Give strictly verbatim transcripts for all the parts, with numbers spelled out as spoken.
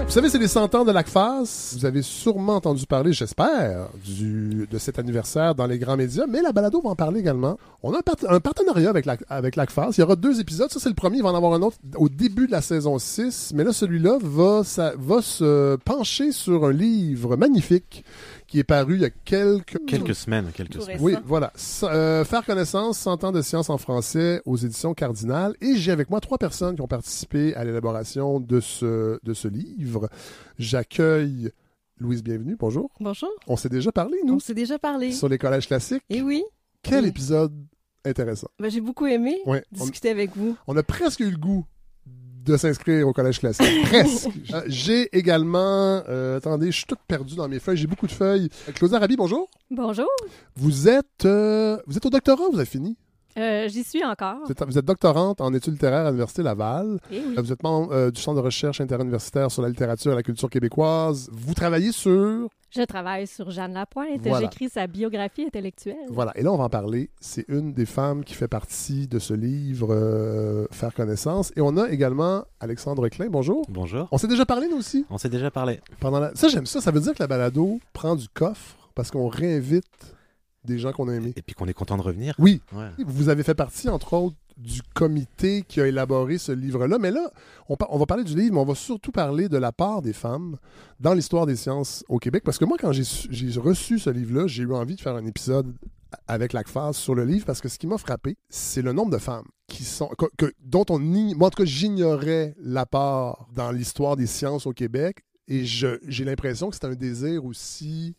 Vous savez, c'est les cent ans de l'A C F A S. Vous avez sûrement entendu parler, j'espère, du, de cet anniversaire dans les grands médias, mais la balado va en parler également. On a un, part, un partenariat avec la, avec l'A C F A S. Il y aura deux épisodes. Ça, c'est le premier. Il va en avoir un autre au début de la saison six. Mais là, celui-là va, ça, va se pencher sur un livre magnifique qui est paru il y a quelques... Quelques semaines, quelques Tout semaines. récent. Oui, voilà. Euh, Faire connaissance, cent ans de sciences en français aux éditions Cardinal. Et j'ai avec moi trois personnes qui ont participé à l'élaboration de ce, de ce livre. J'accueille Louise Bienvenue. Bonjour. Bonjour. On s'est déjà parlé, nous, On s'est déjà parlé. sur les collèges classiques. Et oui. Quel Oui. épisode intéressant. Ben, j'ai beaucoup aimé Ouais, on, discuter avec vous. on a presque eu le goût de s'inscrire au collège classique. Presque. Euh, j'ai également... euh, attendez, je suis toute perdue dans mes feuilles. J'ai beaucoup de feuilles. Claudia Rabi, bonjour. Bonjour. Vous êtes, euh, vous êtes au doctorat, vous avez fini? Euh, j'y suis encore. Vous êtes, vous êtes doctorante en études littéraires à l'Université Laval. Et oui. Euh, Vous êtes membre euh, du Centre de recherche interuniversitaire sur la littérature et la culture québécoise. Vous travaillez sur... Je travaille sur Jeanne Lapointe. Voilà. J'écris sa biographie intellectuelle. Voilà, et là, on va en parler. C'est une des femmes qui fait partie de ce livre euh, Faire connaissance. Et on a également Alexandre Klein. Bonjour. Bonjour. On s'est déjà parlé, nous aussi. On s'est déjà parlé. Pendant la... Ça, j'aime ça. Ça veut dire que la balado prend du coffre parce qu'on réinvite des gens qu'on a aimés. Et puis qu'on est content de revenir. Oui. Ouais. Vous avez fait partie, entre autres, du comité qui a élaboré ce livre-là. Mais là, on, par- on va parler du livre, mais on va surtout parler de la part des femmes dans l'histoire des sciences au Québec. Parce que moi, quand j'ai, su- j'ai reçu ce livre-là, j'ai eu envie de faire un épisode avec l'A C F A S sur le livre parce que ce qui m'a frappé, c'est le nombre de femmes qui sont, que, que- dont on ign- moi, en tout cas, j'ignorais la part dans l'histoire des sciences au Québec. Et je, j'ai l'impression que c'est un désir aussi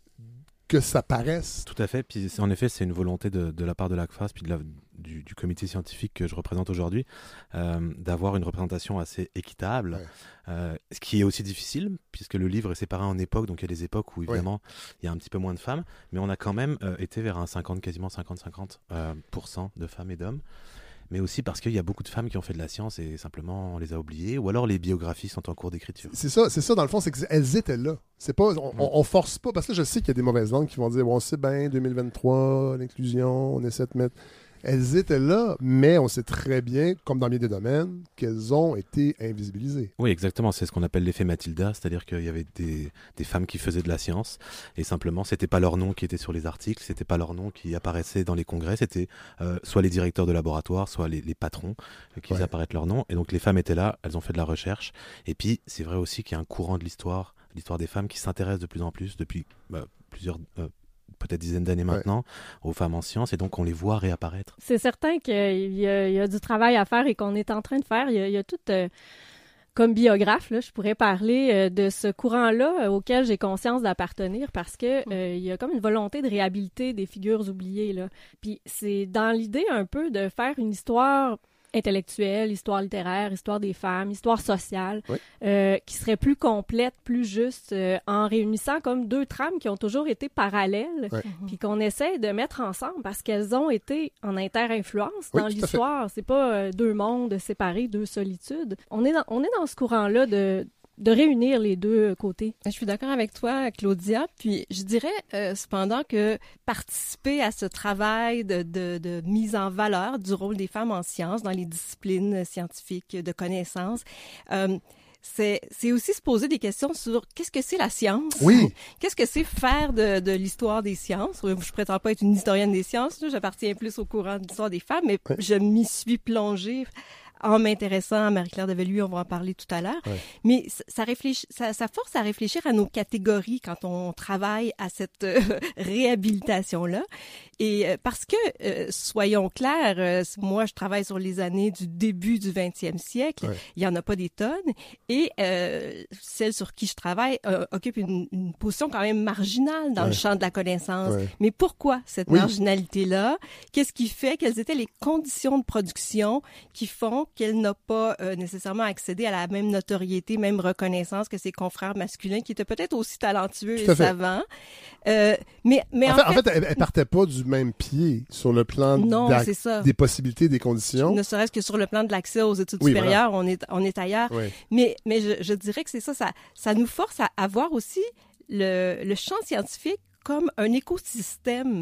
que ça paraisse. Tout à fait. Puis c'est- en effet, c'est une volonté de, de la part de l'A C F A S puis de la, du, du comité scientifique que je représente aujourd'hui euh, d'avoir une représentation assez équitable. Ouais. Euh, ce qui est aussi difficile puisque le livre est séparé en époques. Donc il y a des époques où évidemment il y a un petit peu moins de femmes, mais on a quand même euh, été vers un cinquante, quasiment cinquante cinquante euh, pour cent de femmes et d'hommes. Mais aussi parce qu'il y a beaucoup de femmes qui ont fait de la science et simplement on les a oubliées, ou alors les biographies sont en cours d'écriture. C'est ça, c'est ça dans le fond, c'est qu'elles étaient là. C'est pas, on, on, on force pas, parce que je sais qu'il y a des mauvaises langues qui vont dire, bon, c'est bien, deux mille vingt-trois, l'inclusion, on essaie de mettre... Elles étaient là, mais on sait très bien, comme dans bien des domaines, qu'elles ont été invisibilisées. Oui, exactement. C'est ce qu'on appelle l'effet Mathilda, c'est-à-dire qu'il y avait des, des femmes qui faisaient de la science et simplement, c'était pas leur nom qui était sur les articles, c'était pas leur nom qui apparaissait dans les congrès, c'était euh, soit les directeurs de laboratoire, soit les, les patrons euh, qui Ouais. faisaient apparaître leur nom. Et donc les femmes étaient là, elles ont fait de la recherche. Et puis c'est vrai aussi qu'il y a un courant de l'histoire, l'histoire des femmes qui s'intéresse de plus en plus depuis bah, plusieurs euh, peut-être dizaines d'années maintenant, aux femmes en sciences, et donc on les voit réapparaître. C'est certain qu'il y a, il y a du travail à faire et qu'on est en train de faire. Il y a, il y a tout... euh, Comme biographe, là, je pourrais parler euh, de ce courant-là euh, auquel j'ai conscience d'appartenir parce que euh, il y a comme une volonté de réhabiliter des figures oubliées, là. Puis c'est dans l'idée un peu de faire une histoire intellectuelle, histoire littéraire, histoire des femmes, histoire sociale, Oui. euh, qui serait plus complète, plus juste, euh, en réunissant comme deux trames qui ont toujours été parallèles, Ouais. puis qu'on essaie de mettre ensemble parce qu'elles ont été en inter-influence Oui, dans tout à fait. l'histoire. C'est pas euh, deux mondes séparés, deux solitudes. On est dans, on est dans ce courant-là de de réunir les deux côtés. Je suis d'accord avec toi, Claudia. Puis je dirais euh, cependant que participer à ce travail de, de, de mise en valeur du rôle des femmes en sciences, dans les disciplines scientifiques de connaissances, euh, c'est, c'est aussi se poser des questions sur qu'est-ce que c'est la science? Oui. Qu'est-ce que c'est faire de, de l'histoire des sciences? Je prétends pas être une historienne des sciences, là, j'appartiens plus au courant de l'histoire des femmes, mais Ouais. je m'y suis plongée en m'intéressant à Marie-Claire de Velluy, on va en parler tout à l'heure. Ouais. Mais ça, ça, réfléchit, ça, ça force à réfléchir à nos catégories quand on travaille à cette euh, réhabilitation-là. Et euh, parce que, euh, soyons clairs, euh, moi, je travaille sur les années du début du vingtième siècle. Ouais. Il y en a pas des tonnes. Et euh, celle sur qui je travaille euh, occupe une, une position quand même marginale dans Ouais. le champ de la connaissance. Ouais. Mais pourquoi cette Oui. marginalité-là? Qu'est-ce qui fait? Quelles étaient les conditions de production qui font qu'elle n'a pas euh, nécessairement accédé à la même notoriété, même reconnaissance que ses confrères masculins, qui étaient peut-être aussi talentueux Tout à et fait. savants. Euh, mais mais En, fait, en fait, elle, elle partait pas du même pied sur le plan non, de la- c'est ça. des possibilités, des conditions. Ne serait-ce que sur le plan de l'accès aux études Oui, supérieures, on est on est ailleurs. Ouais. Mais mais je, je dirais que c'est ça, ça, ça nous force à avoir aussi le, le champ scientifique comme un écosystème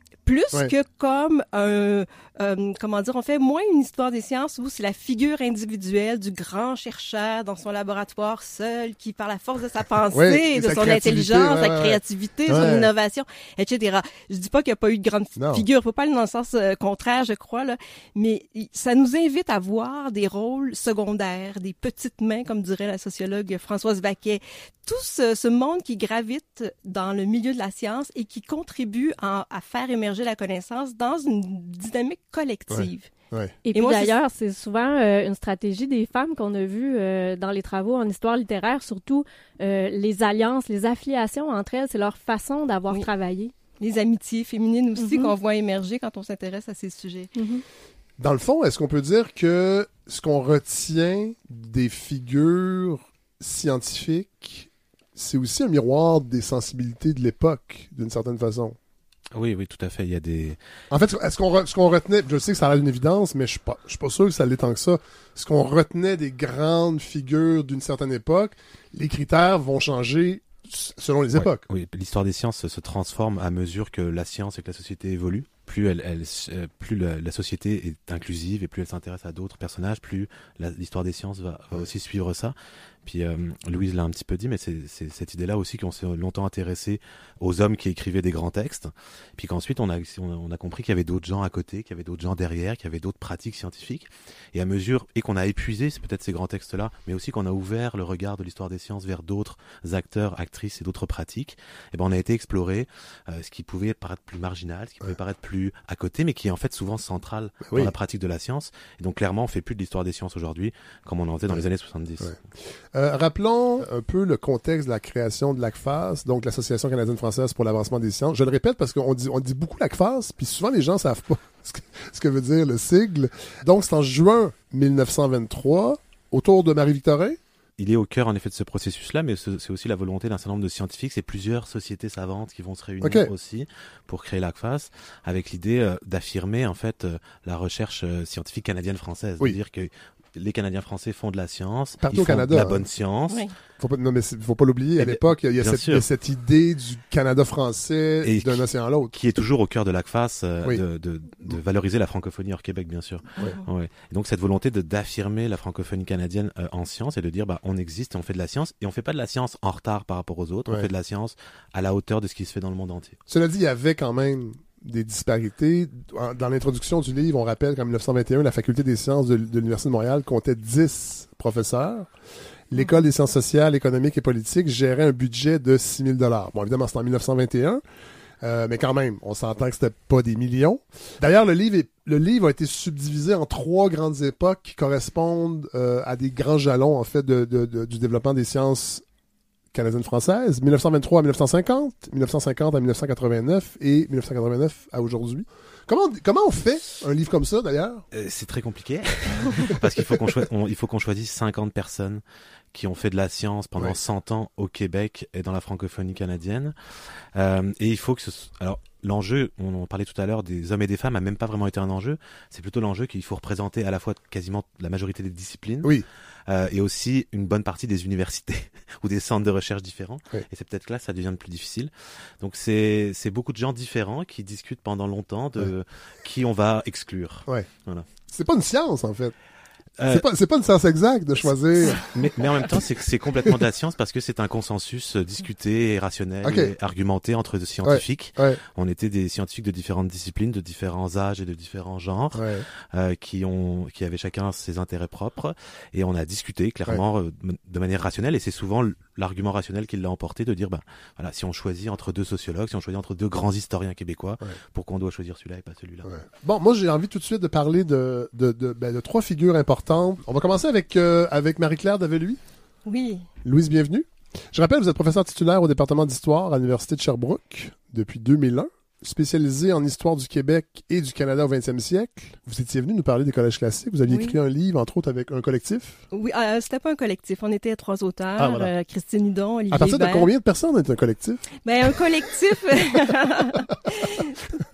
plus ouais. que comme un, euh, comment dire, on fait moins une histoire des sciences où c'est la figure individuelle du grand chercheur dans son laboratoire seul qui, par la force de sa pensée, ouais, de sa son intelligence, ouais, sa ouais. créativité, ouais. son innovation, et cetera. Je dis pas qu'il n'y a pas eu de grande non. figure, faut pas aller dans le sens euh, contraire, je crois, là, mais ça nous invite à voir des rôles secondaires, des petites mains, comme dirait la sociologue Françoise Baquet, tout ce, ce monde qui gravite dans le milieu de la science et qui contribue à, à faire émerger la connaissance dans une dynamique collective. Ouais. Ouais. Et, et puis moi, d'ailleurs, c'est souvent euh, une stratégie des femmes qu'on a vues euh, dans les travaux en histoire littéraire, surtout euh, les alliances, les affiliations entre elles, c'est leur façon d'avoir oui. travaillé. Les amitiés féminines aussi mm-hmm. qu'on voit émerger quand on s'intéresse à ces sujets. Mm-hmm. Dans le fond, est-ce qu'on peut dire que ce qu'on retient des figures scientifiques, c'est aussi un miroir des sensibilités de l'époque, d'une certaine façon? Oui, oui, tout à fait. Il y a des... En fait, est-ce qu'on, re, ce qu'on retenait, je sais que ça a l'air d'une évidence, mais je suis pas, je suis pas sûr que ça l'est tant que ça. Ce qu'on retenait des grandes figures d'une certaine époque, les critères vont changer selon les ouais, époques. Oui, l'histoire des sciences se transforme à mesure que la science et que la société évoluent. Plus, elle, elle, euh, plus la, la société est inclusive et plus elle s'intéresse à d'autres personnages, plus la, l'histoire des sciences va, va aussi suivre ça. Puis euh, Louise l'a un petit peu dit, mais c'est, c'est cette idée-là aussi qu'on s'est longtemps intéressé aux hommes qui écrivaient des grands textes, puis qu'ensuite on a, on a compris qu'il y avait d'autres gens à côté, qu'il y avait d'autres gens derrière, qu'il y avait d'autres pratiques scientifiques. Et à mesure, et qu'on a épuisé c'est peut-être ces grands textes-là, mais aussi qu'on a ouvert le regard de l'histoire des sciences vers d'autres acteurs, actrices et d'autres pratiques, et ben on a été explorer euh, ce qui pouvait paraître plus marginal, ce qui pouvait ouais. paraître plus à côté, mais qui est en fait souvent central oui. dans la pratique de la science. Et donc clairement, on fait plus de l'histoire des sciences aujourd'hui, comme on en faisait dans ouais. les années soixante-dix. Ouais. Euh, rappelons un peu le contexte de la création de l'A C F A S, donc l'Association canadienne-française pour l'avancement des sciences. Je le répète parce qu'on dit, on dit beaucoup l'A C F A S, puis souvent les gens savent pas ce que, ce que veut dire le sigle. Donc c'est en juin mille neuf cent vingt-trois, autour de Marie-Victorin. Il est au cœur en effet de ce processus-là, mais c'est aussi la volonté d'un certain nombre de scientifiques. C'est plusieurs sociétés savantes qui vont se réunir okay. aussi pour créer l'A C F A S, avec l'idée euh, d'affirmer en fait euh, la recherche euh, scientifique canadienne-française, oui. de dire que les Canadiens français font de la science, partout ils au font Canada, de la hein. bonne science. Oui. Faut pas, non mais faut pas l'oublier. À l'époque, il y a, cette, il y a cette idée du Canada français et d'un qui, océan à l'autre, qui est toujours au cœur de l'A C F A S, euh, oui. de, de, de valoriser la francophonie hors Québec, bien sûr. Oui. Ouais. Et donc cette volonté de d'affirmer la francophonie canadienne euh, en science et de dire bah on existe et on fait de la science et on fait pas de la science en retard par rapport aux autres, oui. on fait de la science à la hauteur de ce qui se fait dans le monde entier. Cela dit, il y avait quand même des disparités. Dans l'introduction du livre, on rappelle qu'en dix-neuf cent vingt et un, la Faculté des sciences de, de l'Université de Montréal comptait dix professeurs. L'École des sciences sociales, économiques et politiques gérait un budget de six mille dollars. Bon, évidemment, c'était en dix-neuf cent vingt et un, euh, mais quand même, on s'entend que c'était pas des millions. D'ailleurs, le livre, est, le livre a été subdivisé en trois grandes époques qui correspondent euh, à des grands jalons, en fait, de, de, de, du développement des sciences canadienne-française, dix-neuf cent vingt-trois à dix-neuf cent cinquante, dix-neuf cent cinquante à dix-neuf cent quatre-vingt-neuf et dix-neuf cent quatre-vingt-neuf à aujourd'hui. Comment, comment on fait un livre comme ça, d'ailleurs? Euh, c'est très compliqué, parce qu'il faut qu'on, choi- on, il faut qu'on choisisse cinquante personnes qui ont fait de la science pendant ouais. cent ans au Québec et dans la francophonie canadienne. Euh, et il faut que ce soit... Alors, l'enjeu, on en parlait tout à l'heure, des hommes et des femmes n'a même pas vraiment été un enjeu. C'est plutôt l'enjeu qu'il faut représenter à la fois quasiment la majorité des disciplines. Oui. Euh, et aussi une bonne partie des universités ou des centres de recherche différents. Oui. Et c'est peut-être là que ça devient le plus difficile. Donc c'est c'est beaucoup de gens différents qui discutent pendant longtemps de ouais. qui on va exclure. Ouais. Voilà. C'est pas une science en fait. Euh, c'est pas c'est pas une science exacte de choisir. Mais, mais en même temps, c'est c'est complètement de la science parce que c'est un consensus discuté et rationnel okay. et argumenté entre des scientifiques. Ouais, ouais. On était des scientifiques de différentes disciplines, de différents âges et de différents genres, ouais. euh, qui ont qui avaient chacun ses intérêts propres et on a discuté clairement ouais. euh, de manière rationnelle et c'est souvent l'argument rationnel qui l'a emporté de dire ben voilà, si on choisit entre deux sociologues, si on choisit entre deux grands historiens québécois, ouais. pourquoi on doit choisir celui-là et pas celui-là. Ouais. Bon, moi j'ai envie tout de suite de parler de de de, ben, de trois figures importantes. On va commencer avec, euh, avec Marie-Claire Daveluy. Oui. Louise, bienvenue. Je rappelle, vous êtes professeure titulaire au département d'histoire à l'Université de Sherbrooke depuis deux mille un, spécialisée en histoire du Québec et du Canada au vingtième siècle. Vous étiez venu nous parler des collèges classiques. Vous aviez oui. écrit un livre, entre autres, avec un collectif. Oui, euh, c'était pas un collectif. On était trois auteurs. Ah, voilà. euh, Christine Hudon, Olivier À partir Hébert. de combien de personnes est un collectif? Ben, un collectif... C'est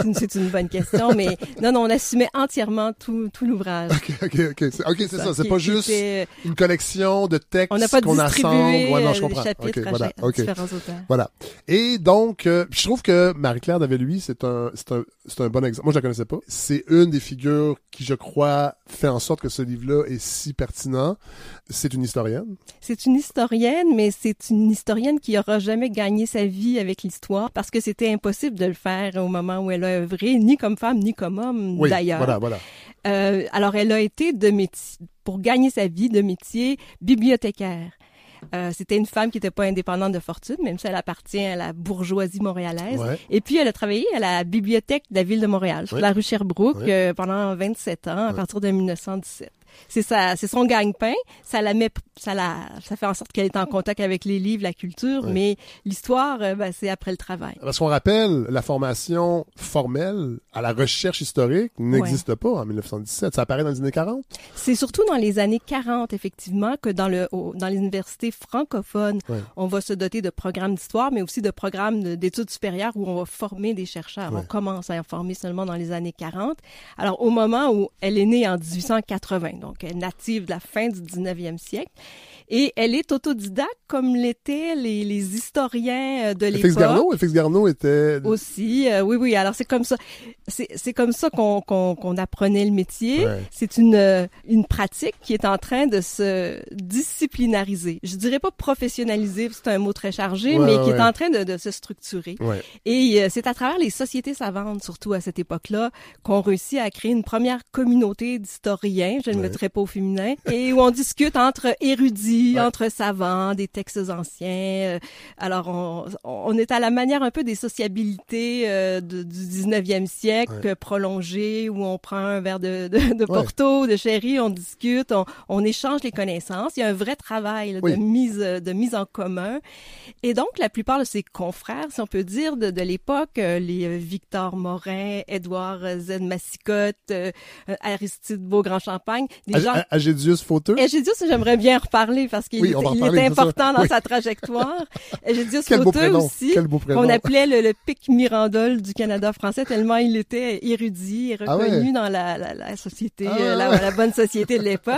une, c'est une bonne question, mais non, non, on assumait entièrement tout, tout l'ouvrage. OK, OK, OK. C'est, okay, c'est ça, ça. C'est qui, pas qui juste était... une collection de textes on n'a pas qu'on assemble. Ouais, non, je les comprends. chapitres Okay, à, voilà, à okay. différents auteurs. Voilà. Et donc, euh, je trouve que Marie-Claire Daveluy, c'est un, c'est un, c'est un bon exemple. Moi, je la connaissais pas. C'est une des figures qui, je crois, fait en sorte que ce livre-là est si pertinent. C'est une historienne. C'est une historienne, mais c'est une historienne qui aura jamais gagné sa vie avec l'histoire parce que c'était impossible de le faire au moment où elle a œuvré, ni comme femme, ni comme homme, oui, d'ailleurs. Voilà, voilà. Euh, alors, elle a été de métier, pour gagner sa vie, de métier bibliothécaire. Euh, c'était une femme qui n'était pas indépendante de fortune, même si elle appartient à la bourgeoisie montréalaise. Ouais. Et puis, elle a travaillé à la bibliothèque de la ville de Montréal, sur ouais. la rue Sherbrooke, ouais. euh, pendant vingt-sept ans, à ouais. partir de dix-neuf cent dix-sept. C'est ça, c'est son gagne-pain. Ça la met, ça la, ça fait en sorte qu'elle est en contact avec les livres, la culture, ouais. mais l'histoire, euh, ben, c'est après le travail. Parce qu'on rappelle, la formation formelle à la recherche historique n'existe ouais. pas en dix-neuf cent dix-sept. Ça apparaît dans les années quarante. C'est surtout dans les années quarante, effectivement, que dans le, au, dans les universités francophones, ouais. on va se doter de programmes d'histoire, mais aussi de programmes de, d'études supérieures où on va former des chercheurs. Ouais. On commence à en former seulement dans les années quarante. Alors, au moment où elle est née en dix-huit cent quatre-vingts, donc native de la fin du dix-neuvième siècle. Et elle est autodidacte comme l'étaient les, les historiens de l'époque. Félix Garneau, Félix Garneau était... Aussi, euh, oui, oui. Alors, c'est comme ça. C'est, c'est comme ça qu'on, qu'on, qu'on apprenait le métier. Ouais. C'est une, euh, une pratique qui est en train de se disciplinariser. Je dirais pas professionnaliser, c'est un mot très chargé, ouais, mais ouais. qui est en train de, de se structurer. Ouais. Et euh, c'est à travers les sociétés savantes, surtout à cette époque-là, qu'on réussit à créer une première communauté d'historiens, je ne ouais. mettrai pas au féminin, et où on discute entre érudits, ouais. entre savants, des textes anciens. Euh, alors, on, on est à la manière un peu des sociabilités euh, de, du dix-neuvième siècle ouais. prolongées, où on prend un verre de, de, de Porto, ouais. de sherry, on discute, on, on échange les connaissances. Il y a un vrai travail là, oui. de mise de mise en commun. Et donc, la plupart de ses confrères, si on peut dire, de, de l'époque, euh, les euh, Victor Morin, Édouard euh, Z. Massicotte, euh, Aristide Beaugrand-Champagne, des A- gens... A- Agédius Fauteux. Agédius, j'aimerais bien en reparler parce qu'il oui, était, il parler, était important dans oui. sa trajectoire. Agédius Quel Fauteux aussi, Quel beau prénom. qu'on appelait le, le pic Mirandol du Canada français, tellement il était érudit et reconnu ah ouais. dans la, la, la société, ah euh, ouais. la, la bonne société de l'époque.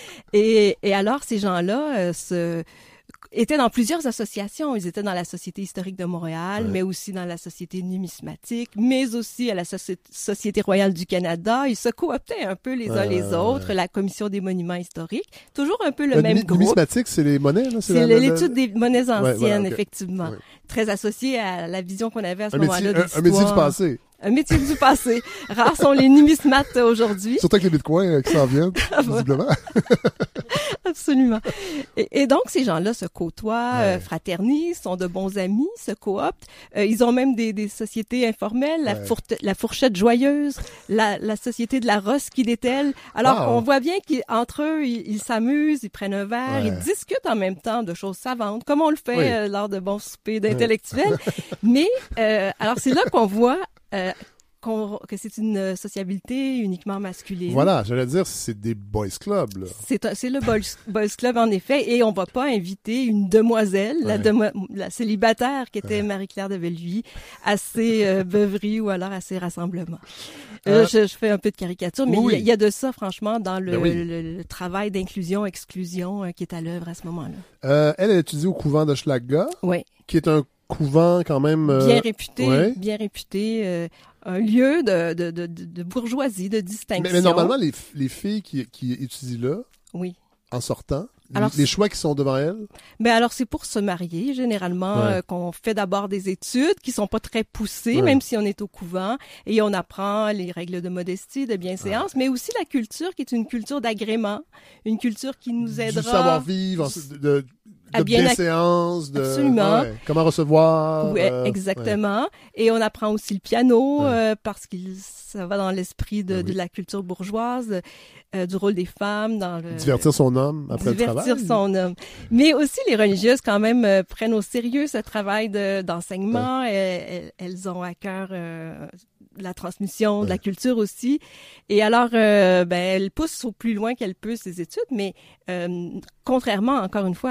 Et, et alors, ces gens-là euh, se... étaient dans plusieurs associations. Ils étaient dans la Société historique de Montréal, ouais. mais aussi dans la Société numismatique, mais aussi à la Soci- Société royale du Canada. Ils se cooptaient un peu les uns euh, les autres, ouais. la Commission des monuments historiques. Toujours un peu le la même numi- groupe. Numismatique, c'est les monnaies, là? C'est, c'est la, l'étude la... des monnaies anciennes, ouais, voilà, okay. effectivement. Ouais. Très associée à la vision qu'on avait à ce un moment-là métier, de un, un métier du passé. Un métier du passé. Rares sont les numismates aujourd'hui. Surtout avec les bitcoins euh, qui s'en viennent, visiblement. Absolument. Et, et donc, ces gens-là se côtoient, ouais. euh, fraternisent, sont de bons amis, se cooptent. Euh, ils ont même des, des sociétés informelles, la, ouais. fourte, la fourchette joyeuse, la, la société de la rosse qui dételle. Alors, wow. on voit bien qu'entre eux, ils, ils s'amusent, ils prennent un verre, ouais. ils discutent en même temps de choses savantes, comme on le fait oui. euh, lors de bons soupers d'intellectuels. Ouais. Mais, euh, alors, c'est là qu'on voit Euh, qu'on, que c'est une sociabilité uniquement masculine. Voilà, j'allais dire, c'est des boys clubs, là. C'est, un, c'est le boys, boys club, en effet, et on va pas inviter une demoiselle, ouais. la, demo, la célibataire qui était ouais. Marie-Claire Daveluy, à ses euh, beuveries ou alors à ses rassemblements. Euh, euh, je, je fais un peu de caricature, mais il oui. y, y a de ça, franchement, dans le, ben oui. le, le, le travail d'inclusion-exclusion euh, qui est à l'œuvre à ce moment-là. Euh, elle a étudié au couvent de Schlaga, oui. qui est un couvent quand même... Euh... Bien réputé, ouais. bien réputé, euh, un lieu de, de, de, de bourgeoisie, de distinction. Mais, mais normalement, les, les filles qui, qui étudient là, oui. en sortant, alors, les choix qui sont devant elles? Ben alors, c'est pour se marier, généralement, ouais. euh, qu'on fait d'abord des études qui sont pas très poussées, ouais. même si on est au couvent, et on apprend les règles de modestie, de bienséance, ouais. mais aussi la culture qui est une culture d'agrément, une culture qui nous aidera... Du savoir-vivre, de... de... de bien bienséance, de absolument. Ouais, comment recevoir. Oui, euh, exactement. Ouais. Et on apprend aussi le piano ouais. euh, parce que ça va dans l'esprit de, oui. de la culture bourgeoise, euh, du rôle des femmes dans le... Divertir son homme après Divertir le travail. Divertir son homme. Mais aussi, les religieuses, quand même, euh, prennent au sérieux ce travail de, d'enseignement. Ouais. Elles, elles ont à cœur... Euh, la transmission, ouais. de la culture aussi. Et alors, euh, ben, elle pousse au plus loin qu'elle peut ses études, mais euh, contrairement, encore une fois, à ses confrères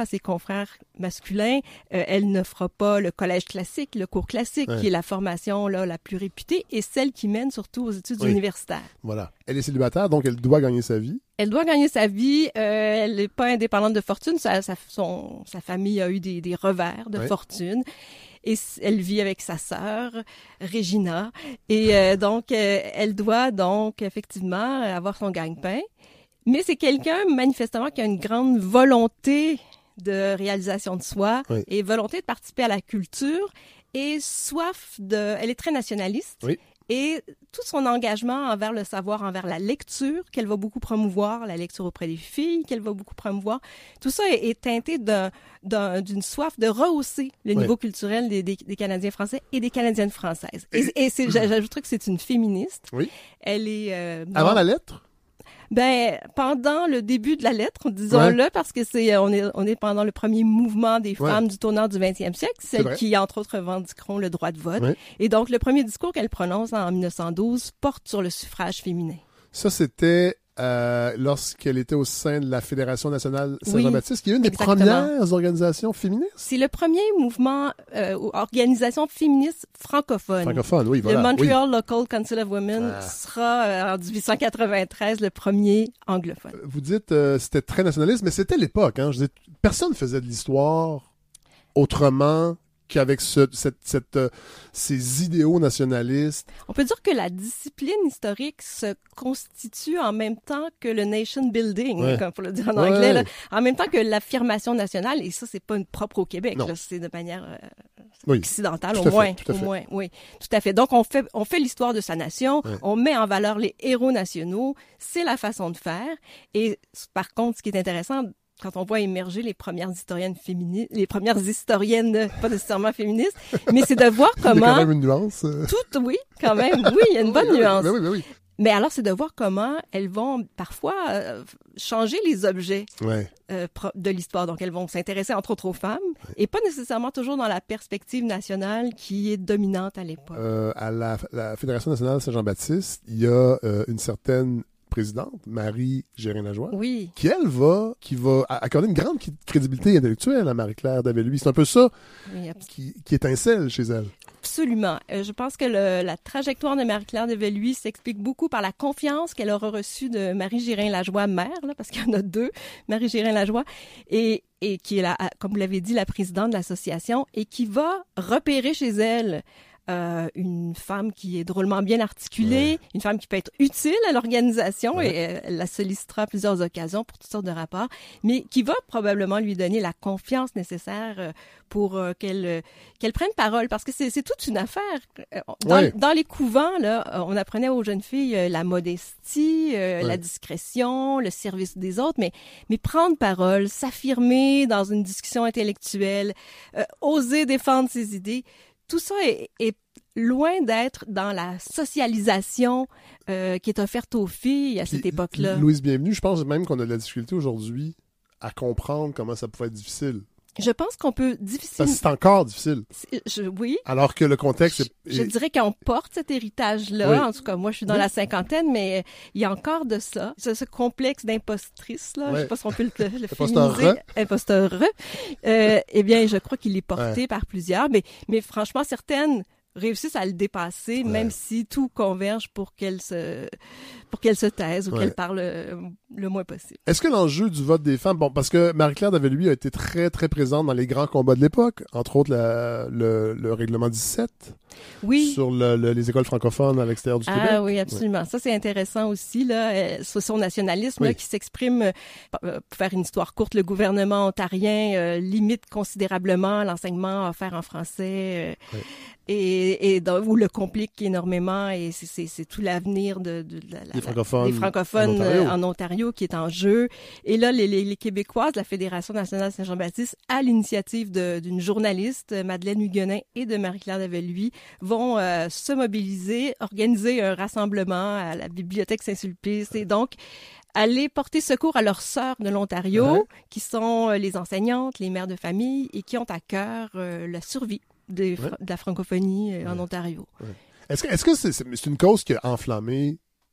frères masculins, euh, elle ne fera pas le collège classique, le cours classique, ouais. qui est la formation là, la plus réputée, et celle qui mène surtout aux études oui. universitaires. Voilà. Elle est célibataire, donc elle doit gagner sa vie. Elle doit gagner sa vie. Euh, elle n'est pas indépendante de fortune. Sa, sa, son, sa famille a eu des, des revers de ouais. fortune. Et elle vit avec sa sœur, Regina. Et euh, donc, euh, elle doit donc effectivement avoir son gagne-pain. Mais c'est quelqu'un, manifestement, qui a une grande volonté de réalisation de soi oui. et volonté de participer à la culture et soif de... Elle est très nationaliste. Oui. Et tout son engagement envers le savoir, envers la lecture, qu'elle va beaucoup promouvoir, la lecture auprès des filles, qu'elle va beaucoup promouvoir, tout ça est, est teinté d'un, d'un, d'une soif de rehausser le niveau oui. culturel des, des, des Canadiens français et des Canadiennes françaises. Et, et, et c'est, j'ajouterais que c'est une féministe. Oui. Elle est... Euh, Avant la lettre? Ben, pendant le début de la lettre, disons-le, ouais. parce que c'est, on est, on est pendant le premier mouvement des femmes ouais. du tournant du vingtième siècle, celles qui, entre autres, revendiqueront le droit de vote. Ouais. Et donc, le premier discours qu'elle prononce en dix-neuf cent douze porte sur le suffrage féminin. Ça, c'était euh, lorsqu'elle était au sein de la Fédération nationale Saint-Jean-Baptiste, oui, qui est une des exactement. premières organisations féministes. C'est le premier mouvement, euh, ou organisation féministe francophone. Francophone, oui, voilà. Le Montreal oui. Local Council of Women ah. sera, euh, en dix-huit cent quatre-vingt-treize, le premier anglophone. Vous dites, euh, c'était très nationaliste, mais c'était l'époque, hein. Je dis, personne ne faisait de l'histoire autrement qu'avec ce, cette, cette, euh, ces idéaux nationalistes. On peut dire que la discipline historique se constitue en même temps que le nation building, ouais. comme pour le dire en ouais. anglais, là, en même temps que l'affirmation nationale, et ça, c'est pas une propre au Québec, là, c'est de manière euh, oui. occidentale, au moins, fait, au moins, oui, tout à fait. Donc, on fait, on fait l'histoire de sa nation, ouais. on met en valeur les héros nationaux, c'est la façon de faire, et par contre, ce qui est intéressant, quand on voit émerger les premières historiennes féministes, les premières historiennes, pas nécessairement féministes, mais c'est de voir comment... Il y a quand même une nuance. Tout, oui, quand même. Oui, il y a une bonne oui, nuance. Oui, oui, oui. Mais alors, c'est de voir comment elles vont parfois euh, changer les objets ouais. euh, de l'histoire. Donc, elles vont s'intéresser entre autres aux femmes ouais. et pas nécessairement toujours dans la perspective nationale qui est dominante à l'époque. Euh, à la, la Fédération nationale Saint-Jean-Baptiste, il y a euh, une certaine présidente, Marie Gérin-Lajoie, oui. qui, elle, va, qui va accorder une grande crédibilité intellectuelle à Marie-Claire Daveluy. C'est un peu ça oui, qui, qui étincelle chez elle. Absolument. Euh, je pense que le, la trajectoire de Marie-Claire Daveluy s'explique beaucoup par la confiance qu'elle aura reçue de Marie Gérin-Lajoie, mère, là, parce qu'il y en a deux, Marie Gérin-Lajoie, et, et qui est, la, comme vous l'avez dit, la présidente de l'association, et qui va repérer chez elle Euh, une femme qui est drôlement bien articulée, ouais. une femme qui peut être utile à l'organisation ouais. et euh, elle la sollicitera à plusieurs occasions pour toutes sortes de rapports, mais qui va probablement lui donner la confiance nécessaire euh, pour euh, qu'elle euh, qu'elle prenne parole, parce que c'est, c'est toute une affaire. Dans, ouais. dans les couvents, là, on apprenait aux jeunes filles euh, la modestie, euh, ouais. la discrétion, le service des autres, mais, mais prendre parole, s'affirmer dans une discussion intellectuelle, euh, oser défendre ses idées, tout ça est, est loin d'être dans la socialisation euh, qui est offerte aux filles à Puis, cette époque-là. Louise Bienvenue, je pense même qu'on a de la difficulté aujourd'hui à comprendre comment ça pouvait être difficile. Je pense qu'on peut difficilement... Parce que c'est encore difficile. C'est, je, oui. Alors que le contexte est... Je, je dirais qu'on porte cet héritage-là. Oui. En tout cas, moi, je suis dans oui. la cinquantaine, mais il y a encore de ça. Ce, ce complexe d'impostrice, là. Ouais. Je sais pas si on peut le, le féminiser. Imposteur. Euh, eh bien, je crois qu'il est porté ouais. par plusieurs. Mais, mais franchement, certaines réussissent à le dépasser, ouais. même si tout converge pour qu'elle se, pour qu'elle se taise ou ouais. qu'elle parle le, le moins possible. Est-ce que l'enjeu du vote des femmes, bon, parce que Marie-Claire Daveluy a été très, très présente dans les grands combats de l'époque, entre autres la, le, le règlement dix-sept, oui. sur le, le, les écoles francophones à l'extérieur du ah, Québec. Ah oui, absolument. Ouais. Ça, c'est intéressant aussi, là, euh, sur son nationalisme, oui. là, qui s'exprime, euh, pour faire une histoire courte, le gouvernement ontarien euh, limite considérablement l'enseignement offert en français, euh, oui. et, et dans, ou le complique énormément, et c'est, c'est, c'est tout l'avenir de, de, de la, des francophones, des francophones en, Ontario. Euh, en Ontario qui est en jeu. Et là, les, les, les Québécoises, la Fédération nationale Saint-Jean-Baptiste, à l'initiative de, d'une journaliste, Madeleine Huguenin, et de Marie-Claire Daveluy, vont euh, se mobiliser, organiser un rassemblement à la Bibliothèque Saint-Sulpice, et donc aller porter secours à leurs sœurs de l'Ontario, ouais. qui sont les enseignantes, les mères de famille, et qui ont à cœur euh, la survie des, ouais. de la francophonie euh, ouais. en Ontario. Ouais. Est-ce que, est-ce que c'est, c'est une cause qui a enflammé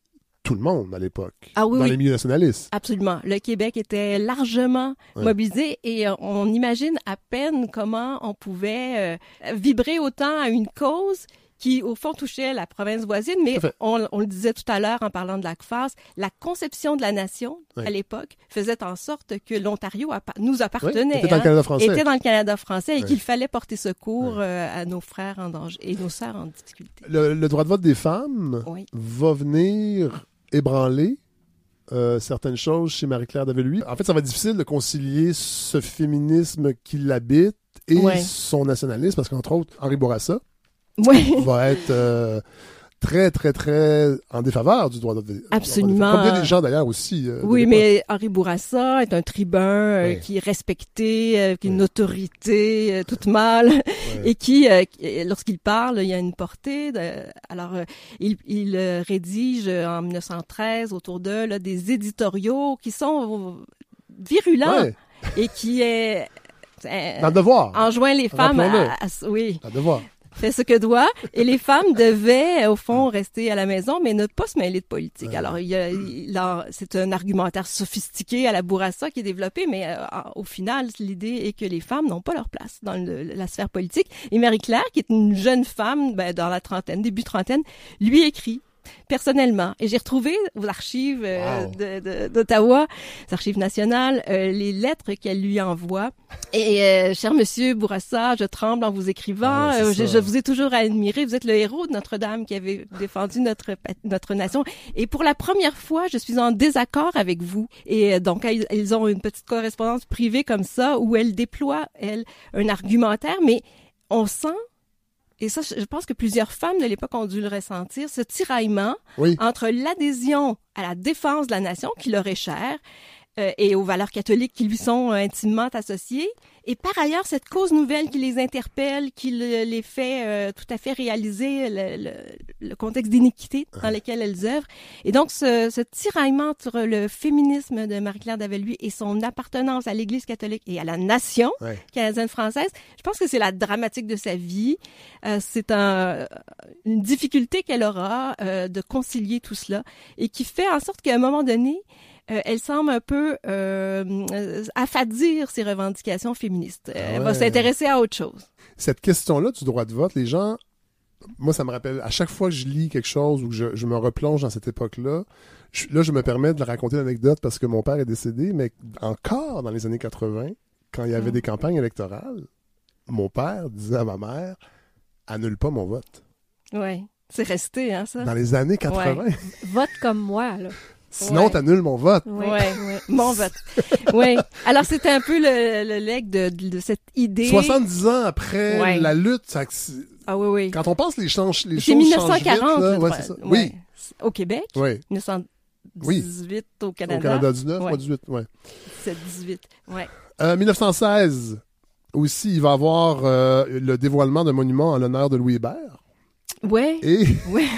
tout le monde à l'époque, ah, oui, dans oui. les milieux nationalistes. Absolument. Le Québec était largement ouais. mobilisé et euh, on imagine à peine comment on pouvait euh, vibrer autant à une cause qui, au fond, touchait la province voisine, mais on, on le disait tout à l'heure en parlant de la C F A S, la conception de la nation, oui. à l'époque, faisait en sorte que l'Ontario appa- nous appartenait. Oui, était dans hein, le Canada français. Était dans le Canada français et oui. qu'il fallait porter secours oui. euh, à nos frères en danger et nos sœurs en difficulté. Le, le droit de vote des femmes oui. va venir ébranler euh, certaines choses chez Marie-Claire Daveluy. En fait, ça va être difficile de concilier ce féminisme qui l'habite et oui. son nationalisme, parce qu'entre autres, Henri Bourassa, oui. va être euh, très, très, très en défaveur du droit de vote. Absolument. Comme bien des gens d'ailleurs aussi. Euh, oui, mais Henri Bourassa est un tribun euh, oui. qui est respecté, euh, qui a une oui. autorité euh, toute mâle, oui. et qui, euh, lorsqu'il parle, il y a une portée. De, alors, euh, il, il euh, rédige en dix-neuf cent treize autour d'eux là, des éditoriaux qui sont virulents oui. et qui est... Euh, Dans le devoir. Enjoint les femmes à, à, à... Oui. Dans le devoir. Fait ce que doit, et les femmes devaient, au fond, rester à la maison, mais ne pas se mêler de politique. Ouais. Alors, il y a, il a, c'est un argumentaire sophistiqué à la Bourassa qui est développé, mais euh, au final, l'idée est que les femmes n'ont pas leur place dans le, la sphère politique. Et Marie-Claire, qui est une jeune femme, ben, dans la trentaine, début trentaine, lui écrit personnellement. Et j'ai retrouvé aux archives euh, wow. de, de, d'Ottawa, les archives nationales, euh, les lettres qu'elle lui envoie. Et euh, cher monsieur Bourassa, je tremble en vous écrivant. Ah, euh, je, je vous ai toujours admiré. Vous êtes le héros de Notre-Dame qui avait défendu notre notre nation. Et pour la première fois, je suis en désaccord avec vous. Et euh, donc, ils, ils ont une petite correspondance privée comme ça où elle déploie, elle, un argumentaire, mais on sent... Et ça, je pense que plusieurs femmes de l'époque ont dû le ressentir, ce tiraillement oui. entre l'adhésion à la défense de la nation, qui leur est chère, euh, et aux valeurs catholiques qui lui sont euh, intimement associées, et par ailleurs, cette cause nouvelle qui les interpelle, qui le, les fait euh, tout à fait réaliser le, le, le contexte d'iniquité dans lequel elles œuvrent. Et donc, ce, ce tiraillement entre le féminisme de Marie-Claire Daveluy et son appartenance à l'Église catholique et à la nation ouais. canadienne-française, je pense que c'est la dramatique de sa vie. Euh, c'est un, une difficulté qu'elle aura euh, de concilier tout cela et qui fait en sorte qu'à un moment donné, Euh, elle semble un peu euh, affadir ses revendications féministes. Euh, elle ouais. va s'intéresser à autre chose. Cette question-là du droit de vote, les gens, moi, ça me rappelle, à chaque fois que je lis quelque chose ou que je, je me replonge dans cette époque-là, je, là, je me permets de raconter l'anecdote parce que mon père est décédé, mais encore dans les années quatre-vingt, quand il y avait mmh. des campagnes électorales, mon père disait à ma mère, annule pas mon vote. Oui, c'est resté, hein, ça? Dans les années quatre-vingt. Ouais. Vote comme moi, là. Sinon, ouais. t'annules mon vote. Oui, ouais, ouais. Mon vote. Oui. Alors, c'était un peu le, le legs de, de cette idée. soixante-dix ans après ouais. la lutte, ça, ah oui, oui. Quand on pense les, change, les c'est choses dix-neuf cent quarante, changent vite, là. Ouais, ouais, c'est ça. Ouais. Oui. Au Québec. Oui. dix-neuf cent dix-huit oui. au Canada. Au Canada, dix-neuf, ouais. moi dix-huit, oui. dix-sept dix-huit, oui. Euh, dix-neuf cent seize, aussi, il va y avoir euh, le dévoilement d'un monument en l'honneur de Louis Hébert. Ouais. Et... ouais.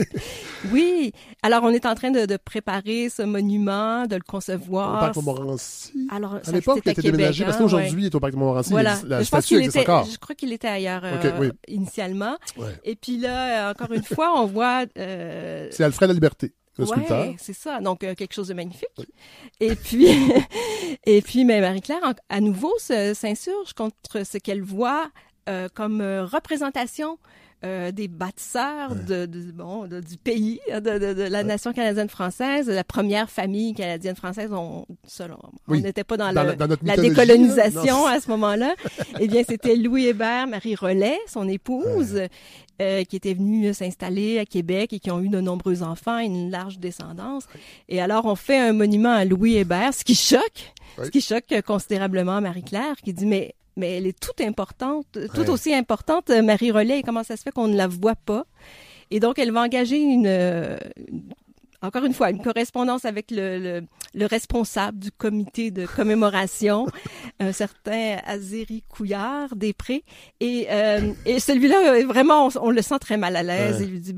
Oui. Alors, on est en train de, de préparer ce monument, de le concevoir. Au Parc Montmorency. Alors, à l'époque, il a été déménagé, hein, parce qu'aujourd'hui, ouais. il est au Parc Montmorency. Voilà. La je pense qu'il était, encore. Je crois qu'il était ailleurs okay, euh, oui. initialement. Ouais. Et puis là, encore une fois, on voit... Euh... C'est Alfred La Liberté, le ouais, sculpteur. C'est ça. Donc, euh, quelque chose de magnifique. Oui. Et puis, et puis mais Marie-Claire, à nouveau, se, s'insurge contre ce qu'elle voit euh, comme euh, représentation Euh, des bâtisseurs ouais. de, de, bon, de, du pays, de, de, de la ouais. nation canadienne-française, la première famille canadienne-française, on selon, oui. on n'était pas dans, dans, le, la, dans la décolonisation à ce moment-là. Eh bien, c'était Louis Hébert, Marie Rollet, son épouse, ouais. euh, qui était venue s'installer à Québec et qui ont eu de nombreux enfants et une large descendance. Ouais. Et alors, on fait un monument à Louis Hébert, ce qui choque, ouais. ce qui choque considérablement Marie-Claire, qui dit, mais mais elle est toute importante, tout ouais. aussi importante, Marie Rollet, et comment ça se fait qu'on ne la voit pas? Et donc, elle va engager une, une encore une fois, une correspondance avec le, le, le responsable du comité de commémoration, un certain Azéry Couillard, Després, et, euh, et celui-là, vraiment, on, on le sent très mal à l'aise. Ouais. Il lui dit, ben,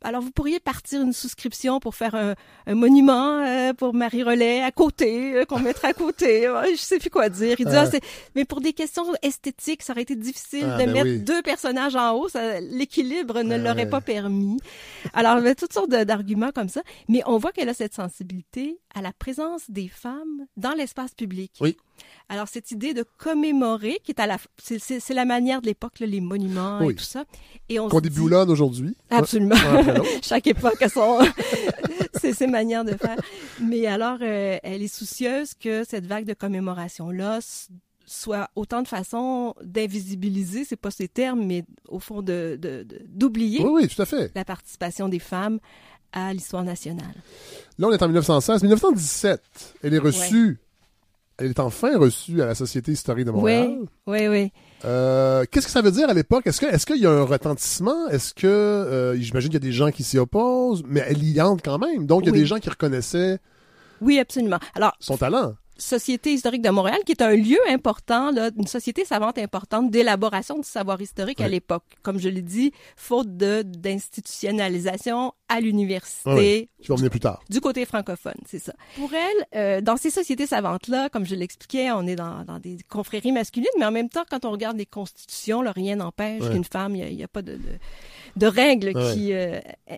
alors vous pourriez partir une souscription pour faire un, un monument euh, pour Marie Rollet à côté, euh, qu'on mettrait à côté. Je sais plus quoi dire. Il dit, euh. ah, c'est... mais pour des questions esthétiques, ça aurait été difficile ah, de ben mettre oui. deux personnages en haut. Ça, l'équilibre ne euh. l'aurait pas permis. Alors, il y avait toutes sortes de, d'arguments comme ça. Mais on voit qu'elle a cette sensibilité à la présence des femmes dans l'espace public. Oui. Alors, cette idée de commémorer, qui est à la, c'est, c'est, c'est la manière de l'époque, là, les monuments oui. et tout ça. Et on Qu'on se dit... déboulonne aujourd'hui. Absolument. Ouais, Chaque époque a son, c'est ses manières de faire. Mais alors, euh, elle est soucieuse que cette vague de commémoration-là soit autant de façons d'invisibiliser, c'est pas ces termes, mais au fond de, de, de d'oublier. Oui, oui, tout à fait. La participation des femmes à l'histoire nationale. Là, on est en dix-neuf cent seize. dix-neuf cent dix-sept, elle est reçue, ouais. elle est enfin reçue à la Société historique de Montréal. Oui, oui, oui. Euh, qu'est-ce que ça veut dire à l'époque? Est-ce que, est-ce qu'il y a un retentissement? Est-ce que, euh, j'imagine qu'il y a des gens qui s'y opposent, mais elle y entre quand même. Donc, il y a oui. des gens qui reconnaissaient oui, absolument. Alors, son talent. Société historique de Montréal, qui est un lieu important, là, une société savante importante d'élaboration du savoir historique oui. à l'époque. Comme je l'ai dit, faute de d'institutionnalisation à l'université. Oui, qui va venir plus tard. Du côté francophone, c'est ça. Pour elle, euh, dans ces sociétés savantes-là, comme je l'expliquais, on est dans, dans des confréries masculines, mais en même temps, quand on regarde les constitutions, là, rien n'empêche oui. qu'une femme, il n'y a, a pas de, de, de règles oui. qui... Euh,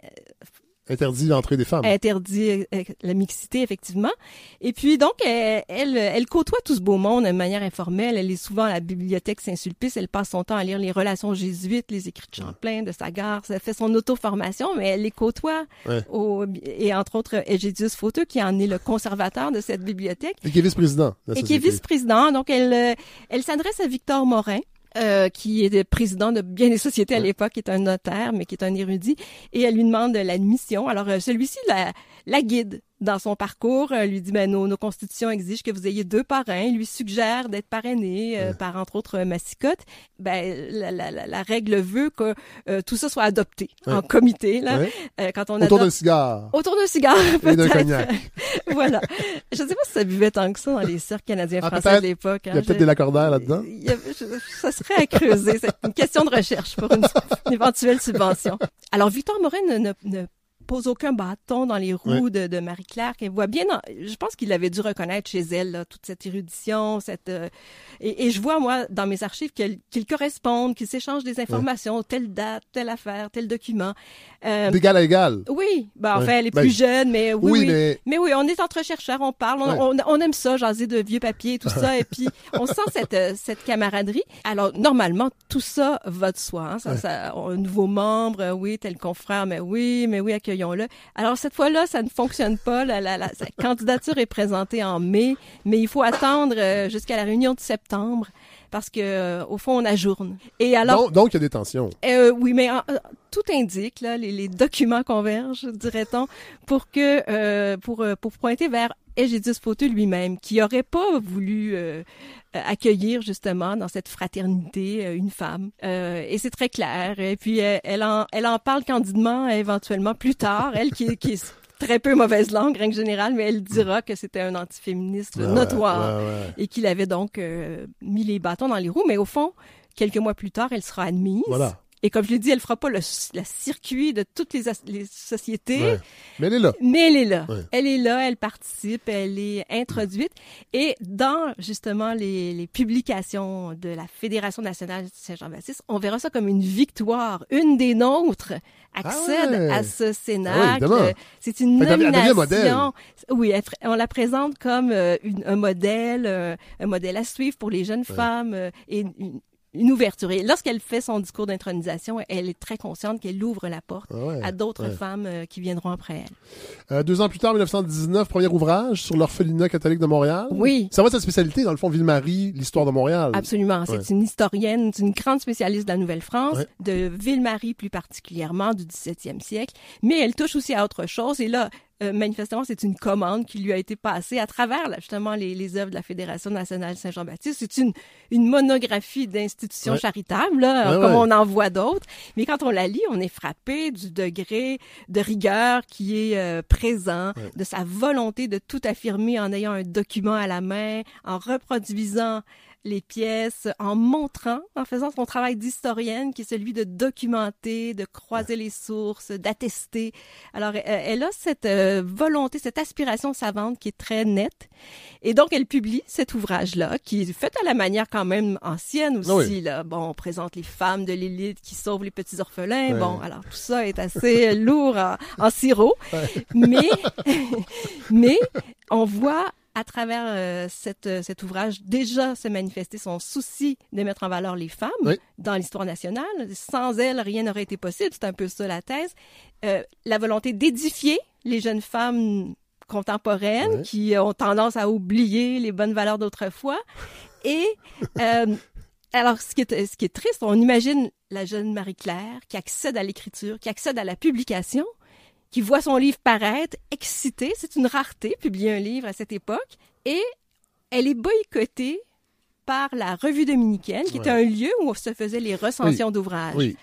Interdit l'entrée des femmes. Interdit euh, la mixité, effectivement. Et puis, donc, elle, elle, elle côtoie tout ce beau monde de manière informelle. Elle est souvent à la bibliothèque Saint-Sulpice. Elle passe son temps à lire les relations jésuites, les écrits de Champlain, de Sagard. Elle fait son auto-formation, mais elle les côtoie. Ouais. Au, et entre autres, Egédius Fauteux, qui en est le conservateur de cette bibliothèque. Et qui est vice-président. Et qui est vice-président. Donc, elle, elle s'adresse à Victor Morin. Euh, qui est président de bien des sociétés à ouais. l'époque, qui est un notaire, mais qui est un érudit, et elle lui demande l'admission. Alors, euh, celui-ci la, la guide dans son parcours, euh, lui dit, ben, nos, nos constitutions exigent que vous ayez deux parrains. Il lui suggère d'être parrainé euh, ouais. par, entre autres, euh, Massicotte. Ben, la, la, la, la règle veut que euh, tout ça soit adopté ouais. en comité, là. Ouais. Euh, quand on Autour adopte... d'un cigare. Autour d'un cigare, et d'un cognac. Voilà. Je ne sais pas si ça buvait tant que ça dans les cercles canadiens-français ah, de l'époque. Hein. Il y a peut-être je... des lacordaires là-dedans. Il y a... Ça serait à creuser. C'est une question de recherche pour une, une éventuelle subvention. Alors, Victor Morin ne, ne, ne pose aucun bâton dans les roues ouais. de, de Marie-Claire, qu'elle voit bien. Dans, je pense qu'il avait dû reconnaître chez elle là, toute cette érudition, cette euh, et, et je vois moi dans mes archives qu'ils qu'ils correspondent, qu'ils s'échangent des informations, ouais. telle date, telle affaire, tel document. Euh, D'égal à égal. Oui, ben enfin ouais. elle est ben, plus jeune, mais oui, oui, oui. Mais... mais oui, on est entre chercheurs, on parle, on, ouais. on, on aime ça, jaser de vieux papiers, tout ça, et puis on sent cette euh, cette camaraderie. Alors normalement tout ça va de soi, hein, ça, ouais. ça, un nouveau membre, oui, tel confrère, mais oui, mais oui, accueillons-le. Alors cette fois-là, ça ne fonctionne pas. La, la, la, la candidature est présentée en mai, mais il faut attendre euh, jusqu'à la réunion de septembre parce que euh, au fond on ajourne. Et alors donc, donc il y a des tensions. Euh, oui, mais euh, tout indique là, les, les documents convergent, dirait-on, pour que euh, pour pour pointer vers Egédius Fauteux lui-même, qui aurait pas voulu euh, accueillir justement dans cette fraternité euh, une femme. Euh, et c'est très clair. Et puis euh, elle en elle en parle candidement éventuellement plus tard. Elle qui, qui est très peu mauvaise langue, règle générale, mais elle dira que c'était un antiféministe ouais, notoire ouais, ouais. et qu'il avait donc euh, mis les bâtons dans les roues. Mais au fond, quelques mois plus tard, elle sera admise. Voilà. Et comme je l'ai dit, elle fera pas le, le circuit de toutes les, les sociétés. Ouais. Mais elle est là. Mais elle est là. Ouais. Elle est là, elle participe, elle est introduite. Et dans, justement, les, les publications de la Fédération nationale Saint-Jean-Baptiste, on verra ça comme une victoire. Une des nôtres accède ah ouais. à ce cénacle. Ah oui, c'est une fait nomination. Modèle. Oui, elle, on la présente comme euh, une, un modèle, euh, un modèle à suivre pour les jeunes ouais. femmes euh, et une, une ouverture. Et lorsqu'elle fait son discours d'intronisation, elle est très consciente qu'elle ouvre la porte ah ouais, à d'autres ouais. femmes euh, qui viendront après elle. Euh, deux ans plus tard, dix-neuf cent dix-neuf, premier ouvrage sur l'orphelinat catholique de Montréal. Oui. Ça va être sa spécialité, dans le fond, Ville-Marie, l'histoire de Montréal. Absolument. C'est ouais. une historienne, une grande spécialiste de la Nouvelle-France, ouais. de Ville-Marie plus particulièrement, du dix-septième siècle. Mais elle touche aussi à autre chose. Et là, Euh, manifestement, c'est une commande qui lui a été passée à travers là, justement les, les œuvres de la Fédération nationale Saint-Jean-Baptiste. C'est une, une monographie d'institutions ouais. charitables, là, ouais, comme ouais. on en voit d'autres. Mais quand on la lit, on est frappé du degré de rigueur qui est euh, présent, ouais. de sa volonté de tout affirmer en ayant un document à la main, en reproduisant les pièces en montrant, en faisant son travail d'historienne, qui est celui de documenter, de croiser les sources, d'attester. Alors, elle a cette volonté, cette aspiration savante qui est très nette. Et donc, elle publie cet ouvrage-là, qui est fait à la manière quand même ancienne aussi. Oui. Là. Bon, on présente les femmes de l'élite qui sauvent les petits orphelins. Ouais. Bon, alors tout ça est assez lourd en, en sirop. Ouais. Mais, mais on voit à travers euh, cette, euh, cet ouvrage, déjà se manifester son souci de mettre en valeur les femmes oui. dans l'histoire nationale. Sans elles, rien n'aurait été possible. C'est un peu ça la thèse. Euh, la volonté d'édifier les jeunes femmes contemporaines oui. qui ont tendance à oublier les bonnes valeurs d'autrefois. Et euh, alors, ce qui est, ce qui est triste, on imagine la jeune Marie-Claire qui accède à l'écriture, qui accède à la publication, qui voit son livre paraître, excitée. C'est une rareté, publier un livre à cette époque. Et elle est boycottée par la Revue dominicaine, qui ouais. était un lieu où se faisaient les recensions oui. d'ouvrages. Oui.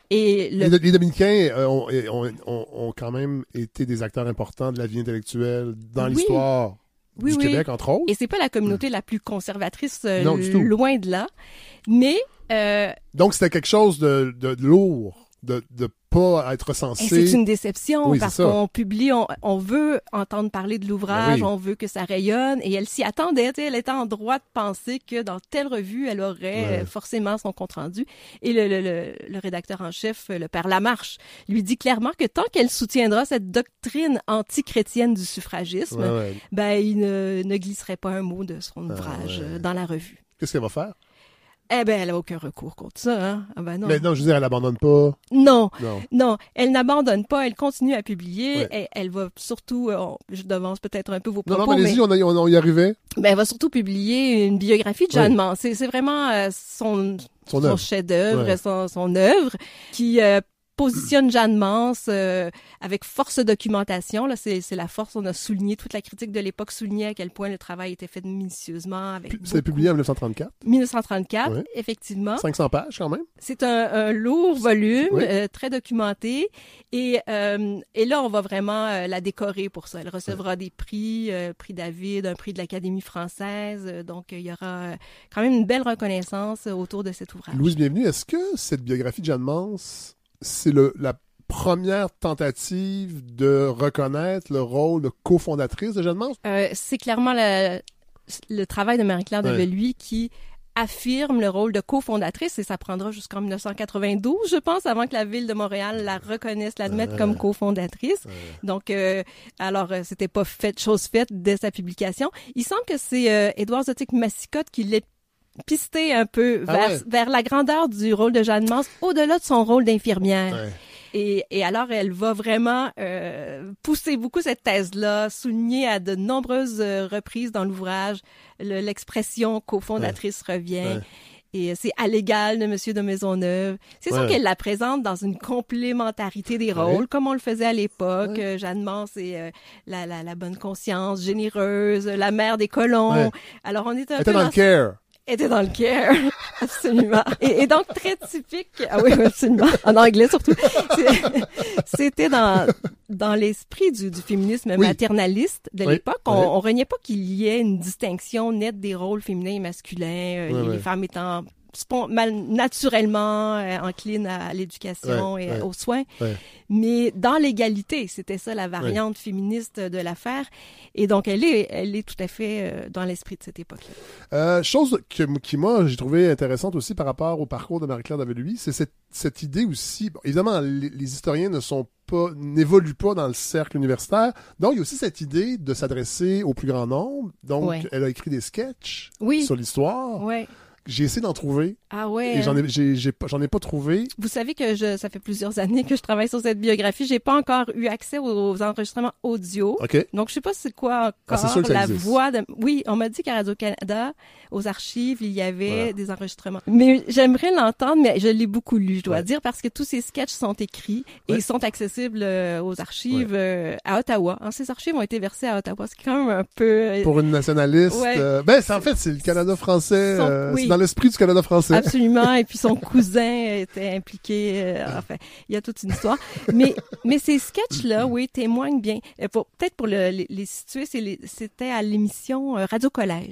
Et le... les, les Dominicains euh, ont, ont, ont, ont quand même été des acteurs importants de la vie intellectuelle dans oui. l'histoire oui, du oui. Québec, entre autres. Et c'est pas la communauté mmh. la plus conservatrice, euh, non, loin de là. Mais... Euh... Donc, c'était quelque chose de, de, de lourd. De, de pas être censé. Et c'est une déception oui, parce qu'on publie, on, on veut entendre parler de l'ouvrage, ben oui. on veut que ça rayonne et elle s'y attendait. Elle était en droit de penser que dans telle revue, elle aurait ouais. forcément son compte-rendu. Et le, le, le, le rédacteur en chef, le père Lamarche, lui dit clairement que tant qu'elle soutiendra cette doctrine anti-chrétienne du suffragisme, ouais, ouais. ben il ne, ne glisserait pas un mot de son ouvrage ah, ouais. dans la revue. Qu'est-ce qu'elle va faire? Eh ben, elle a aucun recours contre ça, hein. Ah ben non. Mais non, je veux dire, elle abandonne pas. Non, non, non, elle n'abandonne pas. Elle continue à publier. Ouais. Elle, elle va surtout, euh, je devance peut-être un peu vos propos. Non, non, mais allez-y, on, a, on, on y arrivait. Ben, elle va surtout publier une biographie de Jeanne ouais. Mance. C'est, c'est vraiment euh, son, son, son chef-d'œuvre, ouais. son, son œuvre qui euh, positionne Jeanne Mance euh, avec force documentation. Là, c'est, c'est la force. On a souligné, toute la critique de l'époque soulignait à quel point le travail était fait minutieusement. Avec Puis, c'est publié en dix-neuf cent trente-quatre. dix-neuf cent trente-quatre, ouais. effectivement. cinq cents pages quand même. C'est un, un lourd volume, oui. euh, très documenté. Et, euh, et là, on va vraiment euh, la décorer pour ça. Elle recevra ouais. des prix, euh, prix David, un prix de l'Académie française. Euh, donc, il y aura euh, quand même une belle reconnaissance euh, autour de cet ouvrage. Louise Bienvenue, est-ce que cette biographie de Jeanne Mance, c'est le, la première tentative de reconnaître le rôle de cofondatrice de Jeanne Mance? Euh, c'est clairement la, le travail de Marie-Claire de Veluy ouais. qui affirme le rôle de cofondatrice et ça prendra jusqu'en dix-neuf cent quatre-vingt-douze, je pense, avant que la Ville de Montréal la reconnaisse, l'admette ouais. comme cofondatrice. Ouais. Donc, euh, alors, euh, c'était pas fait, chose faite dès sa publication. Il semble que c'est euh, Édouard Zotique-Massicotte qui l'ait pisté un peu ah vers, ouais. vers la grandeur du rôle de Jeanne Mance, au-delà de son rôle d'infirmière. Ouais. Et, et alors, elle va vraiment euh, pousser beaucoup cette thèse-là, souligner à de nombreuses euh, reprises dans l'ouvrage, le, l'expression cofondatrice ouais. revient. Ouais. Et c'est à l'égal de Monsieur de Maisonneuve. C'est ouais. sûr qu'elle la présente dans une complémentarité des rôles, ouais. comme on le faisait à l'époque. Ouais. Euh, Jeanne Mance est euh, la, la, la bonne conscience, généreuse, la mère des colons. Ouais. Alors, on est un Elle peu... était dans le care. était dans le care, absolument. Et, et donc, très typique, ah oui, absolument, en anglais surtout, C'est, c'était dans, dans l'esprit du, du féminisme oui. maternaliste de oui. l'époque. On, oui. on reniait pas qu'il y ait une distinction nette des rôles féminins et masculins, euh, oui, les, oui. les femmes étant mal, naturellement euh, enclines à l'éducation ouais, et ouais, aux soins. Ouais. Mais dans l'égalité, c'était ça la variante ouais. féministe de l'affaire. Et donc, elle est, elle est tout à fait euh, dans l'esprit de cette époque-là. Euh, chose que, qui, moi, j'ai trouvé intéressante aussi par rapport au parcours de Marie-Claire Daveluy, c'est cette, cette idée aussi... Bon, évidemment, les, les historiens ne sont pas, n'évoluent pas dans le cercle universitaire. Donc, il y a aussi cette idée de s'adresser au plus grand nombre. Donc, ouais. elle a écrit des sketchs oui. sur l'histoire. Oui. J'ai essayé d'en trouver. Ah ouais. Et j'en ai, j'ai, j'ai, j'en ai pas trouvé. Vous savez que je, ça fait plusieurs années que je travaille sur cette biographie. J'ai pas encore eu accès aux, aux enregistrements audio. OK. Donc, je sais pas c'est quoi encore ah, c'est sûr que la existe. voix de... Oui, on m'a dit qu'à Radio-Canada, aux archives, il y avait voilà. des enregistrements. Mais j'aimerais l'entendre, mais je l'ai beaucoup lu, je dois ouais. dire, parce que tous ces sketchs sont écrits et ouais. ils sont accessibles euh, aux archives ouais. euh, à Ottawa. Hein, ces archives ont été versées à Ottawa. C'est quand même un peu... Euh... Pour une nationaliste. Ouais. Euh, ben, c'est, en fait, c'est le Canada français. Son... Euh, oui. C'est dans l'esprit du Canada français. Absolument. Et puis son cousin était impliqué. Euh, enfin, il y a toute une histoire. Mais mais ces sketchs-là, oui, témoignent bien. Pour, peut-être pour le, les, les situer, c'est les, c'était à l'émission euh, Radio Collège. Oui.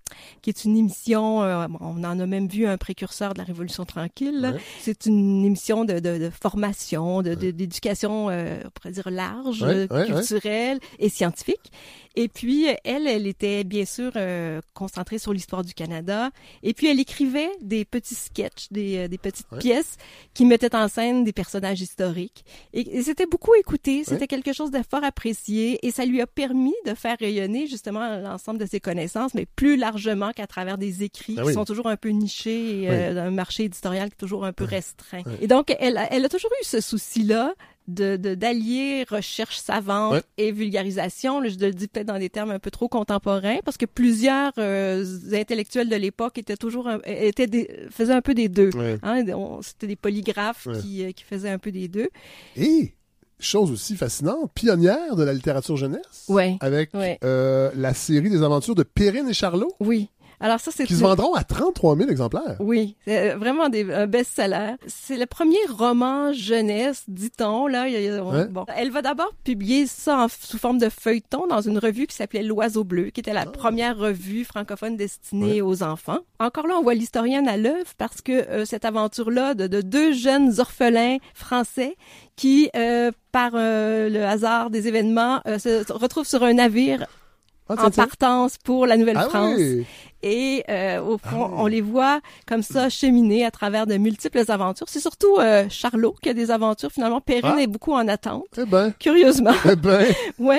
qui est une émission, euh, on en a même vu un précurseur de la Révolution tranquille. Là. Ouais. C'est une émission de, de, de formation, de, de, d'éducation, euh, on pourrait dire large, Ouais, ouais, culturelle et scientifique. Et puis, elle, elle était bien sûr euh, concentrée sur l'histoire du Canada. Et puis, elle écrivait des petits sketchs, des, euh, des petites ouais. pièces qui mettaient en scène des personnages historiques. Et, et c'était beaucoup écouté, c'était ouais. quelque chose de fort apprécié. Et ça lui a permis de faire rayonner justement l'ensemble de ses connaissances, mais plus largement qu'à travers des écrits Ah qui oui. sont toujours un peu nichés et Oui. euh, d'un marché éditorial qui est toujours un peu restreint. Ouais. Et donc, elle, a- elle a toujours eu ce souci-là de, de d'allier recherche savante Ouais. et vulgarisation. Là, je le dis peut-être dans des termes un peu trop contemporains, parce que plusieurs euh, intellectuels de l'époque étaient toujours un- étaient des, faisaient un peu des deux. Ouais. Hein, on- c'était des polygraphes Ouais. qui, euh, qui faisaient un peu des deux. Et, chose aussi fascinante, pionnière de la littérature jeunesse, Ouais. avec Ouais. euh, la série des aventures de Perrine et Charlot, Oui. Alors ça, c'est qui se vendront à trente-trois mille exemplaires. Oui, c'est vraiment des un best-seller. C'est le premier roman jeunesse, dit-on là. Il y a- Ouais. Bon, elle va d'abord publier ça en- sous forme de feuilleton dans une revue qui s'appelait L'Oiseau bleu, qui était la première revue francophone destinée Ouais. aux enfants. Encore là, on voit l'historienne à l'œuvre parce que euh, cette aventure-là de, de deux jeunes orphelins français qui, euh, par euh, le hasard des événements, euh, se retrouvent sur un navire Ah, tiens, en tiens. partance pour la Nouvelle-France. Ah oui. Et euh, au fond, Ah oui. on les voit comme ça cheminer à travers de multiples aventures. C'est surtout euh, Charlot qui a des aventures. Finalement, Perrine Ah. est beaucoup en attente, Eh ben, curieusement. eh ben. Ouais.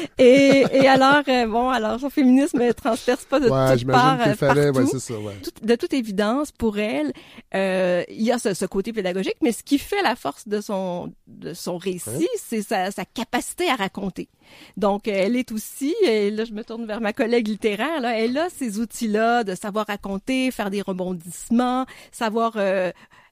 Et, et alors, euh, bon, alors son féminisme ne transperce pas de Ouais, toutes parts, j'imagine qu'il euh, fallait, ouais, partout. c'est ça, ouais. Tout- de toute évidence, pour elle, euh, il y a ce, ce côté pédagogique, mais ce qui fait la force de son de son récit, Ouais. c'est sa, sa capacité à raconter. Donc, euh, elle est aussi, et là, je me tourne vers ma collègue littéraire, là, elle a ces outils-là de savoir raconter, faire des rebondissements, savoir euh,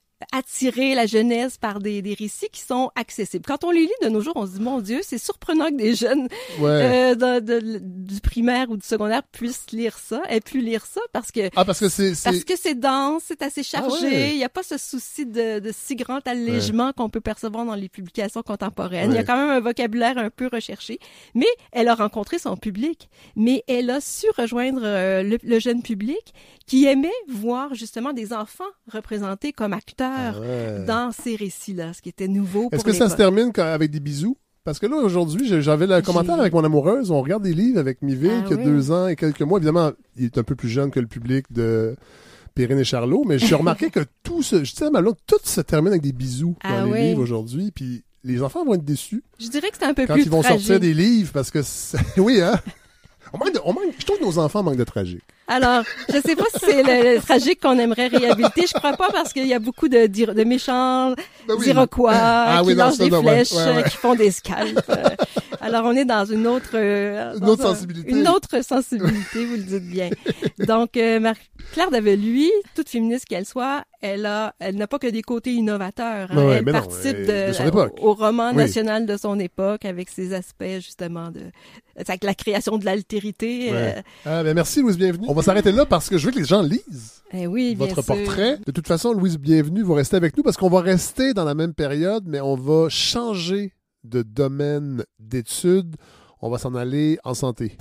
attirer la jeunesse par des, des récits qui sont accessibles. Quand on les lit de nos jours, on se dit, mon Dieu, c'est surprenant que des jeunes Ouais. euh, de, de- du primaire ou du secondaire puissent lire ça, aient pu lire ça, parce que Ah, parce que c'est... c'est- parce que c'est dense, c'est assez chargé, Ah ouais. il n'y a pas ce souci de, de si grand allègement qu'on peut percevoir dans les publications contemporaines. Il y a Ouais. quand même un vocabulaire un peu recherché, mais elle a rencontré son public, mais elle a su rejoindre euh, le, le jeune public qui aimait voir justement des enfants représentés comme acteurs Ah ouais. dans ces récits-là, ce qui était nouveau pour Est-ce que ça se l'époque. termine quand- avec des bisous? Parce que là, aujourd'hui, j'ai- j'avais le commentaire J'ai- avec mon amoureuse. On regarde des livres avec Miville, Ah qui a oui. deux ans et quelques mois. Évidemment, il est un peu plus jeune que le public de Perrine et Charlot, mais j'ai remarqué que tout se... Je disais à ma blonde, tout se termine avec des bisous dans Ah les oui. livres aujourd'hui. Puis les enfants vont être déçus Je dirais que c'est un peu quand plus ils vont tragique. sortir des livres, parce que... c'est- Oui, hein? On manque de... on manque... Je trouve que nos enfants manquent de tragique. Alors, je sais pas si c'est le, le tragique qu'on aimerait réhabiliter. Je crois pas parce qu'il y a beaucoup de, d'Ir- de méchants Ben oui. Iroquois Ah qui oui, non, lancent ça, des non, ouais, flèches, ouais, ouais. euh, qui font des scalps. Euh, Alors, on est dans une autre... euh, Une dans autre un- sensibilité. Une autre sensibilité, vous le dites bien. Donc, euh, Marie-Claire Daveluy, toute féministe qu'elle soit, elle a, elle n'a pas que des côtés innovateurs. hein. Ouais, ouais, Elle mais non, participe euh, de, de son époque. au roman Oui. national de son époque avec ses aspects, justement, de, avec la création de l'altérité. euh, Ouais. Ah, ben merci, Louise Bienvenue. On va s'arrêter là parce que je veux que les gens lisent eh oui, bien votre sûr. portrait. De toute façon, Louise Bienvenue, vous restez avec nous parce qu'on va rester dans la même période, mais on va changer de domaine d'études. On va s'en aller en santé.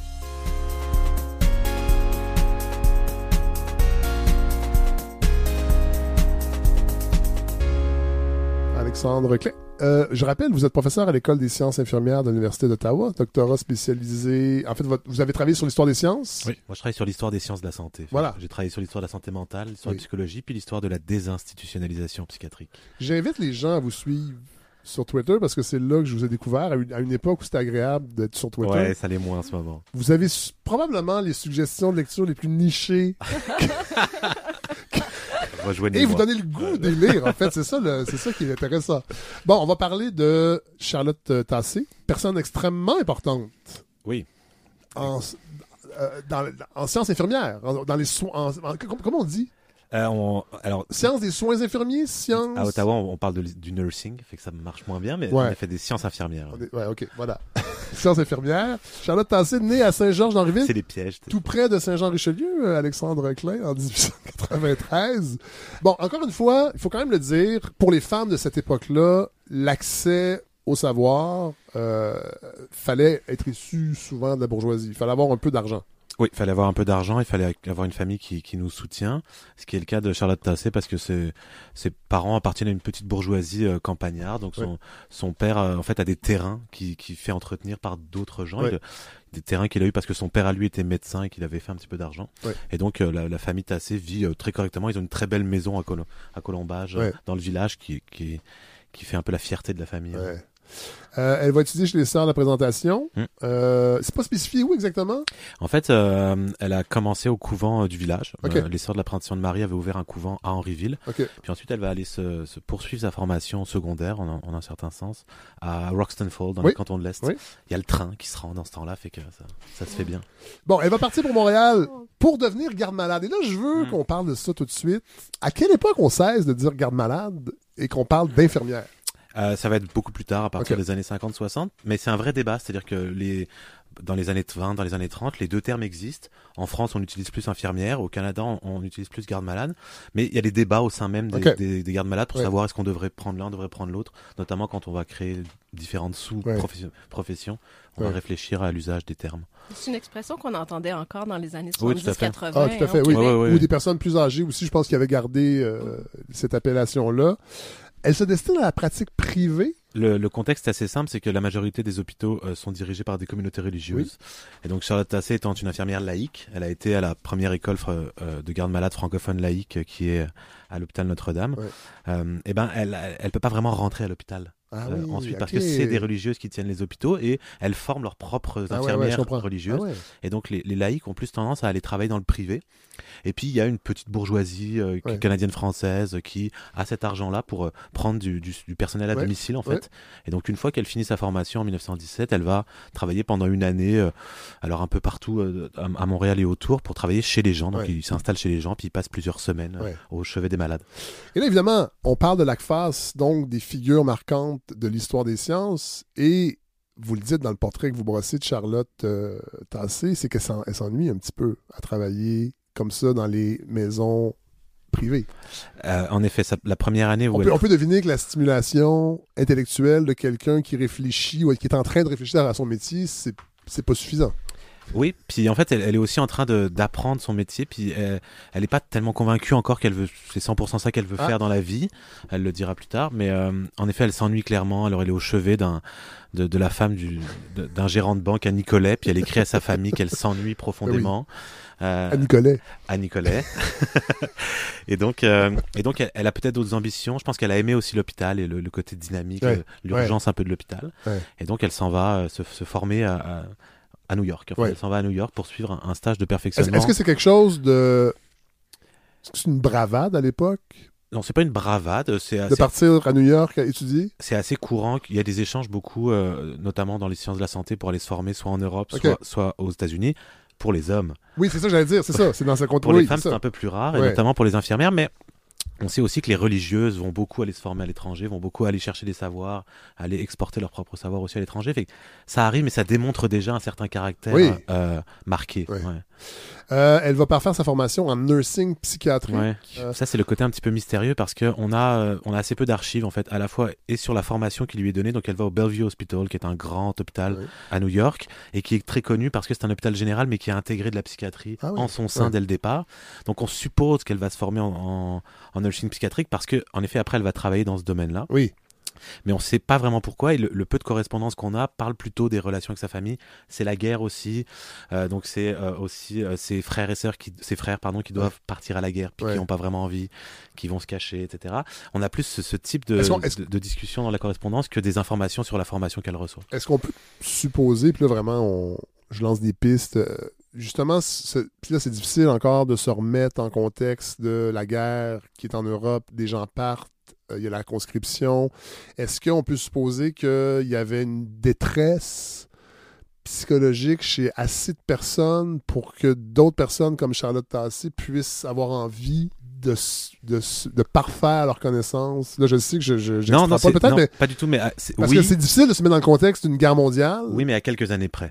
Alexandre Clay. Euh, je rappelle, vous êtes professeur à l'École des sciences infirmières de l'Université d'Ottawa, doctorat spécialisé... En fait, votre- vous avez travaillé sur l'histoire des sciences? Oui, moi je travaille sur l'histoire des sciences de la santé. Enfin, Voilà. J'ai travaillé sur l'histoire de la santé mentale, l'histoire Oui. de la psychologie, puis l'histoire de la désinstitutionnalisation psychiatrique. J'invite les gens à vous suivre sur Twitter parce que c'est là que je vous ai découvert, à une, à une époque où c'était agréable d'être sur Twitter. Ouais, ça l'est moins en ce moment. Vous avez su- probablement les suggestions de lecture les plus nichées Rejoignez-moi. et vous donnez le goût de les lire. En fait, c'est ça, le- c'est ça qui est intéressant. Bon, on va parler de Charlotte euh, Tassé, personne extrêmement importante Oui. en, euh, dans, en sciences infirmières, en- dans les soins. en- en- comment on dit? Euh, on- alors, Sciences des soins infirmiers, sciences. à Ottawa, on, on parle de, du nursing, fait que ça marche moins bien, mais Ouais. on a fait des sciences infirmières. On est- Ouais, ok, voilà. Sciences infirmières. Charlotte Tassé, née à Saint-Georges-d'Henrieville. C'est les pièges. t'sais. Tout près de Saint-Jean-Richelieu, euh, Alexandre Klein, en dix-huit cent quatre-vingt-treize. Bon, encore une fois, il faut quand même le dire, pour les femmes de cette époque-là, l'accès au savoir euh, fallait être issu souvent de la bourgeoisie. Il fallait avoir un peu d'argent. Oui, il fallait avoir un peu d'argent, il fallait avoir une famille qui, qui nous soutient, ce qui est le cas de Charlotte Tassé parce que c'est, ses parents appartiennent à une petite bourgeoisie euh, campagnarde, donc son, ouais. son père euh, en fait a des terrains qui, qui fait entretenir par d'autres gens, ouais. il, des terrains qu'il a eu parce que son père à lui était médecin et qu'il avait fait un petit peu d'argent, ouais. et donc euh, la, la famille Tassé vit euh, très correctement, ils ont une très belle maison à, Col- à Colombage, ouais. euh, dans le village qui, qui, qui fait un peu la fierté de la famille. Ouais. Hein. Euh, elle va étudier chez les Sœurs de la Présentation. Hum. Euh, c'est pas spécifié où exactement? En fait, euh, elle a commencé au couvent euh, du village. Okay. Euh, les Sœurs de la Présentation de Marie avaient ouvert un couvent à Henryville. Okay. Puis ensuite, elle va aller se, se poursuivre sa formation secondaire, en, en un certain sens, à Roxton Falls, dans oui. le canton de l'Est. Oui. Il y a le train qui se rend dans ce temps-là, fait que ça, ça se fait bien. Bon, elle va partir pour Montréal pour devenir garde-malade. Et là, je veux hum. qu'on parle de ça tout de suite. À quelle époque on cesse de dire garde-malade et qu'on parle d'infirmière? Euh, ça va être beaucoup plus tard, à partir okay. des années cinquante soixante, mais c'est un vrai débat, c'est-à-dire que les, dans les années vingt, dans les années trente, les deux termes existent. En France, on utilise plus infirmière, au Canada, on, on utilise plus garde-malade, mais il y a des débats au sein même des, okay. des, des gardes-malades pour ouais. savoir est-ce qu'on devrait prendre l'un, on devrait prendre l'autre, notamment quand on va créer différentes sous-professions, ouais. on ouais. va réfléchir à l'usage des termes. C'est une expression qu'on entendait encore dans les années soixante-dix quatre-vingts. Ah, tout à fait, oui. Ouais, ouais, ouais. Ou des personnes plus âgées aussi, je pense qu'ils avaient gardé euh, cette appellation-là. Elle se destine à la pratique privée. Le, le contexte est assez simple, c'est que la majorité des hôpitaux euh, sont dirigés par des communautés religieuses. Oui. Et donc Charlotte Tassé étant une infirmière laïque, elle a été à la première école euh, de garde-malade francophone laïque euh, qui est à l'hôpital Notre-Dame. Oui. Euh, et ben elle, elle, elle peut pas vraiment rentrer à l'hôpital. Ah euh, oui, ensuite okay. parce que c'est des religieuses qui tiennent les hôpitaux et elles forment leurs propres ah infirmières ouais, ouais, religieuses. Ah ouais. Et donc les, les laïcs ont plus tendance à aller travailler dans le privé. Et puis il y a une petite bourgeoisie euh, ouais. canadienne-française qui a cet argent-là pour euh, prendre du, du, du personnel à ouais. domicile en fait. Ouais. Et donc une fois qu'elle finit sa formation en dix-neuf cent dix-sept, elle va travailler pendant une année, euh, alors un peu partout euh, à, à Montréal et autour, pour travailler chez les gens. Donc ouais. il s'installe chez les gens puis il passe plusieurs semaines euh, ouais. au chevet des malades. Et là évidemment, on parle de l'A C F A S, donc des figures marquantes de l'histoire des sciences, et vous le dites dans le portrait que vous brossez de Charlotte euh, Tassé, c'est qu'elle s'en, elle s'ennuie un petit peu à travailler comme ça dans les maisons privées. Euh, en effet, ça, la première année où on, elle... peut, on peut deviner que la stimulation intellectuelle de quelqu'un qui réfléchit ou qui est en train de réfléchir à son métier, c'est, c'est pas suffisant. Oui, puis en fait, elle, elle est aussi en train de, d'apprendre son métier, puis elle, elle est pas tellement convaincue encore qu'elle veut, c'est cent pour cent ça qu'elle veut ah. faire dans la vie. Elle le dira plus tard, mais euh, en effet, elle s'ennuie clairement. Alors, elle est au chevet d'un, de, de la femme du, de, d'un gérant de banque à Nicolet, puis elle écrit à sa famille qu'elle s'ennuie profondément. Oui. Euh, à Nicolet. À Nicolet. et donc, euh, et donc, elle, elle a peut-être d'autres ambitions. Je pense qu'elle a aimé aussi l'hôpital et le, le côté dynamique, ouais. l'urgence ouais. un peu de l'hôpital. Ouais. Et donc, elle s'en va euh, se, se former à, à à New York. Enfin, ouais. Elle s'en va à New York pour suivre un, un stage de perfectionnement. Est-ce, est-ce que c'est quelque chose de... Est-ce que c'est une bravade à l'époque? Non, c'est pas une bravade. C'est assez... De partir à New York à étudier? C'est assez courant. Il y a des échanges beaucoup, euh, notamment dans les sciences de la santé, pour aller se former soit en Europe, okay. soit, soit aux États-Unis, pour les hommes. Oui, c'est ça que j'allais dire. C'est ça. C'est dans ce contexte. Pour les oui, femmes, c'est, c'est un peu plus rare, ouais. et notamment pour les infirmières, mais... On sait aussi que les religieuses vont beaucoup aller se former à l'étranger, vont beaucoup aller chercher des savoirs, aller exporter leur propre savoir aussi à l'étranger. Fait que ça arrive, mais ça démontre déjà un certain caractère oui. euh, marqué. Oui. Ouais. Euh, elle va parfaire sa formation en nursing psychiatrique. Ouais. Euh... Ça, c'est le côté un petit peu mystérieux parce qu'on a, euh, on a assez peu d'archives, en fait, à la fois et sur la formation qui lui est donnée. Donc, elle va au Bellevue Hospital, qui est un grand hôpital oui. à New York et qui est très connu parce que c'est un hôpital général, mais qui a intégré de la psychiatrie ah, oui. en son sein ouais. dès le départ. Donc, on suppose qu'elle va se former en, en, en nursing psychiatrique parce que, en effet, après, elle va travailler dans ce domaine-là. Oui. Mais on ne sait pas vraiment pourquoi, et le, le peu de correspondance qu'on a parle plutôt des relations avec sa famille. C'est la guerre aussi, euh, donc c'est euh, aussi euh, ses frères et sœurs, qui, ses frères pardon, qui doivent ouais. partir à la guerre, puis ouais. qui n'ont pas vraiment envie, qui vont se cacher, et cetera. On a plus ce, ce type de, est-ce est-ce... de, de discussion dans la correspondance que des informations sur la formation qu'elle reçoit. Est-ce qu'on peut supposer, puis là vraiment, on... je lance des pistes, euh, justement, c'est... puis là c'est difficile encore de se remettre en contexte de la guerre qui est en Europe, des gens partent, il y a la conscription. Est-ce qu'on peut supposer qu'il y avait une détresse psychologique chez assez de personnes pour que d'autres personnes comme Charlotte Tassé puissent avoir envie de, de, de parfaire leur connaissance? Là, je sais que je, je non, non, pas peut-être, non, mais... pas du tout. Mais, c'est, parce oui. que c'est difficile de se mettre dans le contexte d'une guerre mondiale. Oui, mais à quelques années près.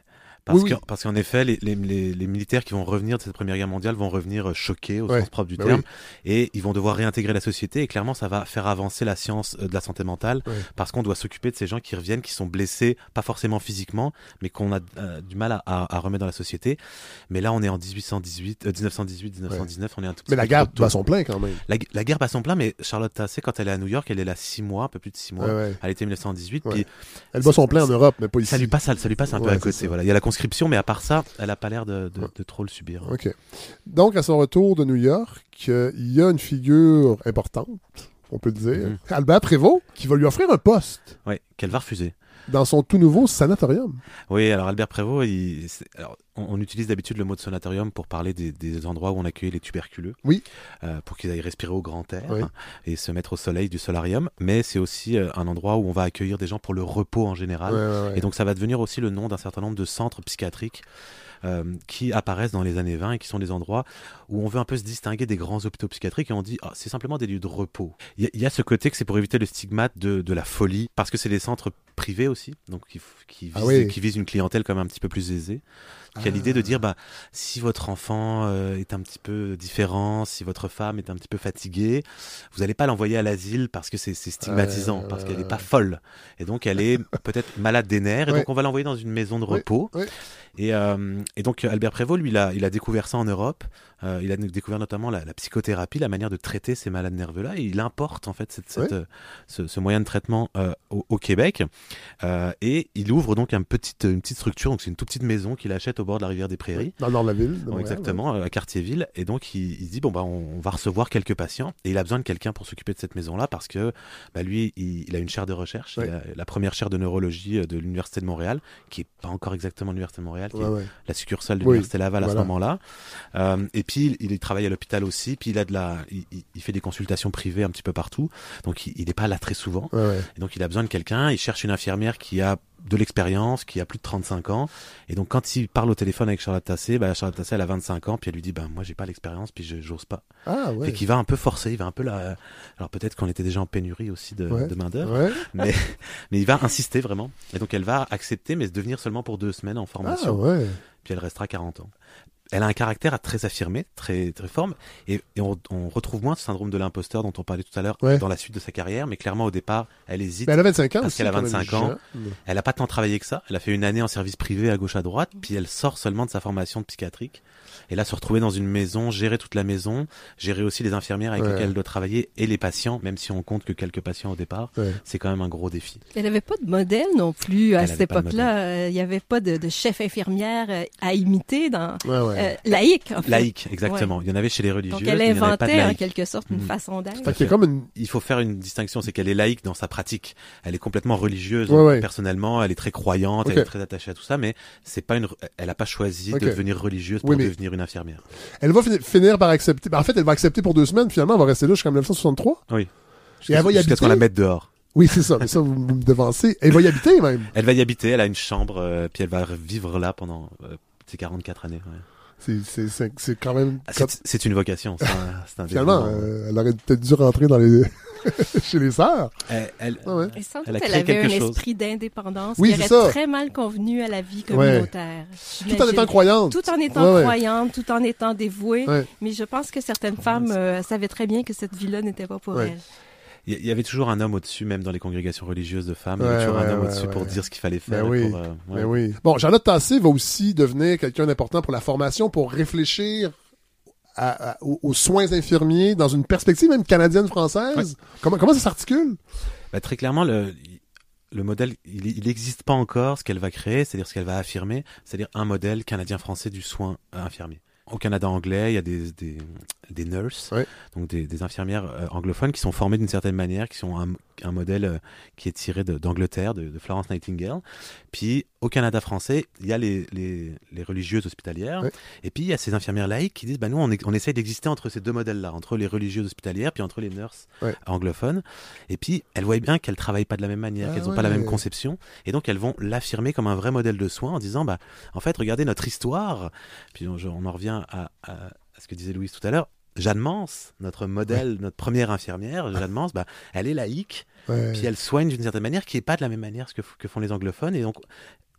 Parce, oui, que, oui. parce qu'en effet, les, les, les, les militaires qui vont revenir de cette Première Guerre mondiale vont revenir choqués au Ouais. sens propre du Ben terme, oui. et ils vont devoir réintégrer la société, et clairement ça va faire avancer la science de la santé mentale, Ouais. parce qu'on doit s'occuper de ces gens qui reviennent, qui sont blessés, pas forcément physiquement, mais qu'on a euh, du mal à, à, à remettre dans la société. Mais là on est en dix-huit cent dix-huit, euh, dix-neuf cent dix-huit dix-neuf cent dix-neuf, ouais. On est un tout petit Mais la peu guerre trop tôt. bat son plein quand même. La, la guerre bat son plein, mais Charlotte Tassé, quand elle est à New York, elle est là six mois, un peu plus de six mois. Ouais, ouais. Elle était en dix-neuf cent dix-huit, Ouais. puis Elle bat son plein en Europe, mais pas ici. ça lui passe, ça lui passe un peu Ouais, à c'est côté. ça. Voilà. Il y a la conscription, mais à part ça, elle a pas l'air de, de, Ouais. de trop le subir. OK. Donc, à son retour de New York, euh, il y a une figure importante, on peut le dire, Mhm. Albert Prévost, qui va lui offrir un poste Ouais, qu'elle va refuser. dans son tout nouveau sanatorium. Oui, alors Albert Prévost, il, c'est- alors, on, on utilise d'habitude le mot de sanatorium pour parler des, des endroits où on accueille les tuberculeux, Oui. euh, pour qu'ils aillent respirer au grand air, Oui. hein, et se mettre au soleil du solarium. Mais c'est aussi euh, un endroit où on va accueillir des gens pour le repos en général. Ouais, ouais, ouais. Et donc ça va devenir aussi le nom d'un certain nombre de centres psychiatriques euh, qui apparaissent dans les années vingt et qui sont des endroits où on veut un peu se distinguer des grands hôpitaux psychiatriques, et on dit ah, c'est simplement des lieux de repos. Il y, a- il y a ce côté que c'est pour éviter le stigmate de, de la folie, parce que c'est des centres privés aussi, donc qui, f- qui, visent, Ah oui. qui visent une clientèle quand même un petit peu plus aisée. Qui a Ah. l'idée de dire bah si votre enfant euh, est un petit peu différent, si votre femme est un petit peu fatiguée, vous n'allez pas l'envoyer à l'asile parce que c'est c'est stigmatisant, Ouais, parce ouais, qu'elle n'est ouais. pas folle, et donc elle est peut-être malade des nerfs, et Ouais. donc on va l'envoyer dans une maison de Ouais, repos. ouais. Et, euh, et donc Albert Prévost, lui, il a, il a découvert ça en Europe. Euh, il a découvert notamment la, la psychothérapie, la manière de traiter ces malades nerveux-là, et il importe en fait cette, cette, Ouais. euh, ce, ce moyen de traitement euh, au, au Québec. Euh, et il ouvre donc un petit, une petite structure, donc c'est une toute petite maison qu'il achète au bord de la rivière des Prairies. Dans le nord de la ville. de Donc, Montréal, exactement, euh, à Cartierville. Et donc, il, il se dit, bon, bah, on, on va recevoir quelques patients. Et il a besoin de quelqu'un pour s'occuper de cette maison-là, parce que bah, lui, il, il a une chaire de recherche. Ouais. Il a la première chaire de neurologie euh, de l'Université de Montréal, qui n'est pas encore exactement l'Université de Montréal, qui Ouais, est ouais. la succursale de Oui, l'Université Laval à voilà. ce moment-là. Euh, et puis, il, il travaille à l'hôpital aussi. Puis, il, a de la, il, il- il fait des consultations privées un petit peu partout. Donc, il n'est pas là très souvent. Ouais, ouais. Et donc, il a besoin de quelqu'un. Il cherche une infirmière qui a de l'expérience, qui a plus de trente-cinq ans. Et donc, quand il parle au téléphone avec Charlotte Tassé, bah, Charlotte Tassé, elle a vingt-cinq ans, puis elle lui dit, bah, moi, j'ai pas l'expérience, puis je, j'ose pas. Ah, ouais. Et qu'il va un peu forcer, il va un peu la, alors peut-être qu'on était déjà en pénurie aussi de, Ouais. de main d'œuvre, Ouais. mais, mais il va insister vraiment. Et donc, elle va accepter, mais se devenir seulement pour deux semaines en Ah, formation. ouais. Puis elle restera quarante ans. Elle a un caractère très affirmé, très, très fort, et, et on, on retrouve moins ce syndrome de l'imposteur dont on parlait tout à l'heure Ouais. dans la suite de sa carrière, mais clairement au départ, elle hésite. Mais elle a vingt-cinq ans Parce aussi, qu'elle a quand même vingt-cinq ans. jeune. Elle n'a pas tant travaillé que ça. Elle a fait une année en service privé à gauche à droite, puis elle sort seulement de sa formation de psychiatrique. Et là, se retrouver dans une maison, gérer toute la maison, gérer aussi les infirmières avec Ouais. lesquelles elle doit travailler et les patients, même si on compte que quelques patients au départ, Ouais. c'est quand même un gros défi. Elle n'avait pas de modèle non plus à Elle cette avait pas de époque-là. Euh, Il n'y avait pas de, de chef infirmière euh, à imiter dans Ouais, ouais. euh, laïque. En fait. Laïque, exactement. Il y en avait chez les religieux. Donc elle mais il n'y en avait pas de inventait en laïque. quelque sorte une Mhm. façon d'être. Fait qu'il y a comme une. Il faut faire une distinction, c'est qu'elle est laïque dans sa pratique. Elle est complètement religieuse Ouais, ouais. personnellement, elle est très croyante, Ok. elle est très attachée à tout ça, mais c'est pas une, elle n'a pas choisi Ok. de devenir religieuse pour Oui, mais- devenir une infirmière. Elle va fini- finir par accepter. Ben, en fait, elle va accepter pour deux semaines. Finalement, elle va rester là jusqu'en dix-neuf cent soixante-trois. Oui. Et Jusqu'à elle va y jusqu'à ce qu'on habiter. la mette dehors. Oui, c'est ça. Mais ça, vous, vous me devancez. Elle va y habiter, même. Elle va y habiter, elle a une chambre, euh, puis elle va vivre là pendant euh, ses quarante-quatre années. Ouais. C'est, c'est, c'est, c'est quand même. Ah, c'est, c'est une vocation, c'est un, c'est un Finalement, dévouement. euh, elle aurait peut-être dû rentrer dans les. chez les sœurs. Elle, elle- Ah ouais. Et sans doute, Elle a elle, créé avait un quelque chose. esprit d'indépendance Oui, qui c'est aurait ça. très mal convenu à la vie Ouais. communautaire. Tout en J'imagine. étant croyante. Tout en étant Ouais, ouais. croyante, tout en étant dévouée. Ouais. Mais je pense que certaines femmes euh, savaient très bien que cette vie-là n'était pas pour Ouais. elles. il y- il y avait toujours un homme au-dessus, même dans les congrégations religieuses de femmes. il y Ouais, avait toujours ouais, un homme ouais, au-dessus ouais. pour dire ce qu'il fallait Ben faire. oui. Pour, euh, ouais. Ben oui. Bon, Charlotte Tassé va aussi devenir quelqu'un d'important pour la formation, pour réfléchir à- à- aux, aux soins infirmiers dans une perspective même canadienne-française. Comment, comment ça s'articule? Bah, très clairement, le, le modèle, il n'existe pas encore. Ce qu'elle va créer, c'est-à-dire ce qu'elle va affirmer, c'est-à-dire un modèle canadien-français du soin infirmier. Au Canada anglais, il y a des, des, des nurses, Ouais. donc des, des infirmières euh, anglophones qui sont formées d'une certaine manière, qui sont un, un modèle euh, qui est tiré de- d'Angleterre, de, de Florence Nightingale. Puis au Canada français, il y a les, les, les religieuses hospitalières, Ouais. et puis il y a ces infirmières laïques qui disent, bah, nous on, est- on essaye d'exister entre ces deux modèles-là, entre les religieuses hospitalières, puis entre les nurses Ouais. anglophones. Et puis elles voient bien qu'elles travaillent pas de la même manière, Ah qu'elles n'ont pas la même ouais. conception, et donc elles vont l'affirmer comme un vrai modèle de soin en disant, bah, en fait, regardez notre histoire. Puis on, on en revient à, à, à ce que disait Louise tout à l'heure. Jeanne Mans, notre modèle, notre première infirmière, Jeanne Mans, bah, elle est laïque, Ouais. puis elle soigne d'une certaine manière qui n'est pas de la même manière que, f- que font les anglophones. Et donc,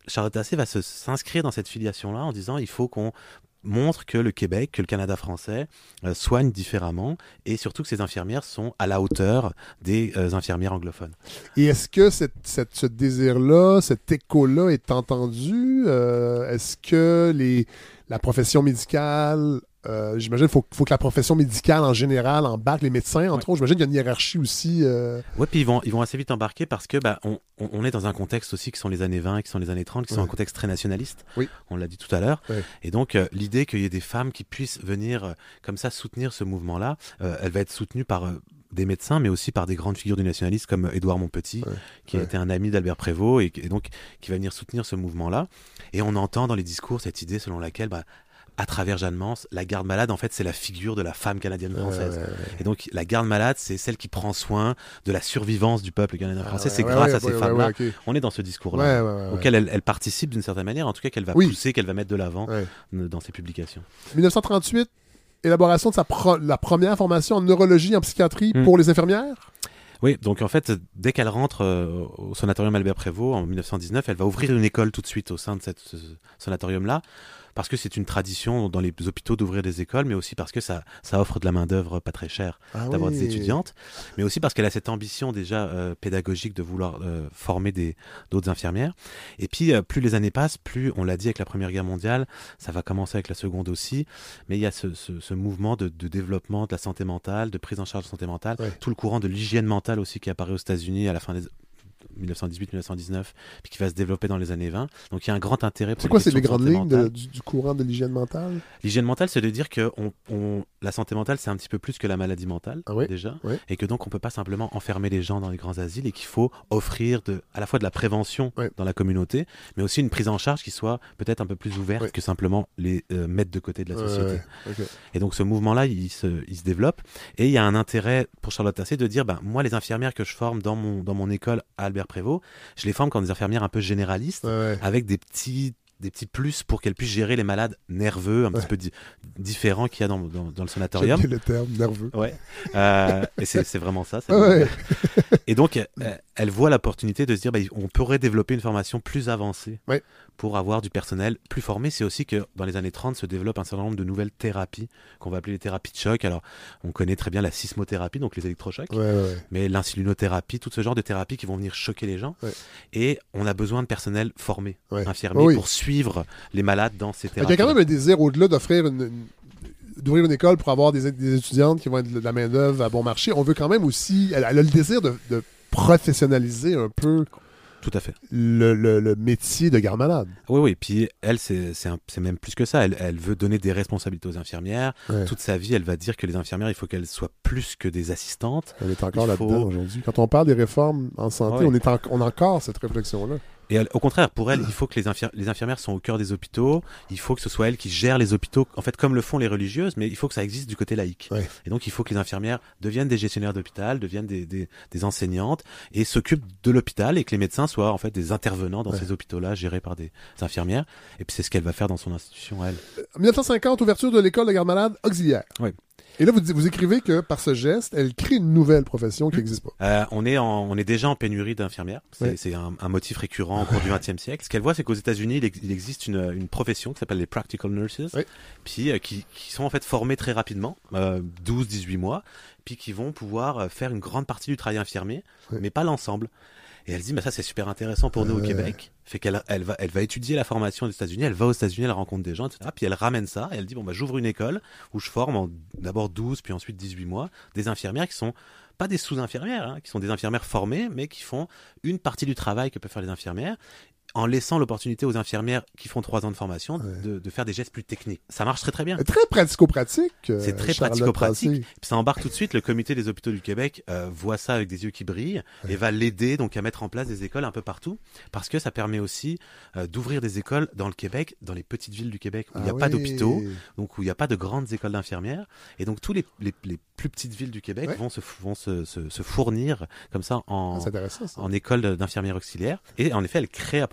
Charlotte Assé va se, s'inscrire dans cette filiation-là en disant il faut qu'on montre que le Québec, que le Canada français euh, soigne différemment et surtout que ces infirmières sont à la hauteur des euh, infirmières anglophones. Et est-ce que cette, cette, ce désir-là, cet écho-là est entendu? Euh, est-ce que les, la profession médicale... Euh, j'imagine qu'il faut, faut que la profession médicale en général embarque, les médecins, entre ouais. autres. J'imagine qu'il y a une hiérarchie aussi. Euh... Oui, puis ils vont, ils vont assez vite embarquer parce que bah, on, on est dans un contexte aussi qui sont les années vingt, qui sont les années trente, qui ouais. sont un contexte très nationaliste. Oui. On l'a dit tout à l'heure. Ouais. Et donc, euh, l'idée qu'il y ait des femmes qui puissent venir euh, comme ça soutenir ce mouvement-là, euh, elle va être soutenue par... Euh, des médecins, mais aussi par des grandes figures du nationalisme comme Édouard Montpetit, ouais, qui ouais. a été un ami d'Albert Prévost et, et donc qui va venir soutenir ce mouvement-là. Et on entend dans les discours cette idée selon laquelle, bah, à travers Jeanne Mance, la garde malade, en fait, c'est la figure de la femme canadienne-française. Ouais, ouais, ouais. Et donc, la garde malade, c'est celle qui prend soin de la survivance du peuple canadien-français. Ah, ouais, c'est ouais, grâce ouais, à ces ouais, femmes-là. Ouais, okay. On est dans ce discours-là, ouais, ouais, ouais, auquel ouais. Elle, elle participe d'une certaine manière, en tout cas qu'elle va oui. pousser, qu'elle va mettre de l'avant ouais. dans ses publications. dix-neuf cent trente-huit, élaboration de sa pro- la première formation en neurologie et en psychiatrie mmh. pour les infirmières. Oui, donc en fait, dès qu'elle rentre euh, au sanatorium Albert Prévost en dix-neuf cent dix-neuf, elle va ouvrir une école tout de suite au sein de cette, ce sanatorium-là, parce que c'est une tradition dans les hôpitaux d'ouvrir des écoles, mais aussi parce que ça, ça offre de la main-d'œuvre pas très chère ah d'avoir oui. des étudiantes, mais aussi parce qu'elle a cette ambition déjà euh, pédagogique de vouloir euh, former des, d'autres infirmières. Et puis, euh, plus les années passent, plus, on l'a dit avec la Première Guerre mondiale, ça va commencer avec la Seconde aussi, mais il y a ce, ce, ce mouvement de, de développement de la santé mentale, de prise en charge de la santé mentale, ouais. tout le courant de l'hygiène mentale aussi qui apparaît aux États-Unis à la fin des dix-neuf cent dix-huit dix-neuf cent dix-neuf, puis qui va se développer dans les années vingt. Donc il y a un grand intérêt pour c'est quoi, les c'est les grandes lignes de, du, du courant de l'hygiène mentale? L'hygiène mentale, c'est de dire que on, on, la santé mentale, c'est un petit peu plus que la maladie mentale, ah oui, déjà, oui. et que donc on peut pas simplement enfermer les gens dans les grands asiles et qu'il faut offrir de, à la fois de la prévention oui. dans la communauté, mais aussi une prise en charge qui soit peut-être un peu plus ouverte oui. que simplement les euh, mettre de côté de la société. Ouais, okay. Et donc ce mouvement-là, il se, il se développe, et il y a un intérêt pour Charlotte Assé de dire, ben, moi, les infirmières que je forme dans mon, dans mon école à Albert Prévost, je les forme comme des infirmières un peu généralistes, ouais, ouais. avec des petits, des petits plus pour qu'elles puissent gérer les malades nerveux, un ouais. petit peu di- différents qu'il y a dans, dans, dans le sanatorium. J'aime bien le terme, nerveux. Ouais. Euh, et c'est, c'est vraiment ça. ça ouais. Et donc, elle, elle voit l'opportunité de se dire, bah, on pourrait développer une formation plus avancée ouais. pour avoir du personnel plus formé. C'est aussi que dans les années trente se développe un certain nombre de nouvelles thérapies qu'on va appeler les thérapies de choc. Alors, on connaît très bien la sismothérapie, donc les électrochocs, ouais, ouais. mais l'insulinothérapie, tout ce genre de thérapies qui vont venir choquer les gens. Ouais. Et on a besoin de personnel formé, ouais. infirmier, oui. pour suivre les malades dans ces thérapies. Il y a quand même un désir au-delà d'offrir une, une, d'ouvrir une école pour avoir des, des étudiantes qui vont être de la main-d'œuvre à bon marché. On veut quand même aussi, elle, elle a le désir de, de professionnaliser un peu. Tout à fait. Le, le, le métier de garde malade. Oui, oui. Puis elle, c'est, c'est, un, c'est même plus que ça. Elle, elle veut donner des responsabilités aux infirmières. Ouais. Toute sa vie, elle va dire que les infirmières, il faut qu'elles soient plus que des assistantes. Elle est encore il là-dedans faut... aujourd'hui. Quand on parle des réformes en santé, ouais. on, est en, on a encore cette réflexion-là. Et elle, au contraire, pour elle, il faut que les, infir- les infirmières sont au cœur des hôpitaux. Il faut que ce soit elles qui gèrent les hôpitaux, en fait, comme le font les religieuses, mais il faut que ça existe du côté laïque. Ouais. Et donc, il faut que les infirmières deviennent des gestionnaires d'hôpital, deviennent des, des, des enseignantes et s'occupent de l'hôpital et que les médecins soient, en fait, des intervenants dans ouais. ces hôpitaux-là, gérés par des infirmières. Et puis, c'est ce qu'elle va faire dans son institution, elle. En dix-neuf cent cinquante, ouverture de l'école de garde malade auxiliaire. Oui. Et là, vous, vous écrivez que par ce geste, elle crée une nouvelle profession qui n'existe pas. Euh, on est en, on est déjà en pénurie d'infirmières. C'est, ouais. c'est un, un motif récurrent au cours du vingtième siècle. Ce qu'elle voit, c'est qu'aux États-Unis, il, ex, il existe une, une profession qui s'appelle les practical nurses, ouais. puis euh, qui, qui sont en fait formées très rapidement, euh, douze à dix-huit mois, puis qui vont pouvoir faire une grande partie du travail infirmier, ouais. mais pas l'ensemble. Et elle dit, bah ça c'est super intéressant pour nous euh... au Québec. Fait qu'elle elle va, elle va étudier la formation des États-Unis, elle va aux États-Unis, elle rencontre des gens, et cetera. Puis elle ramène ça, et elle dit, bon bah j'ouvre une école où je forme en d'abord douze, puis ensuite dix-huit mois, des infirmières qui sont pas des sous-infirmières, hein, qui sont des infirmières formées, mais qui font une partie du travail que peuvent faire les infirmières, en laissant l'opportunité aux infirmières qui font trois ans de formation ouais. de, de faire des gestes plus techniques. Ça marche très très bien. Très pratico-pratique. Euh, c'est très Charlotte pratico-pratique. Passé. Puis ça embarque tout de suite. Le comité des hôpitaux du Québec euh, voit ça avec des yeux qui brillent ouais. et va l'aider donc à mettre en place des écoles un peu partout, parce que ça permet aussi euh, d'ouvrir des écoles dans le Québec, dans les petites villes du Québec où il ah n'y a oui. pas d'hôpitaux, donc où il n'y a pas de grandes écoles d'infirmières, et donc tous les, les, les plus petites villes du Québec ouais. vont, se, vont se, se, se fournir comme ça en, ah, ça. en école d'infirmières auxiliaires. Et en effet, elle crée à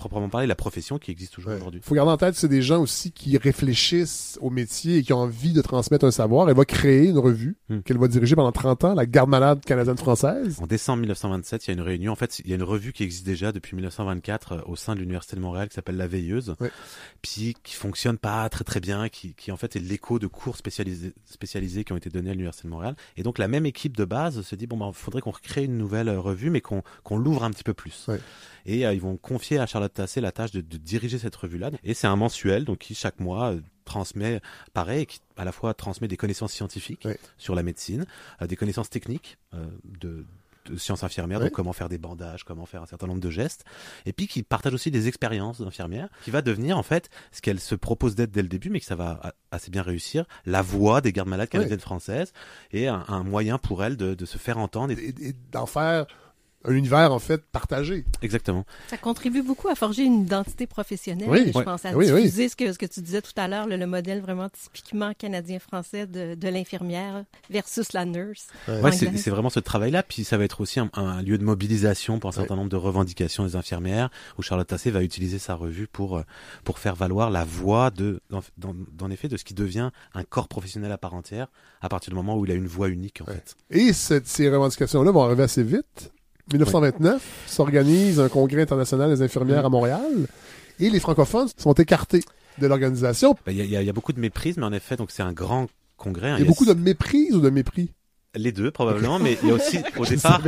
proprement parler la profession qui existe toujours ouais. aujourd'hui. Il faut garder en tête, c'est des gens aussi qui réfléchissent au métier et qui ont envie de transmettre un savoir. Elle va créer une revue hmm. qu'elle va diriger pendant trente ans, la Garde malade canadienne-française. En décembre mille neuf cent vingt-sept, il y a une réunion. En fait, il y a une revue qui existe déjà depuis mille neuf cent vingt-quatre euh, au sein de l'Université de Montréal qui s'appelle La Veilleuse, ouais. puis qui fonctionne pas très très bien, qui, qui en fait est l'écho de cours spécialisés, spécialisés qui ont été donnés à l'Université de Montréal. Et donc la même équipe de base se dit bon ben, faudrait qu'on recrée une nouvelle revue, mais qu'on, qu'on l'ouvre un petit peu plus. Ouais. Et euh, ils vont confier à Charlotte Tassé la tâche de, de diriger cette revue-là. Et c'est un mensuel, donc qui chaque mois euh, transmet, pareil, qui à la fois transmet des connaissances scientifiques ouais. sur la médecine, euh, des connaissances techniques euh, de, de sciences infirmières, ouais. donc comment faire des bandages, comment faire un certain nombre de gestes, et puis qui partage aussi des expériences d'infirmières, qui va devenir en fait ce qu'elle se propose d'être dès le début, mais que ça va assez bien réussir, la voix des gardes malades canadiennes ouais. françaises, et un, un moyen pour elle de, de se faire entendre. Et, et, et d'en faire un univers, en fait, partagé. Exactement. Ça contribue beaucoup à forger une identité professionnelle. Oui, je ouais. pense à oui, diffuser oui. Ce, que, ce que tu disais tout à l'heure, le, le modèle vraiment typiquement canadien-français de, de l'infirmière versus la nurse. Ouais, ouais c'est, c'est vraiment ce travail-là. Puis ça va être aussi un, un lieu de mobilisation pour un certain ouais. nombre de revendications des infirmières, où Charlotte Tassé va utiliser sa revue pour, pour faire valoir la voix, de, dans, dans, dans effet, de ce qui devient un corps professionnel à part entière, à partir du moment où il a une voix unique, en ouais. fait. Et cette, ces revendications-là vont arriver assez vite. dix-neuf cent vingt-neuf, oui. s'organise un congrès international des infirmières mmh. à Montréal et les francophones sont écartés de l'organisation. Il ben, y, y, y a beaucoup de méprise, mais en effet, donc c'est un grand congrès. Il y a, y a beaucoup de méprise ou de mépris? Les deux, probablement, okay. mais il y a aussi, au départ,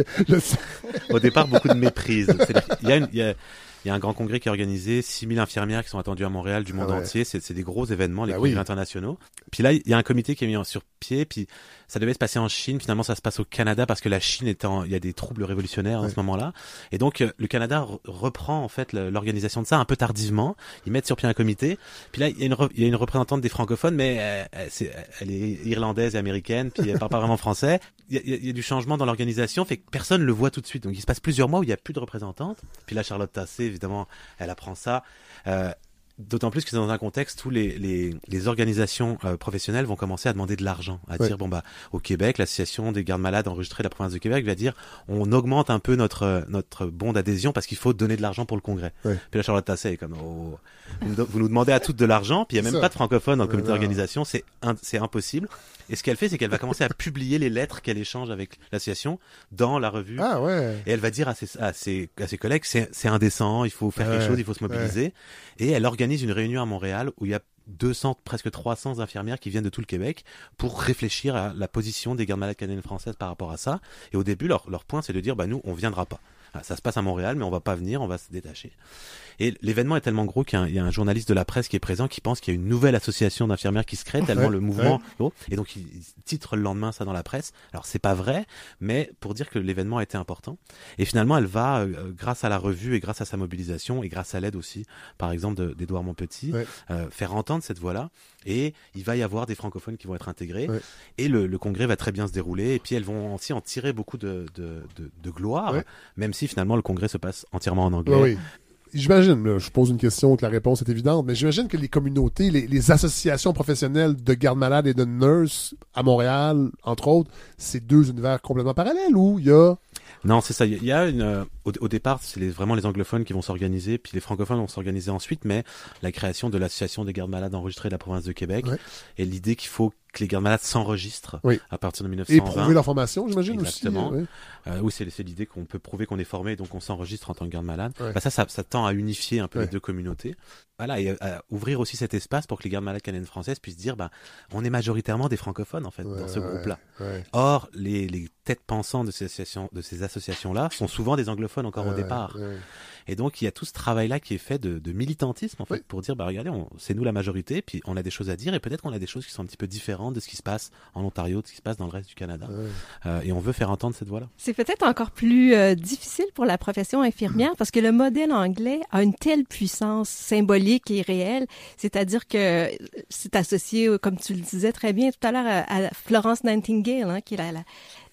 au départ, beaucoup de méprise. Il y a une, il y a, il y a un grand congrès qui est organisé, six mille infirmières qui sont attendues à Montréal du monde ah ouais. entier. C'est, c'est des gros événements, les bah congrès oui. internationaux. Puis là, il y a un comité qui est mis en sur pied, puis ça devait se passer en Chine. Finalement, ça se passe au Canada parce que la Chine est en, il y a des troubles révolutionnaires ouais. en ce moment-là. Et donc, le Canada re- reprend, en fait, le, l'organisation de ça un peu tardivement. Ils mettent sur pied un comité. Puis là, il y a une, re- il y a une représentante des francophones, mais euh, elle, c'est, elle est irlandaise et américaine, puis elle parle pas vraiment français. Il y, a, il y a du changement dans l'organisation, fait que personne le voit tout de suite. Donc, il se passe plusieurs mois où il y a plus de représentante. Puis là, Charlotte Tassé, évidemment, elle apprend ça. Euh, D'autant plus que c'est dans un contexte où les, les, les organisations euh, professionnelles vont commencer à demander de l'argent, à ouais. dire bon bah au Québec, l'association des gardes malades enregistrées de la province de Québec va dire on augmente un peu notre notre bon d'adhésion parce qu'il faut donner de l'argent pour le congrès. Ouais. Puis la Charlotte Tassé est comme oh, vous, vous nous demandez à toutes de l'argent, puis il y a même ça. Pas de francophones dans le comité ouais, d'organisation, c'est un, c'est impossible. Et ce qu'elle fait, c'est qu'elle va commencer à publier les lettres qu'elle échange avec l'association dans la revue. Ah ouais. Et elle va dire à ses, à ses, à ses collègues, c'est, c'est indécent, il faut faire ouais. quelque chose, il faut se mobiliser. Ouais. Et elle organise une réunion à Montréal où il y a deux cents, presque trois cents infirmières qui viennent de tout le Québec pour réfléchir à la position des gardes malades canadiennes françaises par rapport à ça. Et au début, leur, leur point, c'est de dire, bah, nous, on viendra pas. Ça se passe à Montréal, mais on va pas venir, on va se détacher. Et l'événement est tellement gros qu'il y a, un, il y a un journaliste de la presse qui est présent qui pense qu'il y a une nouvelle association d'infirmières qui se crée, tellement ouais, le mouvement ouais. gros. Et donc il, il titre le lendemain ça dans la presse. Alors c'est pas vrai, mais pour dire que l'événement a été important. Et finalement elle va, euh, grâce à la revue et grâce à sa mobilisation et grâce à l'aide aussi, par exemple de, d'Édouard Montpetit, ouais. euh, faire entendre cette voix-là. Et il va y avoir des francophones qui vont être intégrés. Ouais. Et le, le congrès va très bien se dérouler. Et puis elles vont aussi en tirer beaucoup de, de, de, de gloire, ouais. même si finalement le congrès se passe entièrement en anglais. Ouais, oui. J'imagine, là, je pose une question que la réponse est évidente, mais j'imagine que les communautés, les, les associations professionnelles de gardes malades et de nurses à Montréal, entre autres, c'est deux univers complètement parallèles ou il y a... Non, c'est ça. Il y a une, euh, au, au départ, c'est les, vraiment les anglophones qui vont s'organiser, puis les francophones vont s'organiser ensuite, mais la création de l'association des gardes malades enregistrées de la province de Québec ouais. et l'idée qu'il faut que les gardes malades s'enregistrent oui. à partir de mille neuf cent vingt. Et prouver leur formation, j'imagine. Exactement. Aussi. Oui, euh, oui c'est, c'est l'idée qu'on peut prouver qu'on est formé, donc on s'enregistre en tant que garde malade. Ouais. Bah ça, ça, ça tend à unifier un peu ouais. les deux communautés. Voilà, et à ouvrir aussi cet espace pour que les gardes malades canadiennes françaises puissent dire, bah, on est majoritairement des francophones en fait ouais, dans ce ouais, groupe-là. Ouais. Or, les, les têtes pensantes de ces associations, de ces associations-là, sont souvent des anglophones encore ouais, au départ. Ouais. Et donc, il y a tout ce travail-là qui est fait de, de militantisme, en fait, oui. pour dire, bah, regardez, on, c'est nous la majorité, puis on a des choses à dire, et peut-être qu'on a des choses qui sont un petit peu différentes de ce qui se passe en Ontario, de ce qui se passe dans le reste du Canada. Oui. Euh, et on veut faire entendre cette voix-là. C'est peut-être encore plus euh, difficile pour la profession infirmière, mmh. parce que le modèle anglais a une telle puissance symbolique et réelle, c'est-à-dire que c'est associé, comme tu le disais très bien tout à l'heure, à, à Florence Nightingale, hein, qui est la, la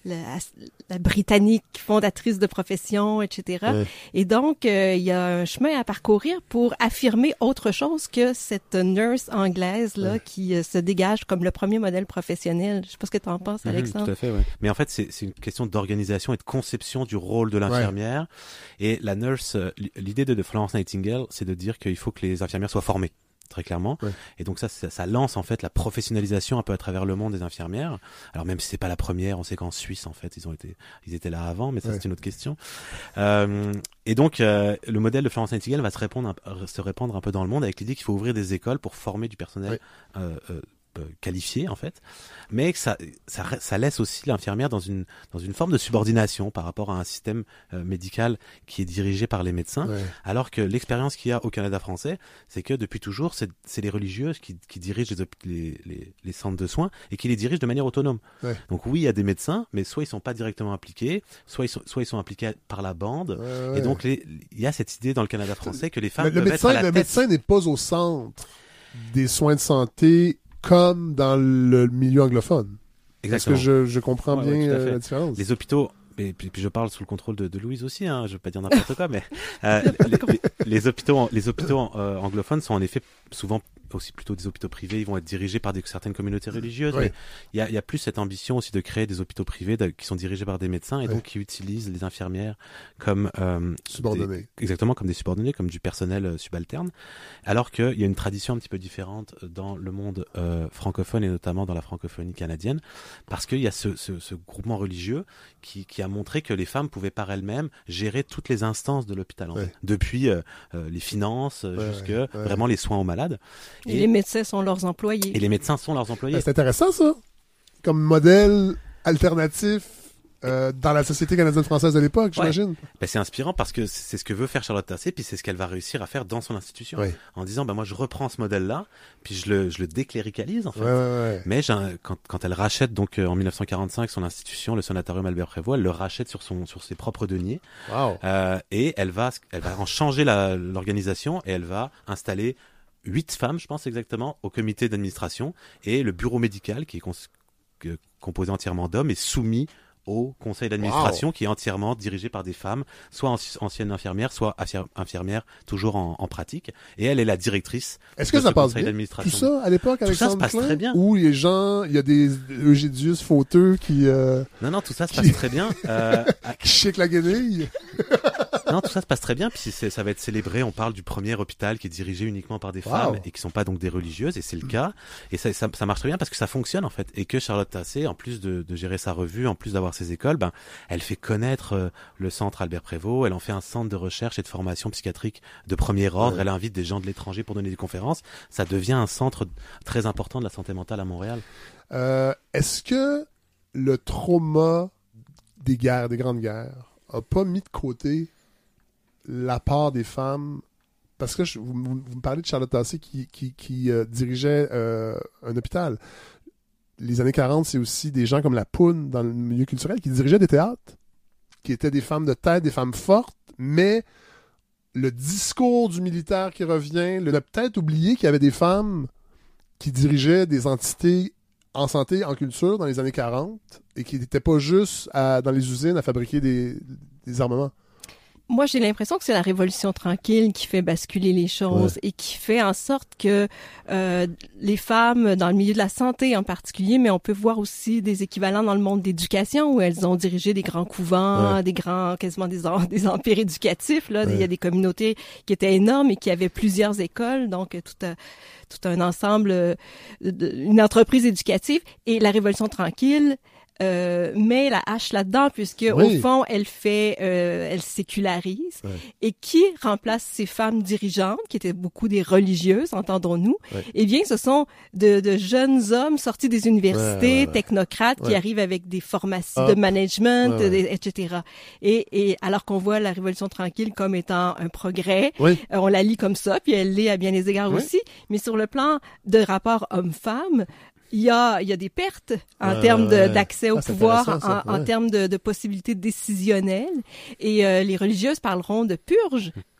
la, la britannique fondatrice de profession, et cetera. Ouais. Et donc, euh, il y a un chemin à parcourir pour affirmer autre chose que cette nurse anglaise là ouais. qui euh, se dégage comme le premier modèle professionnel. Je sais pas ce que tu en penses, Alexandre. Mmh, tout à fait, ouais. Mais en fait, c'est, c'est une question d'organisation et de conception du rôle de l'infirmière. Ouais. Et la nurse, l'idée de, de Florence Nightingale, c'est de dire qu'il faut que les infirmières soient formées. Très clairement. Ouais. Et donc ça, ça, ça lance en fait la professionnalisation un peu à travers le monde des infirmières. Alors même si c'est pas la première, on sait qu'en Suisse en fait, ils ont été, ils étaient là avant, mais ça ouais. c'est une autre question. Euh, et donc euh, le modèle de Florence Nightingale va se répandre, se répandre un peu dans le monde avec l'idée qu'il faut ouvrir des écoles pour former du personnel ouais. euh, euh, qualifié en fait, mais que ça, ça, ça laisse aussi l'infirmière dans une, dans une forme de subordination par rapport à un système euh, médical qui est dirigé par les médecins, ouais. alors que l'expérience qu'il y a au Canada français, c'est que depuis toujours, c'est, c'est les religieuses qui, qui dirigent les, les, les, les centres de soins et qui les dirigent de manière autonome. Ouais. Donc oui, il y a des médecins, mais soit ils sont pas directement impliqués, soit ils sont, soit ils sont impliqués par la bande, ouais, ouais. et donc les, il y a cette idée dans le Canada français que les femmes mais peuvent le médecin, être à la le tête. médecin n'est pas au centre des soins de santé comme dans le milieu anglophone. Exactement. Est-ce que je, je comprends ouais, bien ouais, euh, la différence? Les hôpitaux, et puis, puis je parle sous le contrôle de, de Louise aussi, hein, je veux pas dire n'importe quoi, mais euh, les, les, les hôpitaux, les hôpitaux euh, anglophones sont en effet souvent aussi plutôt des hôpitaux privés, ils vont être dirigés par des, certaines communautés religieuses, oui. mais il y a, y a plus cette ambition aussi de créer des hôpitaux privés de, qui sont dirigés par des médecins et oui. donc qui utilisent les infirmières comme euh, subordonnés. Des, exactement comme des subordonnés, comme du personnel euh, subalterne, alors qu'il y a une tradition un petit peu différente dans le monde euh, francophone et notamment dans la francophonie canadienne, parce qu'il y a ce, ce, ce groupement religieux qui, qui a montré que les femmes pouvaient par elles-mêmes gérer toutes les instances de l'hôpital, en oui. fait, depuis euh, euh, les finances oui, jusque oui, oui. vraiment les soins aux malades. Et, et les médecins sont leurs employés. Et les médecins sont leurs employés. Ben, c'est intéressant, ça, comme modèle alternatif euh, dans la société canadienne-française de l'époque, ouais. j'imagine. Ben, c'est inspirant parce que c'est ce que veut faire Charlotte Tassé, puis c'est ce qu'elle va réussir à faire dans son institution. Oui. En disant, ben, moi, je reprends ce modèle-là, puis je le, je le décléricalise, en fait. Ouais, ouais, ouais. Mais quand, quand elle rachète, donc, euh, en dix-neuf cent quarante-cinq, son institution, le Sanatorium Albert Prévost, elle le rachète sur son, sur ses propres deniers. Wow. Euh, et elle va, elle va en changer la, l'organisation et elle va installer huit femmes, je pense exactement, au comité d'administration, et le bureau médical, qui est cons- que, composé entièrement d'hommes, est soumis au conseil d'administration, wow. qui est entièrement dirigé par des femmes, soit anciennes infirmières, soit infirmières toujours en, en pratique. Et elle est la directrice. Est-ce que ça passe bien, tout ça, à l'époque, avec Tout ça se passe très bien. Où les gens, il y a des Eugédius fauteux qui... Euh, non, non, tout ça se qui... passe très bien. Euh, qui chiquent la guenille. Non, tout ça se passe très bien, puis c'est, ça va être célébré. On parle du premier hôpital qui est dirigé uniquement par des wow. femmes et qui sont pas donc des religieuses, et c'est le cas. Et ça, ça, ça marche très bien parce que ça fonctionne en fait, et que Charlotte Tassé, en plus de, de gérer sa revue, en plus d'avoir ses écoles, ben, elle fait connaître euh, le centre Albert Prévost. Elle en fait un centre de recherche et de formation psychiatrique de premier ordre. Ouais. Elle invite des gens de l'étranger pour donner des conférences. Ça devient un centre très important de la santé mentale à Montréal. Euh, est-ce que le trauma des guerres, des grandes guerres, a pas mis de côté la part des femmes, parce que je, vous, vous, vous me parlez de Charlotte Tassé qui, qui, qui euh, dirigeait euh, un hôpital. Les années quarante, c'est aussi des gens comme la Poune dans le milieu culturel qui dirigeaient des théâtres, qui étaient des femmes de tête, des femmes fortes, mais le discours du militaire qui revient, le, le peut-être oublié qu'il y avait des femmes qui dirigeaient des entités en santé, en culture dans les années quarante, et qui n'étaient pas juste à, dans les usines à fabriquer des, des armements. Moi, j'ai l'impression que c'est la Révolution tranquille qui fait basculer les choses ouais. et qui fait en sorte que euh, les femmes, dans le milieu de la santé en particulier, mais on peut voir aussi des équivalents dans le monde d'éducation où elles ont dirigé des grands couvents, ouais. des grands, quasiment des, des empires éducatifs. Là, ouais. il y a des communautés qui étaient énormes et qui avaient plusieurs écoles, donc tout un, tout un ensemble, de, une entreprise éducative. Et la Révolution tranquille Euh, met la hache là-dedans puisque oui. au fond elle fait euh, elle sécularise ouais. et qui remplace ces femmes dirigeantes qui étaient beaucoup des religieuses, entendons-nous ouais. eh bien ce sont de, de jeunes hommes sortis des universités, ouais, ouais, ouais. technocrates ouais. qui arrivent avec des formations ah. de management, ouais, ouais. et cetera. Et, et alors qu'on voit la Révolution tranquille comme étant un progrès, oui. euh, on la lit comme ça, puis elle l'est à bien des égards oui. aussi, mais sur le plan de rapport homme-femme, il y a, il y a des pertes en euh, termes de, d'accès au ah, pouvoir, ça, en, ouais. en termes de, de possibilités décisionnelles. Et euh, les religieuses parleront de purge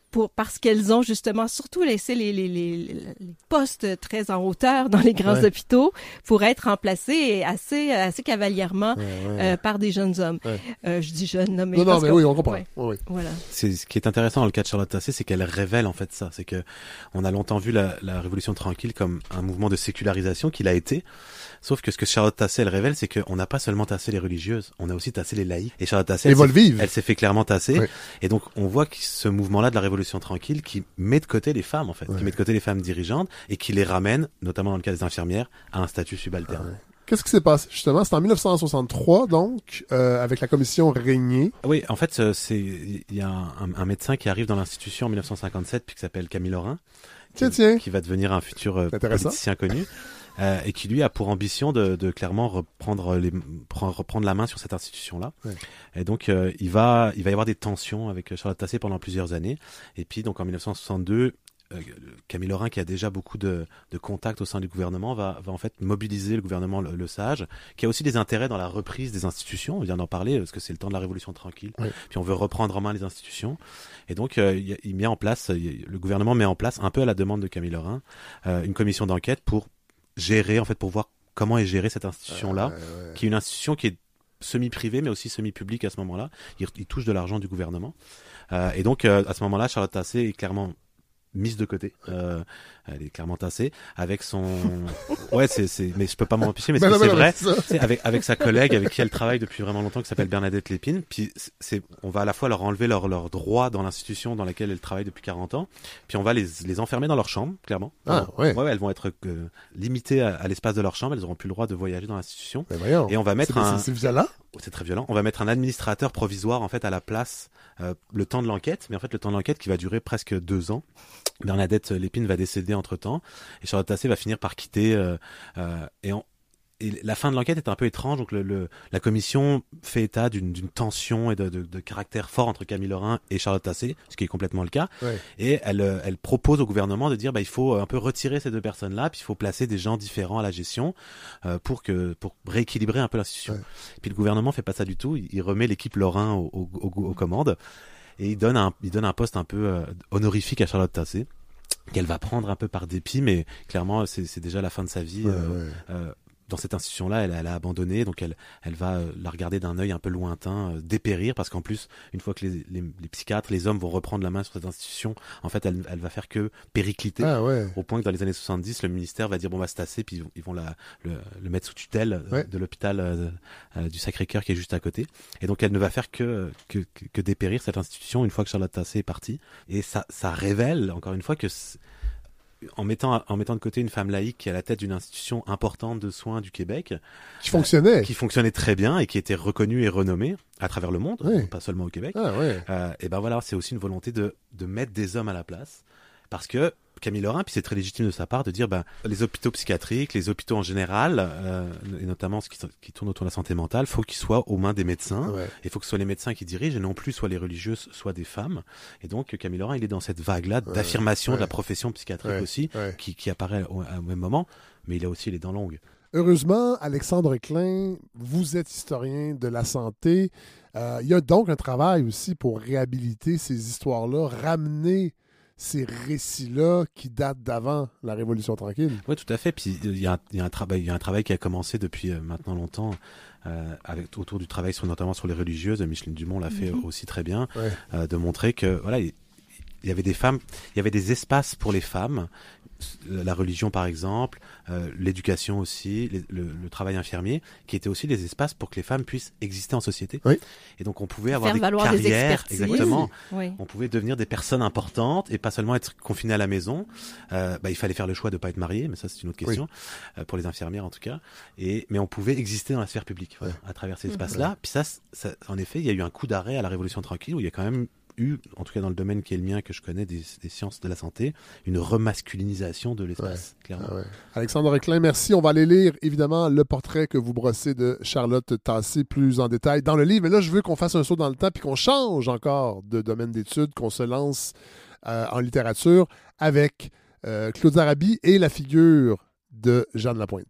pour, parce qu'elles ont justement surtout laissé les, les, les, les postes très en hauteur dans les grands ouais. hôpitaux pour être remplacés assez, assez cavalièrement ouais, ouais. Euh, par des jeunes hommes. Ouais. Euh, je dis jeunes, là, mais... Non, non, mais oui, on comprend. Ouais. Oui, oui. Voilà. C'est, ce qui est intéressant dans le cas de Charlotte Tassé, c'est qu'elle révèle en fait ça. C'est que on a longtemps vu la, la Révolution tranquille comme un mouvement de sécularisation qu'il a été. Sauf que ce que Charlotte Tassé, elle révèle, c'est qu'on n'a pas seulement tassé les religieuses, on a aussi tassé les laïcs. Et Charlotte Tassé, elle, s'est, elle s'est fait clairement tasser. Oui. Et donc, on voit que ce mouvement-là de la Révolution tranquille qui met de côté les femmes, en fait, oui. qui met de côté les femmes dirigeantes et qui les ramène, notamment dans le cas des infirmières, à un statut subalterne. Ah, oui. Qu'est-ce qui s'est passé, justement? C'est en dix-neuf cent soixante-trois, donc, euh, avec la commission Régnier. Oui, en fait, c'est, il y a un, un médecin qui arrive dans l'institution en dix-neuf cent cinquante-sept, puis qui s'appelle Camille Lorrain. Tiens, tiens. Qui va devenir un futur euh, politicien connu. Euh, et qui lui a pour ambition de, de clairement reprendre les reprendre la main sur cette institution-là. Ouais. Et donc euh, il va il va y avoir des tensions avec Charlotte Tassé pendant plusieurs années. Et puis donc en dix-neuf cent soixante-deux, euh, Camille Lorrain, qui a déjà beaucoup de, de contacts au sein du gouvernement, va va en fait mobiliser le gouvernement le, le Sage, qui a aussi des intérêts dans la reprise des institutions. On vient d'en parler parce que c'est le temps de la Révolution tranquille. Ouais. Puis on veut reprendre en main les institutions. Et donc euh, il, il met en place, il, le gouvernement met en place un peu à la demande de Camille Lorrain euh, une commission d'enquête pour gérer, en fait, pour voir comment est gérée cette institution-là, ouais, ouais, ouais. qui est une institution qui est semi-privée, mais aussi semi-publique à ce moment-là. Il, il touche de l'argent du gouvernement. Euh, et donc, euh, à ce moment-là, Charlotte Tassé est clairement mise de côté. Euh, elle est clairement tassée avec son. Ouais, c'est c'est. Mais je peux pas m'en empêcher, mais, mais, c'est, mais c'est vrai. C'est avec avec sa collègue avec qui elle travaille depuis vraiment longtemps, qui s'appelle Bernadette Lépine. Puis c'est, on va à la fois leur enlever leurs leurs droits dans l'institution dans laquelle elles travaillent depuis quarante ans, puis on va les les enfermer dans leur chambre, clairement. Ah ouais. Ouais, elles vont être euh, limitées à, à l'espace de leur chambre. Elles auront plus le droit de voyager dans l'institution. Mais voyons. Et on va mettre c'est, un. C'est, c'est violent. C'est très violent. On va mettre un administrateur provisoire en fait à la place euh, le temps de l'enquête, mais en fait le temps de l'enquête qui va durer presque deux ans. Bernadette Lépine va décéder entre-temps et Charlotte Tassé va finir par quitter euh, euh, et, on, et la fin de l'enquête est un peu étrange. Donc le, le, la commission fait état d'une, d'une tension et de, de, de caractère fort entre Camille Lorrain et Charlotte Tassé, ce qui est complètement le cas. Ouais. Et elle, elle propose au gouvernement de dire bah il faut un peu retirer ces deux personnes-là, puis il faut placer des gens différents à la gestion euh, pour que pour rééquilibrer un peu l'institution. Ouais. Puis le gouvernement fait pas ça du tout. Il, il remet l'équipe Lorrain aux, aux, aux, aux commandes. Et il donne un, il donne un poste un peu euh, honorifique à Charlotte Tassé, qu'elle va prendre un peu par dépit, mais clairement, c'est, c'est déjà la fin de sa vie. Ouais, euh, ouais. Euh, dans cette institution-là, elle, elle a abandonné, donc elle, elle va euh, la regarder d'un œil un peu lointain, euh, dépérir, parce qu'en plus, une fois que les, les, les psychiatres, les hommes vont reprendre la main sur cette institution, en fait, elle, elle va faire que péricliter, ah, ouais. au point que dans les années soixante-dix, le ministère va dire bon, on va se tasser, puis ils vont, ils vont la, le, le mettre sous tutelle ouais. de l'hôpital euh, euh, du Sacré-Cœur qui est juste à côté. Et donc, elle ne va faire que, que, que, que dépérir cette institution une fois que Charlotte Tassé est partie. Et ça, ça révèle, encore une fois, que En mettant, en mettant de côté une femme laïque qui est à la tête d'une institution importante de soins du Québec. Qui fonctionnait. Euh, qui fonctionnait très bien et qui était reconnue et renommée à travers le monde, oui. pas seulement au Québec. Ah, ouais. euh, et ben voilà, c'est aussi une volonté de, de mettre des hommes à la place. Parce que Camille Lorrain, puis c'est très légitime de sa part de dire ben, les hôpitaux psychiatriques, les hôpitaux en général, euh, et notamment ce qui, qui tourne autour de la santé mentale, faut qu'ils soient aux mains des médecins. Ouais. Il faut que ce soit les médecins qui dirigent et non plus soit les religieuses, soit des femmes. Et donc Camille Lorrain, il est dans cette vague-là ouais. d'affirmation ouais. de la profession psychiatrique ouais. aussi, ouais. Qui, qui apparaît au, au même moment, mais il a aussi les dents longues. Heureusement, Alexandre Klein, vous êtes historien de la santé. Euh, il y a donc un travail aussi pour réhabiliter ces histoires-là, ramener ces récits-là qui datent d'avant la Révolution tranquille. Oui, tout à fait. Puis il y a, y a un travail, il y a un travail qui a commencé depuis euh, maintenant longtemps, euh, avec autour du travail sur notamment sur les religieuses. Micheline Dumont l'a fait mm-hmm. aussi très bien, ouais. euh, de montrer que voilà, il y avait des femmes, il y avait des espaces pour les femmes. La religion par exemple, euh, l'éducation aussi, les, le, le travail infirmier, qui étaient aussi des espaces pour que les femmes puissent exister en société. Oui. Et donc on pouvait avoir Faire des carrières, des exactement. Oui. On pouvait devenir des personnes importantes et pas seulement être confiné à la maison. Euh, bah, il fallait faire le choix de pas être marié, mais ça c'est une autre question oui. euh, pour les infirmières en tout cas. Et mais on pouvait exister dans la sphère publique voilà, à travers ces espaces-là. Puis ça, ça, en effet, il y a eu un coup d'arrêt à la Révolution tranquille où il y a quand même eu, en tout cas dans le domaine qui est le mien, que je connais, des, des sciences de la santé, une remasculinisation de l'espace, ouais. clairement. Ah ouais. Alexandre Klein, merci. On va aller lire, évidemment, le portrait que vous brossez de Charlotte Tassé plus en détail dans le livre. Mais là, je veux qu'on fasse un saut dans le temps puis qu'on change encore de domaine d'études, qu'on se lance euh, en littérature avec euh, Claudia Raby et la figure de Jeanne Lapointe.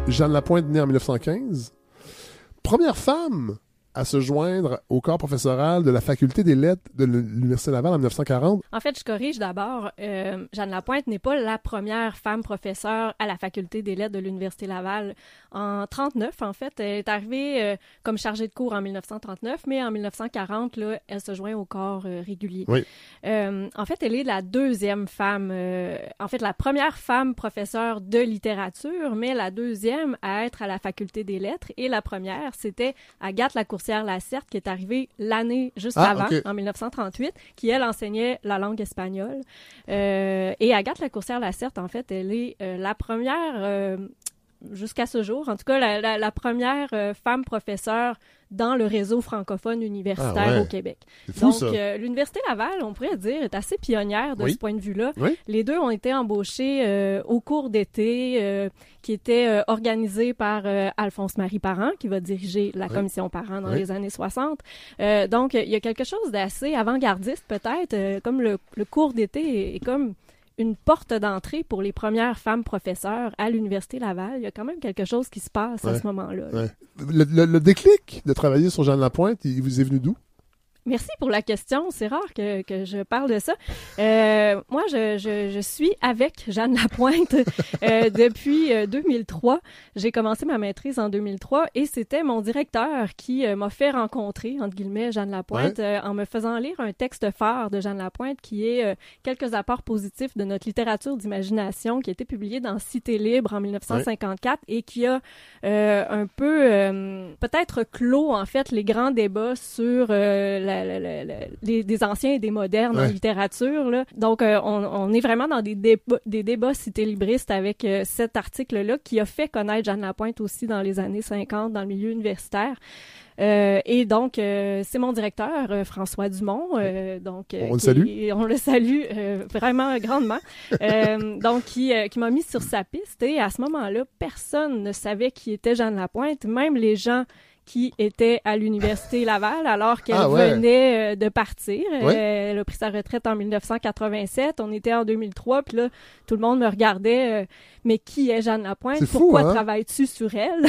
Jeanne Lapointe, née en mille neuf cent quinze. Première femme à se joindre au corps professoral de la Faculté des lettres de l'Université Laval en mille neuf cent quarante. En fait, je corrige d'abord. Euh, Jeanne Lapointe n'est pas la première femme professeure à la Faculté des lettres de l'Université Laval. En trente-neuf, en fait, elle est arrivée euh, comme chargée de cours en mille neuf cent trente-neuf, mais en mille neuf cent quarante, là, elle se joint au corps euh, régulier. Oui. Euh, en fait, elle est la deuxième femme, euh, en fait, la première femme professeure de littérature, mais la deuxième à être à la Faculté des lettres. Et la première, c'était Agathe Lacourcière-Lacerte, qui est arrivée l'année juste ah, avant, okay. en mille neuf cent trente-huit, qui, elle, enseignait la langue espagnole. Euh, et Agathe Lacourcière-Lacerte, en fait, elle est euh, la première... Euh, jusqu'à ce jour, en tout cas, la, la, la première euh, femme professeure dans le réseau francophone universitaire ah ouais. au Québec. C'est fou, Donc, ça. euh, l'Université Laval, on pourrait dire, est assez pionnière de oui. ce point de vue-là. Oui. Les deux ont été embauchés euh, au cours d'été, euh, qui était euh, organisé par euh, Alphonse-Marie Parent, qui va diriger la oui. commission Parent dans oui. les années soixante. Euh, donc, il y a quelque chose d'assez avant-gardiste, peut-être, euh, comme le, le cours d'été est, est comme... une porte d'entrée pour les premières femmes professeurs à l'Université Laval. Il y a quand même quelque chose qui se passe ouais. à ce moment-là. Ouais. Le, le, le déclic de travailler sur Jeanne Lapointe, il vous est venu d'où? Merci pour la question. C'est rare que, que je parle de ça. Euh, moi, je, je, je suis avec Jeanne Lapointe euh, depuis euh, deux mille trois. J'ai commencé ma maîtrise en deux mille trois et c'était mon directeur qui euh, m'a fait rencontrer, entre guillemets, Jeanne Lapointe ouais. euh, en me faisant lire un texte phare de Jeanne Lapointe qui est euh, quelques apports positifs de notre littérature d'imagination qui a été publié dans Cité libre en mille neuf cent cinquante-quatre ouais. et qui a euh, un peu euh, peut-être clos, en fait, les grands débats sur euh, la La, la, la, les, des anciens et des modernes ouais. en littérature. Là. Donc, euh, on, on est vraiment dans des, déba- des débats cité-libristes avec euh, cet article-là qui a fait connaître Jeanne Lapointe aussi dans les années cinquante dans le milieu universitaire. Euh, et donc, euh, c'est mon directeur, euh, François Dumont. Euh, donc, euh, on le qui, salue. On le salue euh, vraiment grandement. euh, donc, qui, euh, qui m'a mis sur sa piste. Et à ce moment-là, personne ne savait qui était Jeanne Lapointe. Même les gens qui était à l'Université Laval alors qu'elle ah ouais. venait euh, de partir. Ouais. Euh, elle a pris sa retraite en mille neuf cent quatre-vingt-sept. On était en deux mille trois, puis là, tout le monde me regardait. Euh, mais qui est Jeanne Lapointe? C'est Pourquoi fou, hein? travailles-tu sur elle?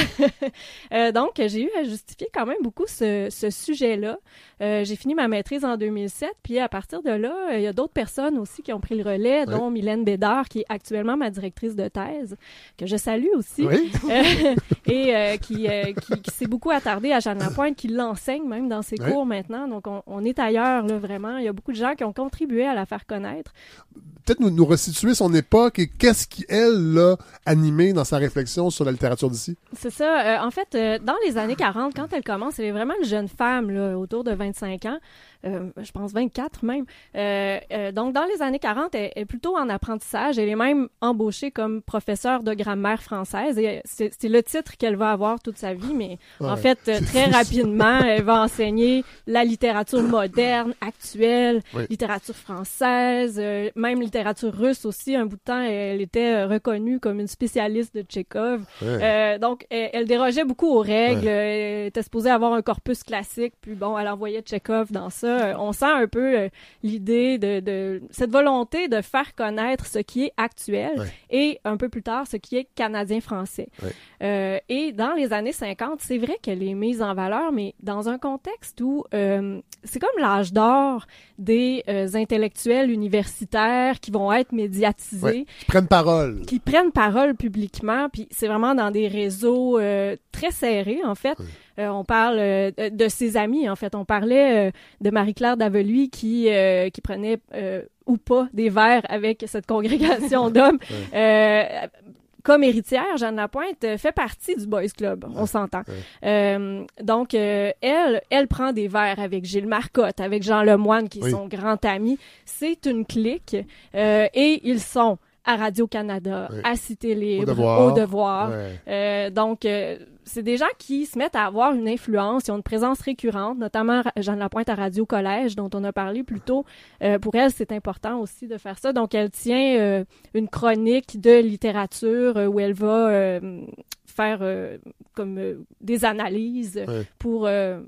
euh, donc, j'ai eu à justifier quand même beaucoup ce, ce sujet-là. Euh, j'ai fini ma maîtrise en deux mille sept, puis à partir de là, il euh, y a d'autres personnes aussi qui ont pris le relais, ouais. dont Mylène Bédard, qui est actuellement ma directrice de thèse, que je salue aussi, oui. euh, et euh, qui, euh, qui, qui s'est beaucoup attardée à Jeanne Lapointe, qui l'enseigne même dans ses oui. cours maintenant. Donc, on, on est ailleurs, là, vraiment. Il y a beaucoup de gens qui ont contribué à la faire connaître. Peut-être nous, nous resituer son époque et qu'est-ce qui, elle, l'a animée dans sa réflexion sur la littérature d'ici? C'est ça. Euh, en fait, euh, dans les années quarante, quand elle commence, elle est vraiment une jeune femme, là, autour de vingt-cinq ans. Euh, je pense vingt-quatre même. Euh, euh, donc, dans les années quarante, elle, elle est plutôt en apprentissage. Elle est même embauchée comme professeure de grammaire française. Et c'est, c'est le titre qu'elle va avoir toute sa vie, mais ouais, en fait, euh, très rapidement, elle va enseigner la littérature moderne, actuelle, oui. littérature française, euh, même littérature russe aussi. Un bout de temps, elle était reconnue comme une spécialiste de Tchekhov. Ouais. Euh, donc, elle, elle dérogeait beaucoup aux règles. Ouais. Elle était supposée avoir un corpus classique, puis bon, elle envoyait Tchekhov dans ça. On sent un peu euh, l'idée de, de cette volonté de faire connaître ce qui est actuel ouais. et un peu plus tard ce qui est canadien-français. Ouais. Euh, et dans les années cinquante, c'est vrai qu'elle est mise en valeur, mais dans un contexte où euh, c'est comme l'âge d'or des euh, intellectuels universitaires qui vont être médiatisés. Ouais. Qui prennent parole. Qui prennent parole publiquement, puis c'est vraiment dans des réseaux euh, très serrés, en fait. Ouais. Euh, on parle euh, de ses amis, en fait. On parlait euh, de Marie-Claire Daveluy qui, euh, qui prenait euh, ou pas des verres avec cette congrégation d'hommes. Ouais. Euh, comme héritière, Jeanne Lapointe fait partie du Boys Club, on ouais. s'entend. Ouais. Euh, donc, euh, elle, elle prend des verres avec Gilles Marcotte, avec Jean Lemoine, qui est oui. son grand ami. C'est une clique euh, et ils sont à Radio-Canada, oui. à Cité libre, au Devoir. Au devoir. Ouais. Euh, donc, euh, c'est des gens qui se mettent à avoir une influence, ils ont une présence récurrente, notamment Jeanne Lapointe à Radio-Collège, dont on a parlé plus tôt. Euh, pour elle, c'est important aussi de faire ça. Donc, elle tient euh, une chronique de littérature euh, où elle va euh, faire euh, comme euh, des analyses ouais. pour... Euh,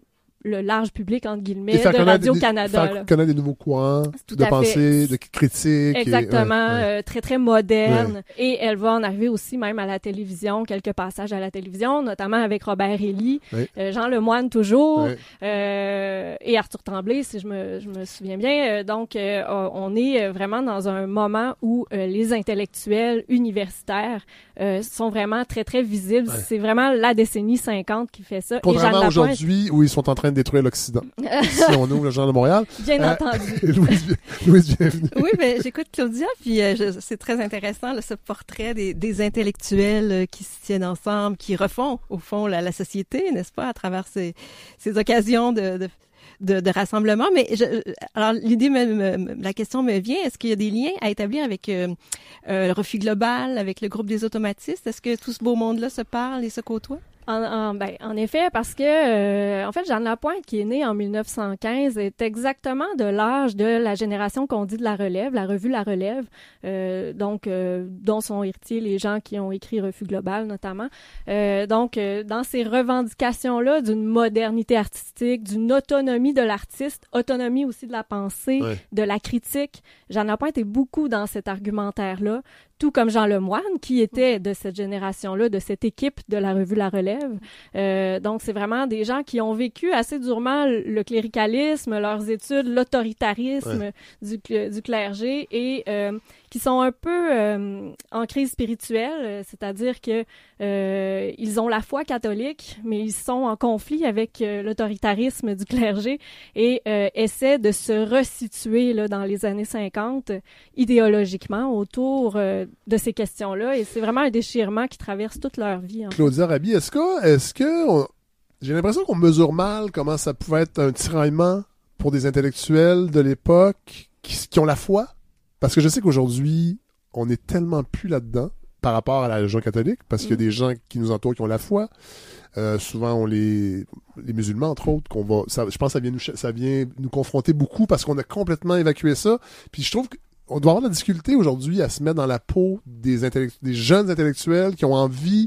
le large public, entre guillemets, de Radio-Canada. Faire connaître des nouveaux courants Tout de à pensée, fait. de critique. Exactement, Et, ouais, ouais. Euh, très, très moderne. Ouais. Et elle va en arriver aussi même à la télévision, quelques passages à la télévision, notamment avec Robert Élie, ouais. euh, Jean Lemoine toujours, ouais. euh, et Arthur Tremblay, si je me, je me souviens bien. Euh, donc, euh, on est vraiment dans un moment où euh, les intellectuels universitaires euh, sont vraiment très, très visibles. Ouais. C'est vraiment la décennie cinquante qui fait ça. Contrairement à aujourd'hui, où ils sont en train de détruire l'Occident. Si on ouvre le genre de Montréal. Bien euh, entendu. Louise, Louise, bienvenue. Oui, mais j'écoute Claudia, puis euh, je, c'est très intéressant, là, ce portrait des, des intellectuels euh, qui se tiennent ensemble, qui refont, au fond, la, la société, n'est-ce pas, à travers ces, ces occasions de... de De, de rassemblement, mais je, alors l'idée, me, me, la question me vient, est-ce qu'il y a des liens à établir avec euh, euh, le Refus global, avec le groupe des automatistes? Est-ce que tout ce beau monde-là se parle et se côtoie? En, en, ben, en effet, parce que, euh, en fait, Jeanne Lapointe, qui est née en mille neuf cent quinze, est exactement de l'âge de la génération qu'on dit de la relève, la revue La Relève, euh, donc, euh, dont sont héritiers les gens qui ont écrit Refus global, notamment. Euh, donc, euh, dans ces revendications-là d'une modernité artistique, d'une autonomie de l'artiste, autonomie aussi de la pensée, ouais. de la critique, Jeanne Lapointe est beaucoup dans cet argumentaire-là, tout comme Jean Lemoine, qui était de cette génération-là, de cette équipe de la revue La Relève. Euh, donc, c'est vraiment des gens qui ont vécu assez durement le cléricalisme, leurs études, l'autoritarisme ouais. du, du clergé et euh, qui sont un peu euh, en crise spirituelle, c'est-à-dire que euh, ils ont la foi catholique, mais ils sont en conflit avec euh, l'autoritarisme du clergé et euh, essaient de se resituer là, dans les années cinquante idéologiquement autour euh, de ces questions-là. Et c'est vraiment un déchirement qui traverse toute leur vie. En Claudia fait. Raby, est-ce que, est-ce que on... j'ai l'impression qu'on mesure mal comment ça pouvait être un tiraillement pour des intellectuels de l'époque qui, qui ont la foi? Parce que je sais qu'aujourd'hui, on est tellement plus là-dedans par rapport à la religion catholique, parce mmh. qu'il y a des gens qui nous entourent qui ont la foi. Euh, souvent, on les, les musulmans, entre autres, qu'on va, ça, je pense que ça vient, nous, ça vient nous confronter beaucoup parce qu'on a complètement évacué ça. Puis je trouve qu'on doit avoir de la difficulté aujourd'hui à se mettre dans la peau des, intellect- des jeunes intellectuels qui ont envie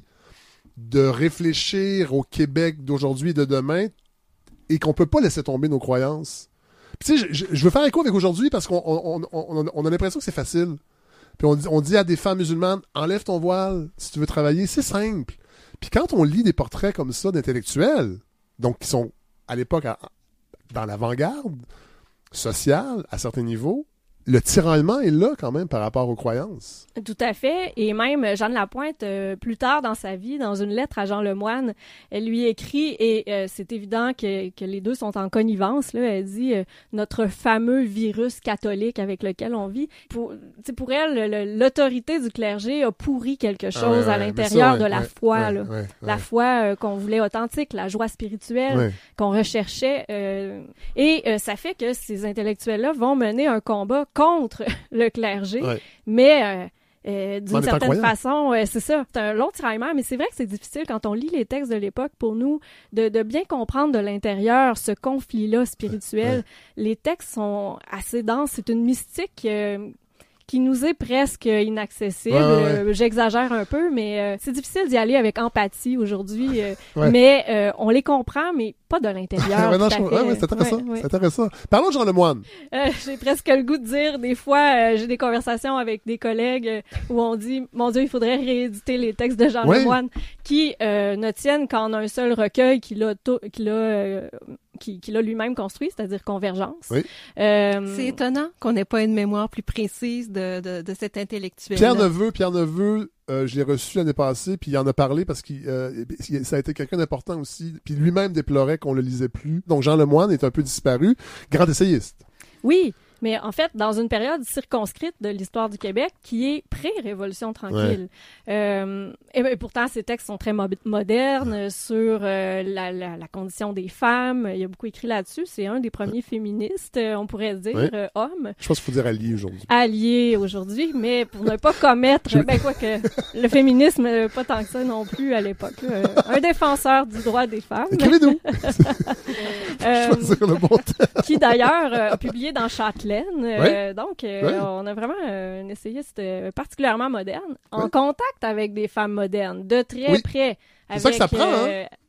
de réfléchir au Québec d'aujourd'hui et de demain et qu'on peut pas laisser tomber nos croyances. Puis tu sais, je, je, je veux faire écho avec aujourd'hui parce qu'on on, on, on, on a l'impression que c'est facile. Puis on dit, on dit à des femmes musulmanes, enlève ton voile si tu veux travailler. C'est simple. Puis quand on lit des portraits comme ça d'intellectuels, donc qui sont à l'époque à, dans l'avant-garde sociale à certains niveaux, le tiraillement est là quand même par rapport aux croyances. Tout à fait. Et même Jeanne Lapointe, euh, plus tard dans sa vie, dans une lettre à Jean Lemoine, elle lui écrit, et euh, c'est évident que, que les deux sont en connivence, là, elle dit euh, « notre fameux virus catholique avec lequel on vit ». Pour, pour elle, le, l'autorité du clergé a pourri quelque chose ah ouais, ouais, à l'intérieur ça, ouais, de la ouais, foi. Ouais, là. Ouais, ouais. La foi euh, qu'on voulait authentique, la joie spirituelle ouais. qu'on recherchait. Euh, et euh, ça fait que ces intellectuels-là vont mener un combat contre le clergé, ouais. mais euh, euh, d'une certaine façon, euh, c'est ça, c'est un long tiraillement, mais c'est vrai que c'est difficile quand on lit les textes de l'époque pour nous de, de bien comprendre de l'intérieur ce conflit-là spirituel. Ouais. Les textes sont assez denses, c'est une mystique euh, qui nous est presque inaccessible. Ouais, ouais, ouais. Euh, j'exagère un peu, mais euh, c'est difficile d'y aller avec empathie aujourd'hui. Euh, ouais. Mais euh, on les comprend, mais pas de l'intérieur. ouais, non, je... ouais, ouais, c'est intéressant. Ouais, ouais. C'est intéressant. Parlons de Jean Lemoine. Euh, j'ai presque le goût de dire, des fois, euh, j'ai des conversations avec des collègues euh, où on dit, mon Dieu, il faudrait rééditer les textes de Jean ouais. Lemoine, qui euh, ne tiennent qu'en un seul recueil qu'il a, to- qu'il a euh, Qui, qu'il a lui-même construit, c'est-à-dire Convergence. Oui. Euh... C'est étonnant qu'on n'ait pas une mémoire plus précise de, de, de cet intellectuel. Pierre Neveu, Pierre Neveu, euh, je l'ai reçu l'année passée, puis il en a parlé parce que euh, ça a été quelqu'un d'important aussi, puis lui-même déplorait qu'on le lisait plus. Donc Jean Lemoine est un peu disparu, grand essayiste. Oui. Mais en fait, dans une période circonscrite de l'histoire du Québec qui est pré-Révolution tranquille. Ouais. Euh, et, et pourtant, ces textes sont très mo- modernes sur euh, la, la, la condition des femmes. Il a beaucoup écrit là-dessus. C'est un des premiers ouais. féministes, on pourrait dire, ouais. euh, homme. Je pense qu'il faut dire allié aujourd'hui. Allié aujourd'hui, mais pour ne pas commettre... Je... Ben quoi que le féminisme, pas tant que ça non plus à l'époque. Là. Un défenseur du droit des femmes. Écrivez-nous! euh, Choisir le bon temps. Qui d'ailleurs euh, a publié dans Châtelaine. Euh, oui. Donc, euh, oui. on a vraiment euh, un essayiste euh, particulièrement moderne, en oui. contact avec des femmes modernes, de très oui. près. C'est avec, ça que ça prend, euh, hein?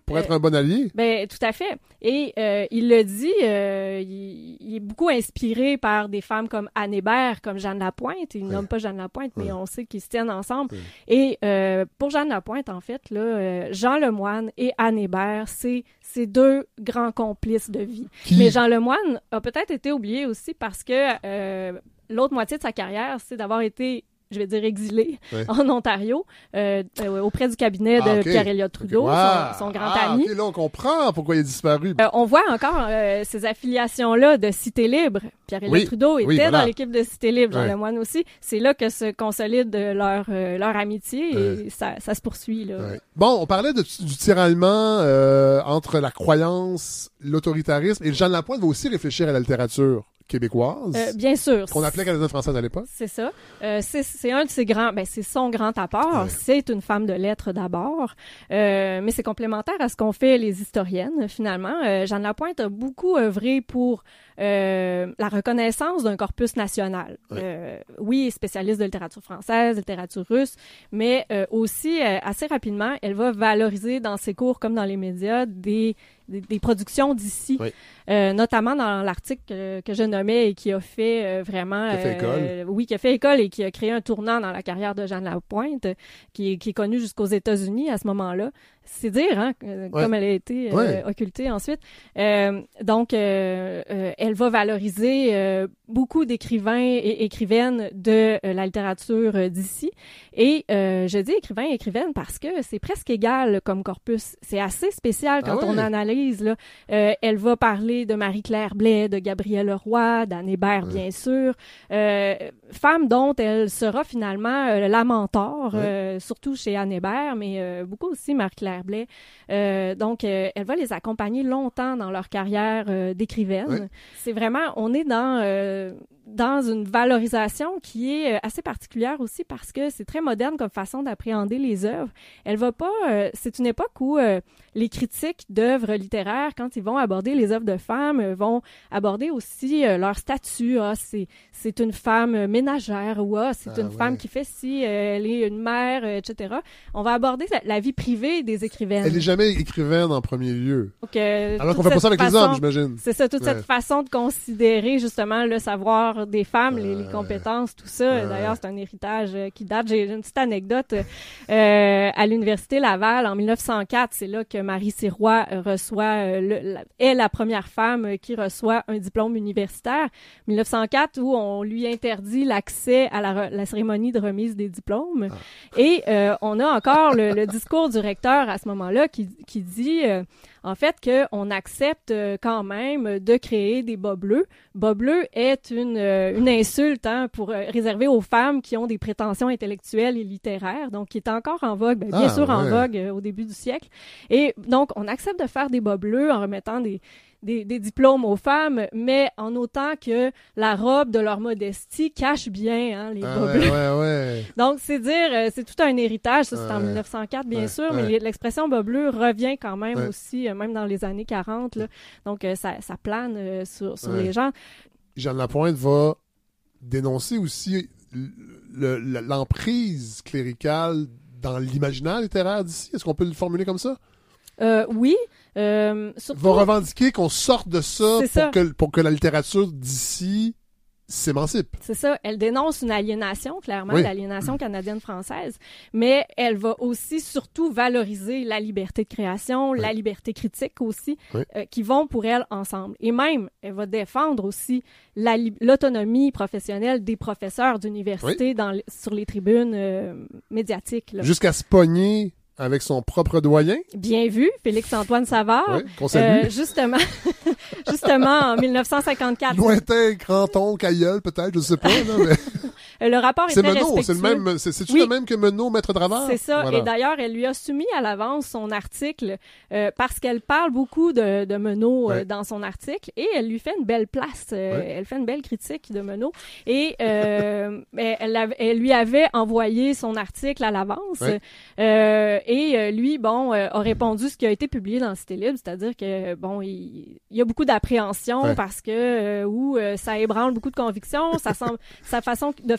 pour être euh, un bon allié. Ben, tout à fait. Et euh, il le dit, euh, il, il est beaucoup inspiré par des femmes comme Anne Hébert, comme Jeanne Lapointe. Il ne ouais. nomme pas Jeanne Lapointe, mais ouais. on sait qu'ils se tiennent ensemble. Ouais. Et euh, pour Jeanne Lapointe, en fait, là, euh, Jean Lemoine et Anne Hébert, c'est ces deux grands complices de vie. Qui... Mais Jean Lemoine a peut-être été oublié aussi parce que euh, l'autre moitié de sa carrière, c'est d'avoir été, je vais dire, exilé ouais. en Ontario, euh, euh, auprès du cabinet de ah, okay. Pierre-Éliott Trudeau, okay. wow. son, son grand ah, ami. Okay, là, on comprend pourquoi il a disparu. Euh, on voit encore euh, ces affiliations-là de Cité Libre. Pierre-Éliott oui. Trudeau était oui, voilà. dans l'équipe de Cité Libre, Jean ouais. Lemoine aussi. C'est là que se consolide leur, euh, leur amitié et ouais. ça, ça se poursuit. Là. Ouais. Bon, on parlait de, du tiraillement euh, entre la croyance, l'autoritarisme, et Jeanne Lapointe va aussi réfléchir à la littérature québécoise. Euh, bien sûr. Qu'on appelait canadienne-française à l'époque. C'est ça. Euh, c'est, c'est un de ses grands, ben c'est son grand apport. Ouais. C'est une femme de lettres d'abord, euh, mais c'est complémentaire à ce qu'ont fait les historiennes finalement. Euh, Jeanne Lapointe a beaucoup œuvré pour euh, la reconnaissance d'un corpus national. Ouais. Euh, oui, spécialiste de littérature française, de littérature russe, mais euh, aussi euh, assez rapidement, elle va valoriser dans ses cours comme dans les médias des Des, des productions d'ici, oui. euh, notamment dans l'article que, que je nommais et qui a fait euh, vraiment... Qui a fait euh, école. Oui, qui a fait école et qui a créé un tournant dans la carrière de Jeanne Lapointe, qui est, qui est connue jusqu'aux États-Unis à ce moment-là. C'est dire, hein, ouais. comme elle a été euh, ouais. occultée ensuite. Euh, donc, euh, euh, elle va valoriser euh, beaucoup d'écrivains et écrivaines de euh, la littérature euh, d'ici. Et euh, je dis écrivains et écrivaines parce que c'est presque égal comme corpus. C'est assez spécial quand ah ouais. on analyse. Là. Euh, elle va parler de Marie-Claire Blais, de Gabrielle Roy, d'Anne Hébert, ouais. bien sûr. Euh, femme dont elle sera finalement euh, la mentor, ouais. euh, surtout chez Anne Hébert, mais euh, beaucoup aussi Marie-Claire Blais. Euh, donc, euh, elle va les accompagner longtemps dans leur carrière euh, d'écrivaine. Ouais. C'est vraiment, on est dans... Euh, dans une valorisation qui est euh, assez particulière aussi parce que c'est très moderne comme façon d'appréhender les œuvres. Elle va pas... Euh, c'est une époque où euh, les critiques d'œuvres littéraires, quand ils vont aborder les œuvres de femmes, euh, vont aborder aussi euh, leur statut. Ah, c'est, c'est une femme ménagère ou ah, c'est ah, une ouais. femme qui fait ci, euh, elle est une mère, euh, et cetera. On va aborder la, la vie privée des écrivaines. Elle n'est jamais écrivaine en premier lieu. Donc, euh, Alors qu'on fait pas ça avec façon, les hommes, j'imagine. C'est ça, toute ouais. cette façon de considérer justement le savoir des femmes, les, les compétences, tout ça. Euh, D'ailleurs, c'est un héritage euh, qui date. J'ai une petite anecdote. Euh, à l'Université Laval, en mille neuf cent quatre, c'est là que Marie Sirois reçoit, euh, le, la, est la première femme qui reçoit un diplôme universitaire. mille neuf cent quatre, où on lui interdit l'accès à la, la cérémonie de remise des diplômes. Ah. Et euh, on a encore le, le discours du recteur à ce moment-là qui, qui dit... Euh, en fait, qu'on accepte euh, quand même de créer des bas bleus. Bas bleu est une, euh, une insulte hein, pour euh, réserver aux femmes qui ont des prétentions intellectuelles et littéraires, donc qui est encore en vogue, ben, bien ah, sûr ouais. en vogue euh, au début du siècle. Et donc, on accepte de faire des bas bleus en remettant des, des, des diplômes aux femmes, mais en autant que la robe de leur modestie cache bien hein, les ah, bas ouais, bleus. Ouais, ouais. Donc, c'est dire, euh, c'est tout un héritage, ça c'est ouais. en mille neuf cent quatre, bien ouais, sûr, ouais. mais l'expression bas bleu revient quand même ouais. aussi, euh, même dans les années quarante. Là. Donc, euh, ça, ça plane euh, sur, sur ouais. les gens. Jeanne Lapointe va dénoncer aussi le, le, l'emprise cléricale dans l'imaginaire littéraire d'ici. Est-ce qu'on peut le formuler comme ça? Euh, oui. Euh, surtout... Va revendiquer qu'on sorte de ça pour, ça. Que, pour que la littérature d'ici s'émancipe. C'est ça. Elle dénonce une aliénation, clairement, oui. l'aliénation canadienne-française, mais elle va aussi surtout valoriser la liberté de création, oui. la liberté critique aussi, oui. euh, qui vont pour elle ensemble. Et même, elle va défendre aussi la, l'autonomie professionnelle des professeurs d'université oui. dans, sur les tribunes euh, médiatiques. Là. Jusqu'à se pogner avec son propre doyen. Bien vu, Félix-Antoine Savard. Oui, qu'on salue. Euh, justement, justement, en mille neuf cent cinquante-quatre. Lointain, grand-oncle, aïeul, peut-être, je sais pas. Là, mais... Le rapport c'est était Menot, respectueux. C'est le même, c'est, c'est-tu oui. le même que Menot, maître Draveur? C'est ça. Voilà. Et d'ailleurs, elle lui a soumis à l'avance son article euh, parce qu'elle parle beaucoup de, de Menot euh, ouais. dans son article et elle lui fait une belle place. Euh, ouais. Elle fait une belle critique de Menot. Et euh, elle, avait, elle lui avait envoyé son article à l'avance. Ouais. Euh, et euh, lui, bon, euh, a répondu ce qui a été publié dans Cité Libre, c'est-à-dire que, bon, il, il y a beaucoup d'appréhension ouais. parce que, euh, ou euh, ça ébranle beaucoup de convictions, ça semble, sa façon de faire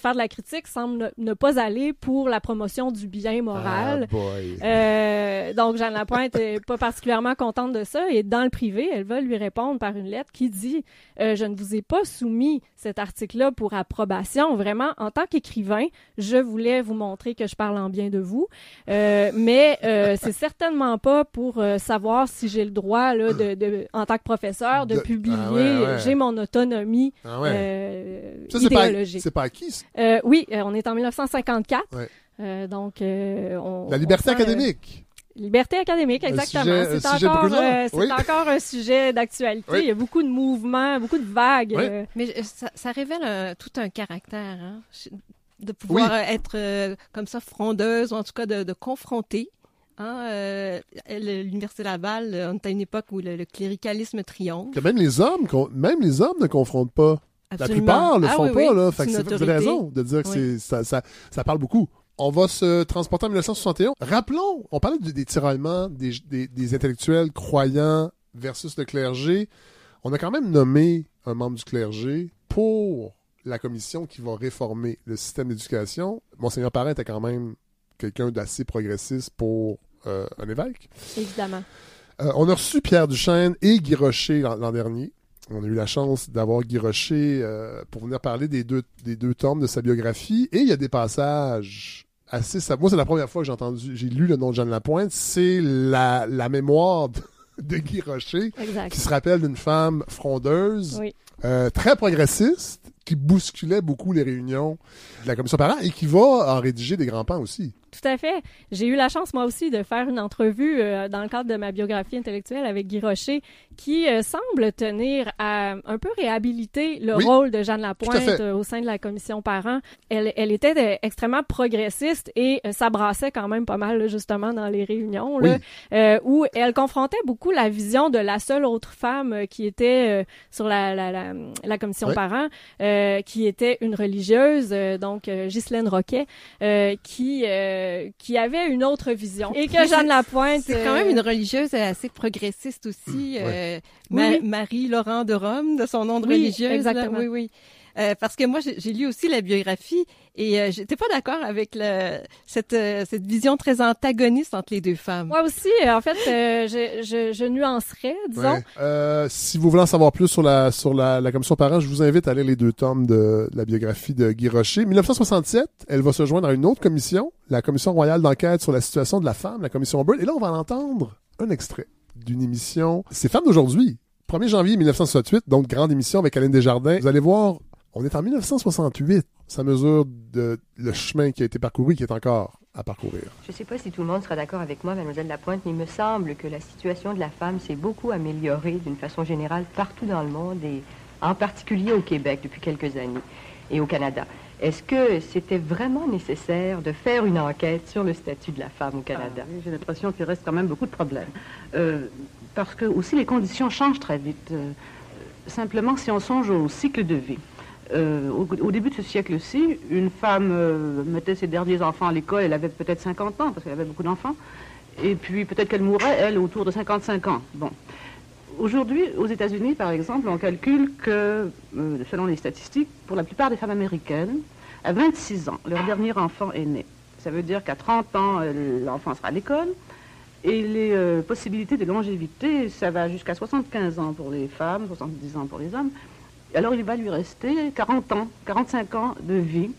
faire de la critique semble ne, ne pas aller pour la promotion du bien moral. Ah boy. Euh, donc, Jeanne Lapointe est pas particulièrement contente de ça et dans le privé, elle va lui répondre par une lettre qui dit euh, « Je ne vous ai pas soumis cet article-là pour approbation. Vraiment, en tant qu'écrivain, je voulais vous montrer que je parle en bien de vous, euh, mais euh, c'est certainement pas pour euh, savoir si j'ai le droit, là, de, de, en tant que professeur, de, de publier. Ah ouais, ouais. J'ai mon autonomie ah ouais. euh, ça, c'est idéologique. Pas, c'est pas acquis, ça? Euh, oui, euh, on est en dix-neuf cent cinquante-quatre. Ouais. Euh, donc, euh, on, La liberté on sent, académique. Euh, liberté académique, exactement. Sujet, c'est encore, euh, c'est oui. encore un sujet d'actualité. Oui. Il y a beaucoup de mouvements, beaucoup de vagues. Oui. Euh... Mais ça, ça révèle un, tout un caractère, hein? De pouvoir oui. être euh, comme ça frondeuse, ou en tout cas de, de confronter. Hein, euh, l'Université Laval, on est à une époque où le, le cléricalisme triomphe. Que même les hommes, même les hommes ne confrontent pas. Absolument. La plupart ne le ah, font oui, pas. oui. Là. Fait que c'est, vous avez raison de dire que oui. c'est, ça, ça, ça parle beaucoup. On va se transporter en dix-neuf cent soixante et un. Rappelons, on parlait des, des tiraillements des, des, des intellectuels croyants versus le clergé. On a quand même nommé un membre du clergé pour la commission qui va réformer le système d'éducation. Monseigneur Parent était quand même quelqu'un d'assez progressiste pour euh, un évêque. Évidemment. Euh, on a reçu Pierre Duchesne et Guy Rocher l'an, l'an dernier. On a eu la chance d'avoir Guy Rocher euh, pour venir parler des deux, des deux tomes de sa biographie. Et il y a des passages assez... Moi, c'est la première fois que j'ai entendu, j'ai lu le nom de Jeanne Lapointe. C'est la, la mémoire de, de Guy Rocher, exact. Qui se rappelle d'une femme frondeuse, oui. euh, très progressiste, qui bousculait beaucoup les réunions de la commission parent et qui va en rédiger des grands pans aussi. Tout à fait. J'ai eu la chance, moi aussi, de faire une entrevue euh, dans le cadre de ma biographie intellectuelle avec Guy Rocher, qui euh, semble tenir à un peu réhabiliter le oui, rôle de Jeanne Lapointe euh, au sein de la commission parents. Elle, elle était euh, extrêmement progressiste et euh, s'abrassait quand même pas mal, là, justement, dans les réunions, là, oui. euh, où elle confrontait beaucoup la vision de la seule autre femme euh, qui était euh, sur la, la, la, la commission oui. parents, euh, qui était une religieuse, euh, donc euh, Ghislaine Roquet, euh, qui... Euh, qui avait une autre vision. Et que Jeanne Lapointe... C'est quand même une religieuse assez progressiste aussi. Mmh, ouais. euh, Ma- oui. Marie-Laurent de Rome, de son nom de oui, religieuse. Exactement. Là, oui, oui. Euh, parce que moi, j'ai, j'ai lu aussi la biographie et euh, j'étais pas d'accord avec le, cette, euh, cette vision très antagoniste entre les deux femmes. Moi aussi, en fait, euh, je, je, je nuancerais, disons. Ouais. Euh, si vous voulez en savoir plus sur la sur la, la commission parents, je vous invite à lire les deux tomes de, de la biographie de Guy Rocher. dix-neuf cent soixante-sept, elle va se joindre à une autre commission, la commission royale d'enquête sur la situation de la femme, la commission Byrd. Et là, on va entendre un extrait d'une émission. C'est Femmes d'aujourd'hui. premier janvier dix-neuf cent soixante-huit, donc grande émission avec Alain Desjardins. Vous allez voir, on est en dix-neuf cent soixante-huit. Ça mesure de, le chemin qui a été parcouru, qui est encore à parcourir. Je ne sais pas si tout le monde sera d'accord avec moi, mademoiselle Lapointe, mais il me semble que la situation de la femme s'est beaucoup améliorée d'une façon générale partout dans le monde et en particulier au Québec depuis quelques années et au Canada. Est-ce que c'était vraiment nécessaire de faire une enquête sur le statut de la femme au Canada? Ah, oui, j'ai l'impression qu'il reste quand même beaucoup de problèmes. Euh, parce que aussi les conditions changent très vite. Euh, simplement, si on songe au cycle de vie. Euh, au, au début de ce siècle-ci, une femme euh, mettait ses derniers enfants à l'école, elle avait peut-être cinquante ans, parce qu'elle avait beaucoup d'enfants, et puis peut-être qu'elle mourrait, elle, autour de cinquante-cinq ans. Bon. Aujourd'hui, aux États-Unis, par exemple, on calcule que, euh, selon les statistiques, pour la plupart des femmes américaines, à vingt-six ans, leur dernier enfant est né. Ça veut dire qu'à trente ans, euh, l'enfant sera à l'école, et les euh, possibilités de longévité, ça va jusqu'à soixante-quinze ans pour les femmes, soixante-dix ans pour les hommes. Alors il va lui rester quarante ans, quarante-cinq ans de vie.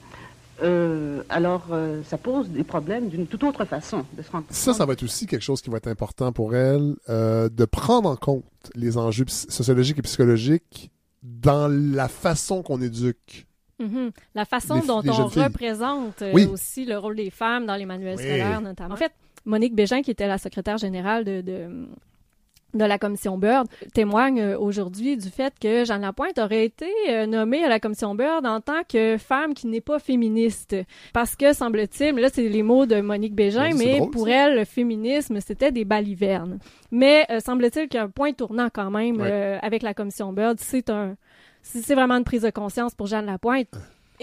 Euh, alors euh, ça pose des problèmes d'une toute autre façon de se rendre compte. Ça, ça va être aussi quelque chose qui va être important pour elle, euh, de prendre en compte les enjeux sociologiques et psychologiques dans la façon qu'on éduque. Mm-hmm. La façon les, dont les on représente euh, oui. aussi le rôle des femmes dans les manuels oui. scolaires, notamment. En fait, Monique Bégin, qui était la secrétaire générale de... de de la commission Byrd, témoigne euh, aujourd'hui du fait que Jeanne Lapointe aurait été euh, nommée à la commission Byrd en tant que femme qui n'est pas féministe. Parce que, semble-t-il, là, c'est les mots de Monique Bégin, mais drôle, pour ça. Elle, le féminisme, c'était des balivernes. Mais euh, semble-t-il qu'il y a un point tournant quand même ouais. euh, avec la commission Byrd. C'est un, c'est vraiment une prise de conscience pour Jeanne Lapointe. Et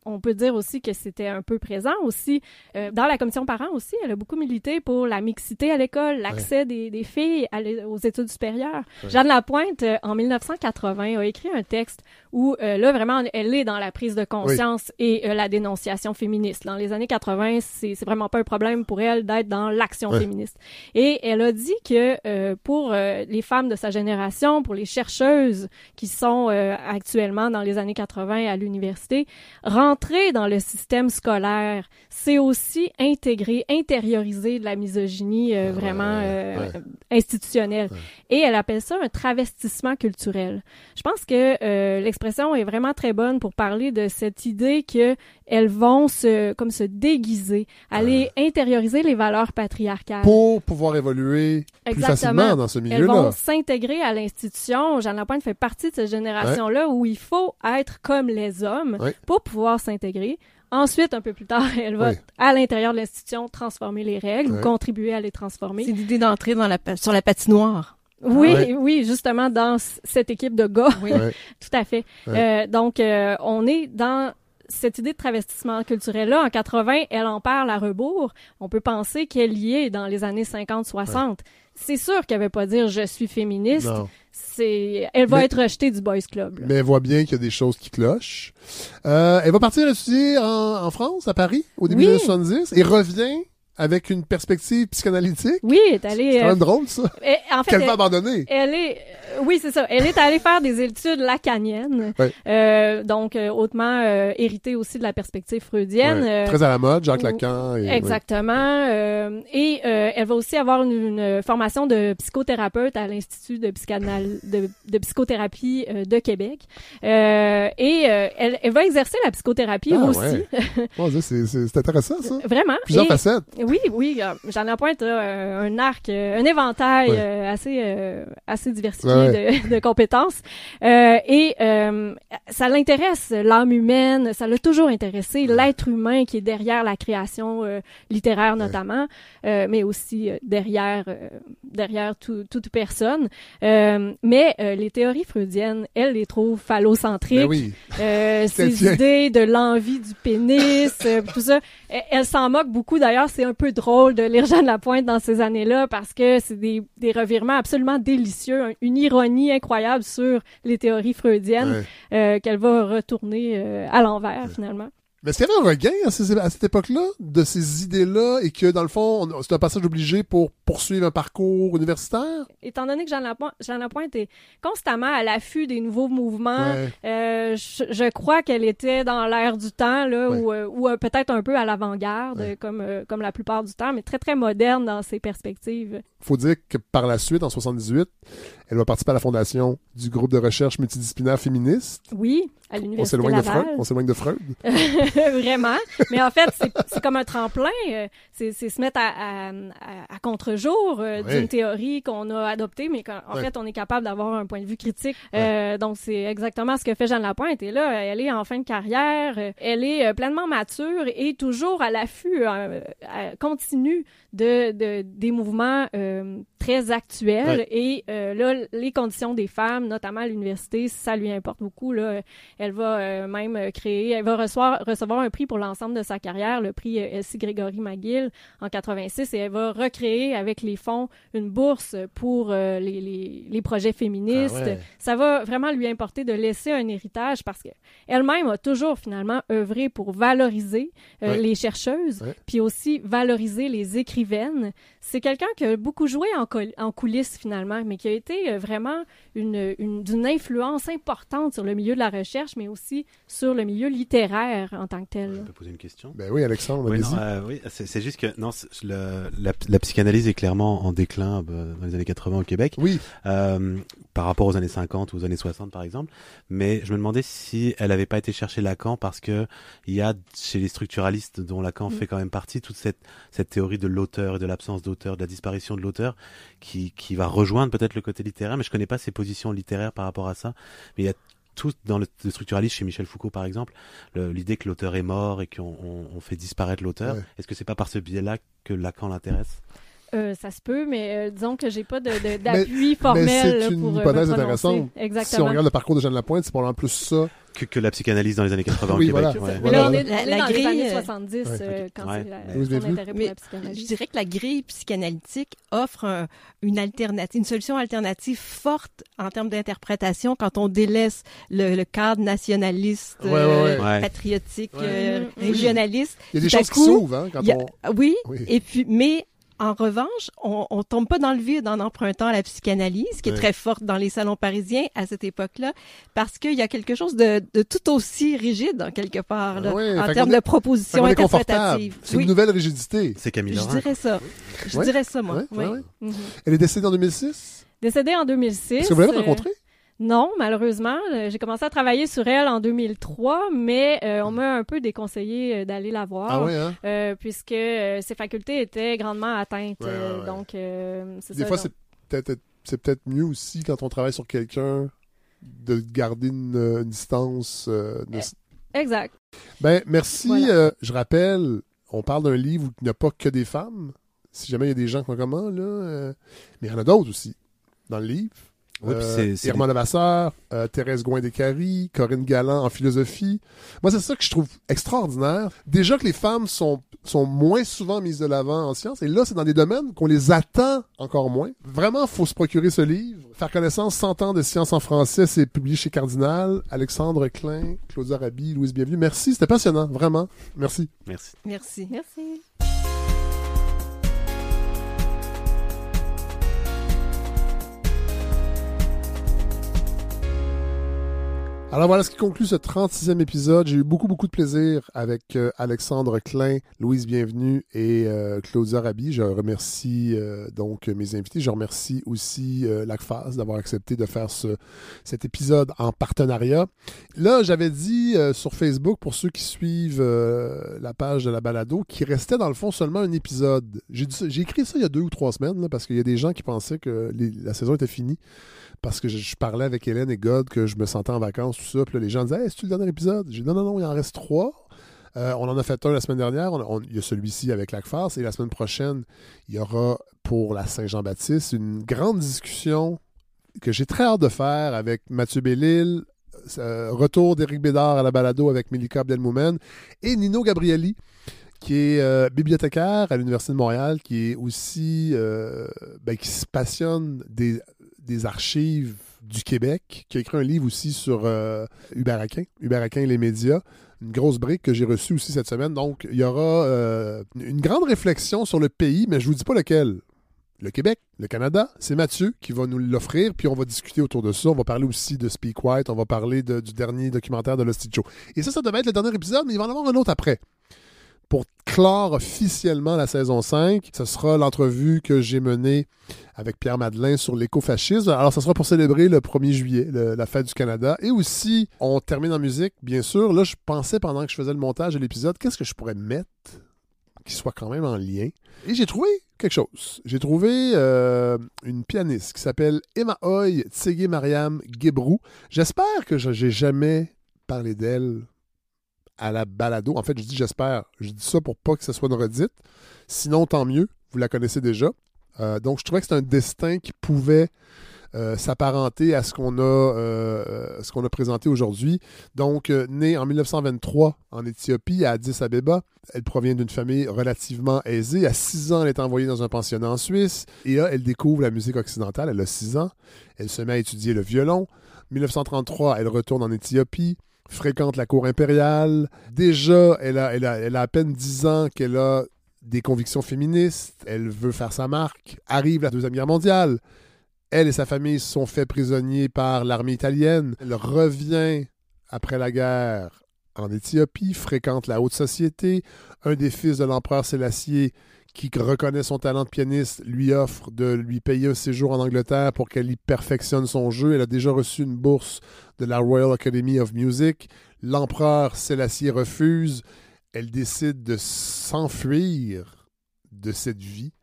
on peut dire aussi que c'était un peu présent aussi. Euh, dans la commission parents aussi, elle a beaucoup milité pour la mixité à l'école, l'accès ouais. des, des filles à aux études supérieures. Ouais. Jeanne Lapointe, euh, en dix-neuf cent quatre-vingts, a écrit un texte où, euh, là, vraiment, elle est dans la prise de conscience oui. et euh, la dénonciation féministe. Dans les années quatre-vingts, c'est, c'est vraiment pas un problème pour elle d'être dans l'action ouais. féministe. Et elle a dit que euh, pour euh, les femmes de sa génération, pour les chercheuses qui sont euh, actuellement dans les années quatre-vingts à l'université, rentrer dans le système scolaire, c'est aussi intégrer, intérioriser de la misogynie euh, vraiment euh, ouais. institutionnelle. Ouais. Et elle appelle ça un travestissement culturel. Je pense que euh, l'expression est vraiment très bonne pour parler de cette idée que elles vont se comme se déguiser, aller ouais. intérioriser les valeurs patriarcales pour pouvoir évoluer plus Exactement. facilement dans ce milieu-là. Elles vont s'intégrer à l'institution. Jeanne Lapointe fait partie de cette génération-là ouais. où il faut être comme les hommes ouais. pour pouvoir s'intégrer. Ensuite, un peu plus tard, elle va, oui. à l'intérieur de l'institution, transformer les règles oui. ou contribuer à les transformer. C'est l'idée d'entrer dans la, sur la patinoire. Oui, oui, oui, justement, dans cette équipe de gars. Oui. Tout à fait. Oui. Euh, donc, euh, on est dans cette idée de travestissement culturel-là. En quatre-vingts, elle en parle à rebours. On peut penser qu'elle y est dans les années cinquante soixante. Oui. C'est sûr qu'elle ne veut pas dire « je suis féministe ». C'est... Elle va mais, être rejetée du Boys Club. Là. Mais elle voit bien qu'il y a des choses qui clochent. Euh, elle va partir étudier en, en France, à Paris, au début oui. des années soixante-dix, et revient avec une perspective psychanalytique. Oui, elle est allée... C'est quand même euh, drôle, ça. Et, en fait, Qu'elle elle, va abandonner. Elle est... Oui, c'est ça. Elle est allée faire des études lacaniennes, ouais. euh, donc euh, hautement euh, héritée aussi de la perspective freudienne. Ouais. Très à la mode, Jacques où, Lacan. Et, exactement. Ouais. Euh, et euh, elle va aussi avoir une, une formation de psychothérapeute à l'Institut de, psychanal... de, de psychothérapie euh, de Québec. Euh, et euh, elle, elle va exercer la psychothérapie ah, aussi. Ouais. oh, c'est, c'est, c'est intéressant, ça. Vraiment. Plusieurs et, facettes. Oui, oui. Jeanne Lapointe a euh, un arc, euh, un éventail ouais. euh, assez, euh, assez diversifié. Ouais. De, de compétences. Euh, et euh, ça l'intéresse, l'âme humaine, ça l'a toujours intéressé, l'être humain qui est derrière la création euh, littéraire notamment, euh, mais aussi euh, derrière, euh, derrière tout, toute personne. Euh, mais euh, les théories freudiennes, elle les trouve phallocentriques. Ben oui. euh, ces idées de l'envie du pénis, euh, tout ça. Elle, elle s'en moque beaucoup. D'ailleurs, c'est un peu drôle de lire Jeanne Lapointe dans ces années-là parce que c'est des, des revirements absolument délicieux, une ironie incroyable sur les théories freudiennes ouais. euh, qu'elle va retourner euh, à l'envers, ouais. finalement. Mais est-ce qu'il y avait un regain à, ces, à cette époque-là de ces idées-là et que, dans le fond, on, c'est un passage obligé pour poursuivre un parcours universitaire? Étant donné que Jeanne Lapointe, Jeanne Lapointe est constamment à l'affût des nouveaux mouvements, ouais. euh, je, je crois qu'elle était dans l'air du temps, là, ouais. ou, euh, ou euh, peut-être un peu à l'avant-garde, ouais. comme, euh, comme la plupart du temps, mais très, très moderne dans ses perspectives. Il faut dire que par la suite, en soixante-dix-huit, elle va participer à la fondation du groupe de recherche multidisciplinaire féministe. Oui, à l'université On s'éloigne Laval. de Freud. On s'éloigne de Freud. Vraiment. Mais en fait, c'est, c'est comme un tremplin. C'est, c'est se mettre à, à, à contre-jour euh, oui. d'une théorie qu'on a adoptée, mais qu'en oui. fait, on est capable d'avoir un point de vue critique. Oui. Euh, donc, c'est exactement ce que fait Jeanne Lapointe. Et là, elle est en fin de carrière. Elle est euh, pleinement mature et toujours à l'affût euh, à, continue de, de, des mouvements euh, très actuels. Oui. Et euh, là, les conditions des femmes, notamment à l'université, ça lui importe beaucoup. Là. Elle va euh, même créer, elle va recevoir, recevoir un prix pour l'ensemble de sa carrière, le prix euh, Elsie Grégory McGill en quatre-vingt-six, et elle va recréer avec les fonds une bourse pour euh, les, les, les projets féministes. Ah ouais. Ça va vraiment lui importer de laisser un héritage parce qu'elle-même a toujours finalement œuvré pour valoriser euh, ouais. les chercheuses, ouais. puis aussi valoriser les écrivaines. C'est quelqu'un qui a beaucoup joué en, col- en coulisses finalement, mais qui a été euh, vraiment une, une, d'une influence importante sur le milieu de la recherche, mais aussi sur le milieu littéraire en tant que tel. Je peux poser une question? Ben oui, Alexandre, oui, non, euh, oui, c'est, c'est juste que non, c'est, le, la, la psychanalyse est clairement en déclin euh, dans les années quatre-vingts au Québec, oui. euh, par rapport aux années cinquante ou aux années soixante par exemple. Mais je me demandais si elle n'avait pas été chercher Lacan parce que il y a chez les structuralistes dont Lacan mmh. fait quand même partie toute cette cette théorie de l'auteur et de l'absence d'auteur, de la disparition de l'auteur, qui qui va rejoindre peut-être le côté littéraire. Mais je connais pas ses positions littéraires par rapport à ça. Mais il y a tout dans le, le structuralisme chez Michel Foucault par exemple, le, l'idée que l'auteur est mort et qu'on on, on fait disparaître l'auteur. Ouais. Est-ce que c'est pas par ce biais-là que Lacan l'intéresse? Euh, ça se peut, mais euh, disons que j'ai pas de, de, d'appui mais, formel mais là, c'est une pour hypothèse euh, me intéressante. Exactement. Si on regarde le parcours de Jeanne Lapointe, c'est probablement plus ça. Que, que la psychanalyse dans les années quatre-vingts oui, au Québec. Voilà. Ouais. Mais là, on voilà. est, on est La- la dans grille, les années euh, soixante-dix, ouais. euh, quand Ouais. c'est la, Oui, son vous avez intérêt pour Mais la psychanalyse. je dirais que la grille psychanalytique offre un- une alternative, une solution alternative forte en termes d'interprétation quand on délaisse le, le cadre nationaliste, Ouais, ouais, euh, ouais. patriotique, Ouais. euh, Mhm. régionaliste. Il y a des Tout à choses qui coup, s'ouvrent hein, quand il y a- on... Oui, Oui. et puis, mais en revanche, on, on tombe pas dans le vide en empruntant à la psychanalyse, qui est Ouais. très forte dans les salons parisiens à cette époque-là, parce qu'il y a quelque chose de, de tout aussi rigide, en quelque part, là, Ouais, en fait termes qu'on est- de propositions On est confortable. interprétatives. C'est Oui, une nouvelle rigidité. C'est Camille je Laurent. dirais ça. Je Ouais. dirais ça, moi. Ouais, ouais, Oui. ouais. Mhm. Elle est décédée en deux mille six. Décédée en deux mille six. Est-ce que vous l'avez euh, rencontrée? Non, malheureusement. Euh, J'ai commencé à travailler sur elle en deux mille trois, mais euh, on m'a un peu déconseillé euh, d'aller la voir. Ah ouais, hein? euh, puisque euh, ses facultés étaient grandement atteintes. Ouais, ouais, euh, ouais. Donc, euh, c'est Des ça. fois, donc- c'est peut-être c'est peut-être mieux aussi quand on travaille sur quelqu'un de garder une, une distance. euh, de- Exact. Ben, merci. Voilà. euh, je rappelle, on parle d'un livre où il n'y a pas que des femmes. Si jamais il y a des gens qui font comment, là. euh, Mais il y en a d'autres aussi dans le livre. Ouais, puis Euh, c'est- c'est Irma Levasseur, euh, Thérèse Gouin-Descaries, Corinne Galland en philosophie. Moi, c'est ça que je trouve extraordinaire. Déjà que les femmes sont, sont moins souvent mises de l'avant en sciences, et là, c'est dans des domaines qu'on les attend encore moins. Vraiment, il faut se procurer ce livre. Faire connaissance, cent ans de sciences en français, c'est publié chez Cardinal. Alexandre Klein, Claudia Rabi, Louise Bienvenue. Merci, c'était passionnant, vraiment. Merci. Merci. Merci. Merci. Alors voilà ce qui conclut ce trente-sixième épisode. J'ai eu beaucoup, beaucoup de plaisir avec euh, Alexandre Klein, Louise Bienvenue et euh, Claudia Rabi. Je remercie euh, donc mes invités. Je remercie aussi euh, l'ACFAS d'avoir accepté de faire ce, cet épisode en partenariat. Là, j'avais dit euh, sur Facebook, pour ceux qui suivent euh, la page de la balado, qu'il restait dans le fond seulement un épisode. J'ai, dit ça- j'ai écrit ça il y a deux ou trois semaines là, parce qu'il y a des gens qui pensaient que les- la saison était finie. Parce que je, je parlais avec Hélène et God que je me sentais en vacances, tout ça. Puis là, les gens disaient hey, c'est-tu le dernier épisode? J'ai dit non, non, non, il en reste trois. Euh, on en a fait un la semaine dernière. On, on- il y a celui-ci avec l'ACFAS. Et la semaine prochaine, il y aura pour la Saint-Jean-Baptiste une grande discussion que j'ai très hâte de faire avec Mathieu Bellil. Euh, retour d'Éric Bédard à la balado avec Melika Abdelmoumen et Nino Gabrielli, qui est euh, bibliothécaire à l'Université de Montréal, qui est aussi euh, ben, qui se passionne des, des archives du Québec, qui a écrit un livre aussi sur euh, Hubert Aquin, Hubert Aquin et les médias, une grosse brique que j'ai reçue aussi cette semaine. Donc, il y aura euh, une grande réflexion sur le pays, mais je vous dis pas lequel. Le Québec, le Canada, c'est Mathieu qui va nous l'offrir, puis on va discuter autour de ça. On va parler aussi de Speak White, on va parler de- du dernier documentaire de Losty Joe. Et ça, ça devait être le dernier épisode, mais il va en avoir un autre après. Pour clore officiellement la saison cinq, ce sera l'entrevue que j'ai menée avec Pierre Madeleine sur l'écofascisme. Alors, ce sera pour célébrer le premier juillet, le- la fête du Canada. Et aussi, on termine en musique, bien sûr. Là, je pensais pendant que je faisais le montage de l'épisode, qu'est-ce que je pourrais mettre qui soit quand même en lien. Et j'ai trouvé quelque chose. J'ai trouvé euh, une pianiste qui s'appelle Emma Hoy Tsege Mariam Guébrou. J'espère que je- j'ai jamais parlé d'elle à la balado. En fait, je dis j'espère. Je dis ça pour pas que ce soit une redite. Sinon, tant mieux. Vous la connaissez déjà. Euh, donc, je trouvais que c'est un destin qui pouvait euh, s'apparenter à ce qu'on a, euh, ce qu'on a présenté aujourd'hui. Donc, euh, née en mille neuf cent vingt-trois en Éthiopie, à Addis Abeba. Elle provient d'une famille relativement aisée. À six ans, elle est envoyée dans un pensionnat en Suisse. Et là, elle découvre la musique occidentale. Elle a six ans. Elle se met à étudier le violon. mille neuf cent trente-trois, elle retourne en Éthiopie, fréquente la cour impériale. Déjà, elle a, elle a, elle a à peine dix ans qu'elle a des convictions féministes. Elle veut faire sa marque. Arrive la Deuxième Guerre mondiale. Elle et sa famille se sont faits prisonniers par l'armée italienne. Elle revient après la guerre en Éthiopie, fréquente la haute société. Un des fils de l'empereur Sélassié, qui reconnaît son talent de pianiste, lui offre de lui payer un séjour en Angleterre pour qu'elle y perfectionne son jeu. Elle a déjà reçu une bourse de la Royal Academy of Music. L'empereur Sélassié refuse. Elle décide de s'enfuir de cette vie.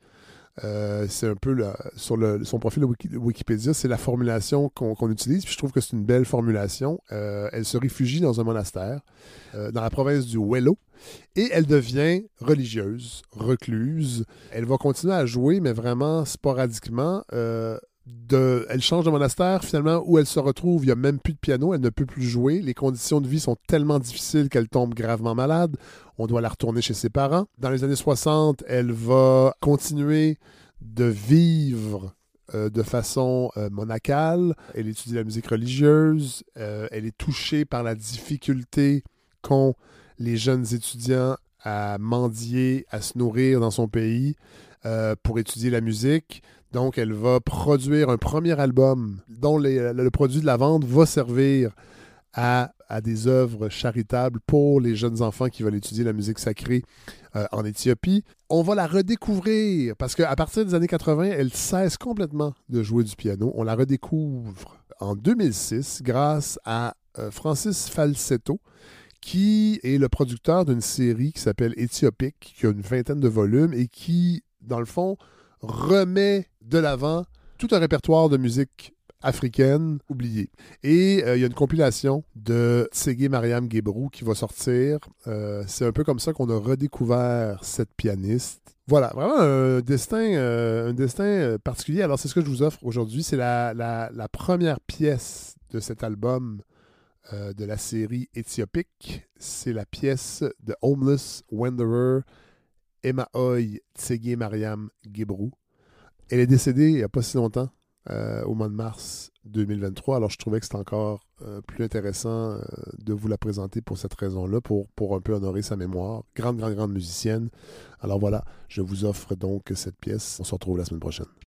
Euh, c'est un peu la, sur le, son profil de Wiki, Wikipédia, c'est la formulation qu'on, qu'on utilise. Puis je trouve que c'est une belle formulation. Euh, elle se réfugie dans un monastère euh, dans la province du Huelo et elle devient religieuse, recluse. Elle va continuer à jouer, mais vraiment sporadiquement. Euh, De, elle change de monastère, finalement, où elle se retrouve, il n'y a même plus de piano, elle ne peut plus jouer. Les conditions de vie sont tellement difficiles qu'elle tombe gravement malade. On doit la retourner chez ses parents. Dans les années soixante, elle va continuer de vivre euh, de façon euh, monacale. Elle étudie la musique religieuse. Euh, elle est touchée par la difficulté qu'ont les jeunes étudiants à mendier, à se nourrir dans son pays euh, pour étudier la musique. Donc, elle va produire un premier album dont les, le produit de la vente va servir à, à des œuvres charitables pour les jeunes enfants qui veulent étudier la musique sacrée euh, en Éthiopie. On va la redécouvrir parce qu'à partir des années quatre-vingts, elle cesse complètement de jouer du piano. On la redécouvre en deux mille six grâce à euh, Francis Falsetto, qui est le producteur d'une série qui s'appelle Éthiopique, qui a une vingtaine de volumes et qui, dans le fond, remet de l'avant tout un répertoire de musique africaine oubliée. Et euh, il y a une compilation de Tsege Mariam Gebru qui va sortir. Euh, c'est un peu comme ça qu'on a redécouvert cette pianiste. Voilà, vraiment un destin, euh, un destin particulier. Alors, c'est ce que je vous offre aujourd'hui. C'est la, la, la première pièce de cet album euh, de la série Éthiopique. C'est la pièce de Homeless Wanderer Emaoy Tsege Mariam Gebru. Elle est décédée il n'y a pas si longtemps, euh, au mois de mars deux mille vingt-trois. Alors, je trouvais que c'était encore euh, plus intéressant euh, de vous la présenter pour cette raison-là, pour, pour un peu honorer sa mémoire. Grande, grande, grande musicienne. Alors voilà, je vous offre donc cette pièce. On se retrouve la semaine prochaine.